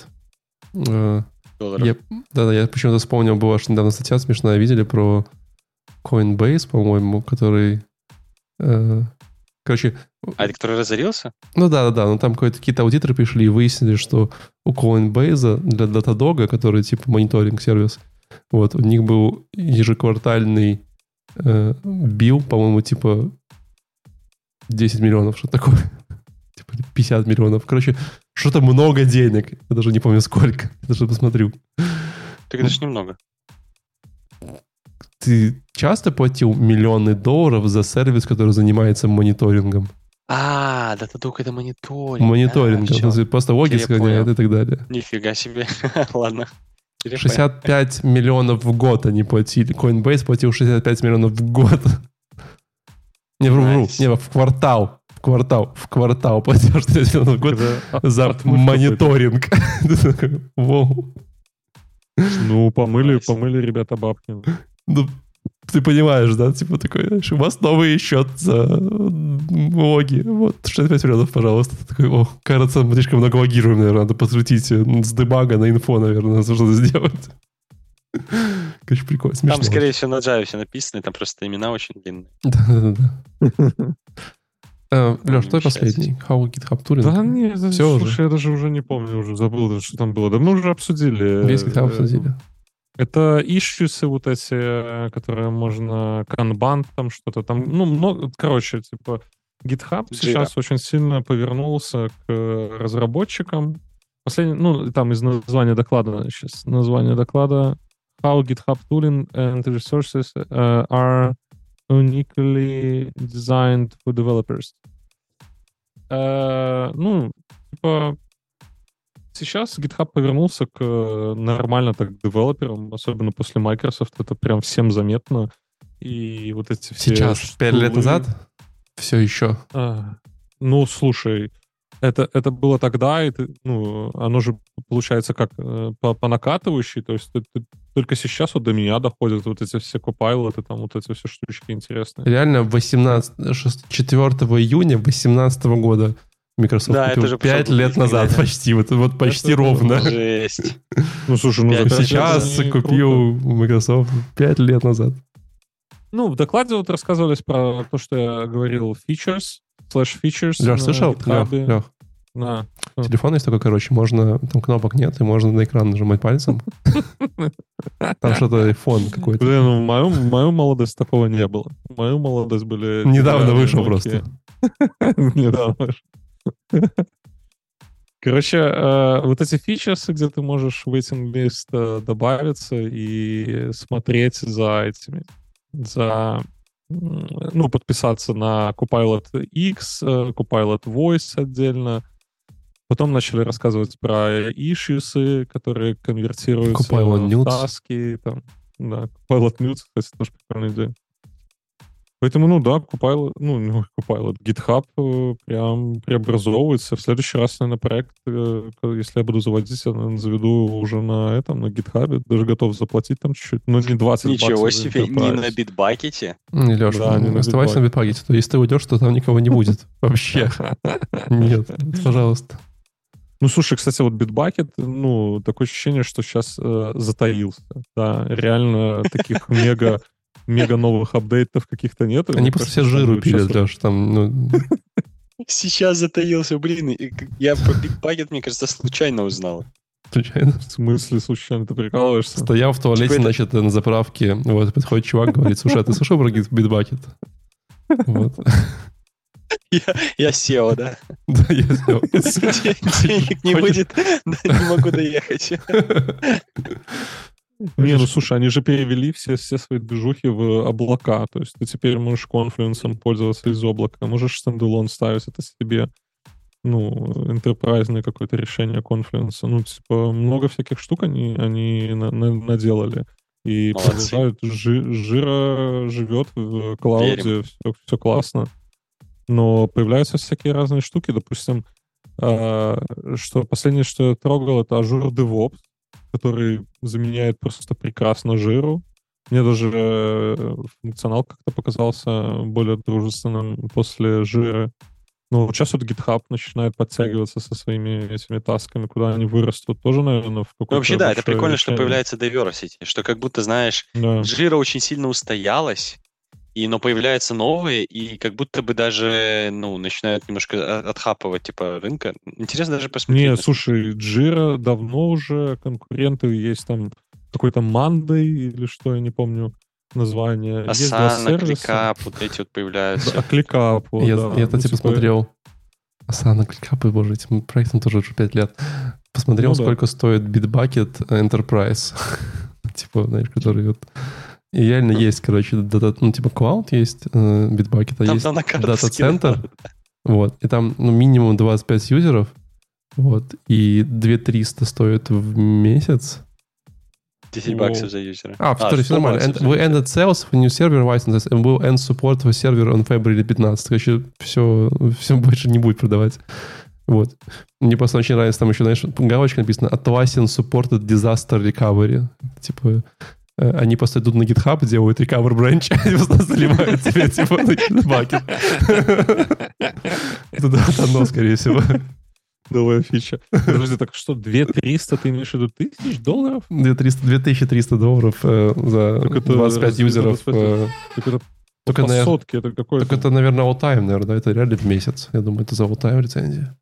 Я почему-то вспомнил, была недавно статья смешная, видели про Coinbase, по-моему, который... Короче... это который разорился? Да. Но там какие-то аудиторы пришли и выяснили, что у Coinbase для Datadog, который типа мониторинг-сервис, вот, у них был ежеквартальный билл, по-моему, типа 10 миллионов, что такое. Типа 50 миллионов. Короче, что-то много денег. Я даже не помню сколько. Я даже посмотрю. Так это ж немного. Ты часто платил миллионы долларов за сервис, который занимается мониторингом? Datadog — это мониторинг. Мониторинг. Всё. Просто логи Я сохраняет понял. и так далее. Нифига себе. Ладно. 65 миллионов в год они платили. Coinbase платил 65 миллионов в год. Не, вру. Nice. Не, в квартал. В квартал платил 65 миллионов в год за мониторинг. Воу. Ну, помыли ребята бабки. Ну, ты понимаешь, да? Типа такой, знаешь, у вас новый счет за логи. Вот, 65 миллионов, пожалуйста. Ты такой, о, кажется, мы слишком много логируем, наверное. Надо посмотреть с дебага на инфо, наверное, что-то сделать. Короче, прикольно, смешно. Там, скорее всего, на Java все написано, там просто имена очень длинные. Да. Леш, что последний? How GitHub Tooling? Да нет, Все слушай, уже. я даже уже не помню, уже забыл, что там было. Да мы уже обсудили. Весь GitHub обсудили. Это issues вот эти, которые можно... Kanban там что-то там. Ну, много... Короче, типа GitHub сейчас очень сильно повернулся к разработчикам. Последний... Ну, там из названия доклада сейчас. Название доклада How GitHub Tooling and Resources are uniquely designed for developers. Ну, типа, сейчас GitHub повернулся к нормально так девелоперам, особенно после Microsoft, это прям всем заметно. И вот эти все... Сейчас, 5 лет назад? Все еще. Ну, слушай, это было тогда, и оно же получается как по накатывающей, то есть только сейчас вот до меня доходят вот эти все копайлоты, там вот эти все штучки интересные. Реально 4 июня 2018 года Microsoft купил 5 лет назад глядя. Почти, вот почти ровно. Жесть. Ну, слушай, сейчас купил Microsoft 5 лет назад. Ну, в докладе вот рассказывались про то, что я говорил, features. Леш, слышал? Лех. Да. Телефон есть такой, короче, можно, там кнопок нет, и можно на экран нажимать пальцем. Там что-то фон какой-то. Блин, ну в мою молодость такого не было. В мою молодость были... Недавно вышел просто. Недавно вышел. Короче, вот эти фичерсы, где ты можешь в waiting list добавиться и смотреть за этими, подписаться на Copilot X, Copilot Voice отдельно. Потом начали рассказывать про issues, которые конвертируются в таски. Там, да, Copilot Mute, кстати, тоже прикольная идея. Поэтому, Copilot, GitHub прям преобразовывается. В следующий раз, наверное, проект, если я буду заводить, я, наверное, заведу уже на GitHub. Даже готов заплатить там чуть-чуть. Но не 20 Ничего себе, не на Bitbucket? Не, Леш, оставайся на Bitbucket. То если ты уйдешь, то там никого не будет. Вообще. Нет, пожалуйста. Ну, слушай, кстати, вот Bitbucket, такое ощущение, что сейчас затаился. Да, реально таких мега новых апдейтов каких-то нет. Они просто все жиру пилят, Леш, там, Сейчас затаился, блин. Я про Bitbucket, мне кажется, случайно узнал. Случайно? В смысле случайно? Ты прикалываешься? Стоял в туалете, значит, на заправке. Вот, подходит чувак, говорит, слушай, а ты слышал про Bitbucket? Вот. Я SEO, да? Да, я SEO. Денег не будет, не могу доехать. Не, слушай, они же перевели все свои движухи в облака. То есть ты теперь можешь Confluence пользоваться из облака. Можешь стендалон ставить это себе. Энтерпрайзное какое-то решение Confluence. Много всяких штук они наделали. И продолжают. Жира живет в клауде. Все классно. Но появляются всякие разные штуки. Допустим, что последнее, что я трогал, это Azure DevOps, который заменяет просто прекрасно жиру. Мне даже функционал как-то показался более дружественным после жира. Но сейчас вот GitHub начинает подтягиваться со своими этими тасками, куда они вырастут. Тоже, наверное, в какой-то... Вообще, да, это прикольно, что появляется diversity, что как будто, знаешь, жира очень сильно устоялась, но появляются новые, и как будто бы даже, начинают немножко отхапывать, рынка. Интересно даже посмотреть. Не, слушай, Jira давно уже конкуренты есть, там какой-то Monday или что, я не помню название. Asana, ClickUp, вот эти вот появляются. ClickUp, Я, кстати, посмотрел Asana, ClickUp, и, боже, этим проектом тоже уже 5 лет. Посмотрел, сколько стоит Bitbucket Enterprise. Знаешь, который вот... И реально есть, короче, Cloud есть, Bitbucket, а есть дата-центр. Вот. И там минимум 25 юзеров. Вот. И 2300 стоит в месяц. $10 за юзера. Все нормально. We ended sales of new server licenses and will end support for server on February 15. Короче, все больше не будет продавать. Вот. Мне просто очень нравится, там еще, знаешь, галочка написана Atlassian supported disaster recovery. Типа, они просто идут на GitHub, делают recover branch, и просто заливают тебе, типа, на бакет. Это оно, скорее всего. Новая фича. Подожди, так что, 2300, ты имеешь в виду $1000? $2300 за 25 юзеров. Только по сотке, это какой-то... Так это, наверное, all-time, наверное, это реально в месяц. Я думаю, это за all-time лицензия.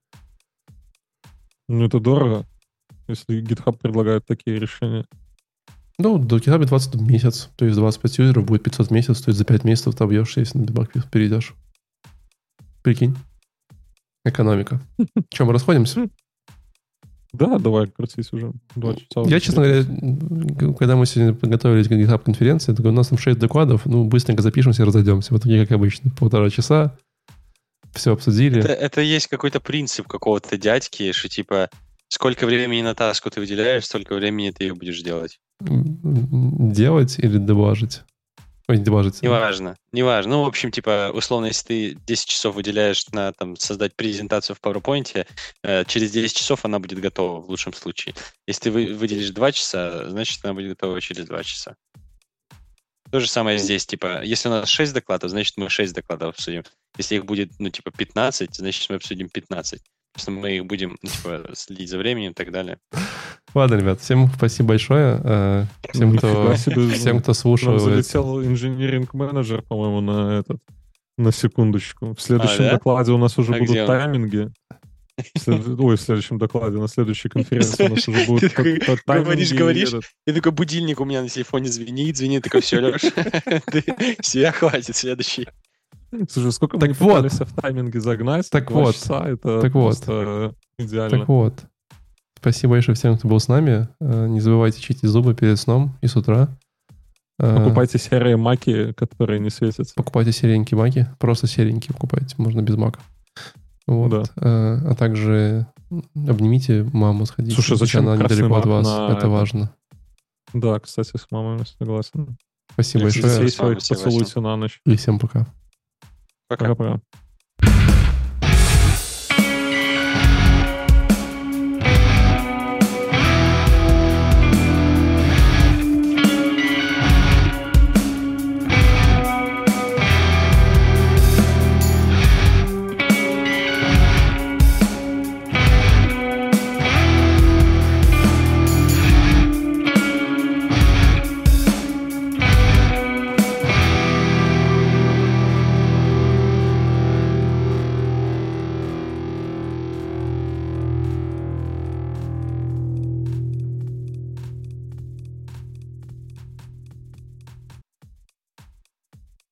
Ну, это дорого, если GitHub предлагает такие решения. Ну, до GitHub 20 в месяц. То есть 25 юзеров будет 500 в месяц, то есть за 5 месяцев ты объешься, если на Bitbucket перейдешь. Прикинь. Экономика. Чем мы расходимся? Да, давай, крутись уже. 2 часа. Я, честно говоря, когда мы сегодня подготовились к GitHub конференции, у нас там 6 докладов, быстренько запишемся и разойдемся. Вот такие, как обычно, 1,5 часа. Все обсудили. Это есть какой-то принцип какого-то дядьки, что типа сколько времени на таску ты выделяешь, столько времени ты ее будешь делать. Делать или дебажить? Ой, дебажить. Неважно. Ну, в общем, типа, условно, если ты 10 часов выделяешь на там, создать презентацию в PowerPoint, через 10 часов она будет готова в лучшем случае. Если ты выделишь 2 часа, значит, она будет готова через 2 часа. То же самое здесь, типа, если у нас 6 докладов, значит, мы 6 докладов обсудим. Если их будет, 15, значит, мы обсудим 15. Просто мы их будем, следить за временем и так далее. Ладно, ребят, всем спасибо большое. Всем, кто слушал. Нам залетел инженеринг-менеджер, по-моему, на секундочку. В следующем докладе у нас уже будут тайминги. В следующем докладе, на следующей конференции у нас уже будут тайминги. Говоришь, и такой будильник у меня на телефоне звенит, такой, все, Леш, все, хватит, следующий. Слушай, сколько мы пытались в тайминге загнать? Так вот. Часа, это просто идеально. Так вот. Спасибо большое всем, кто был с нами. Не забывайте чистить зубы перед сном и с утра. Покупайте серые маки, которые не светятся. Покупайте серенькие маки. Просто серенькие покупайте. Можно без мака. Вот. Да. А также обнимите маму, сходите. Слушай, зачем она недалеко от вас? Это важно. Да, кстати, с мамой согласен. Спасибо большое. Детей своих поцелуйте на ночь. И всем пока. Пока.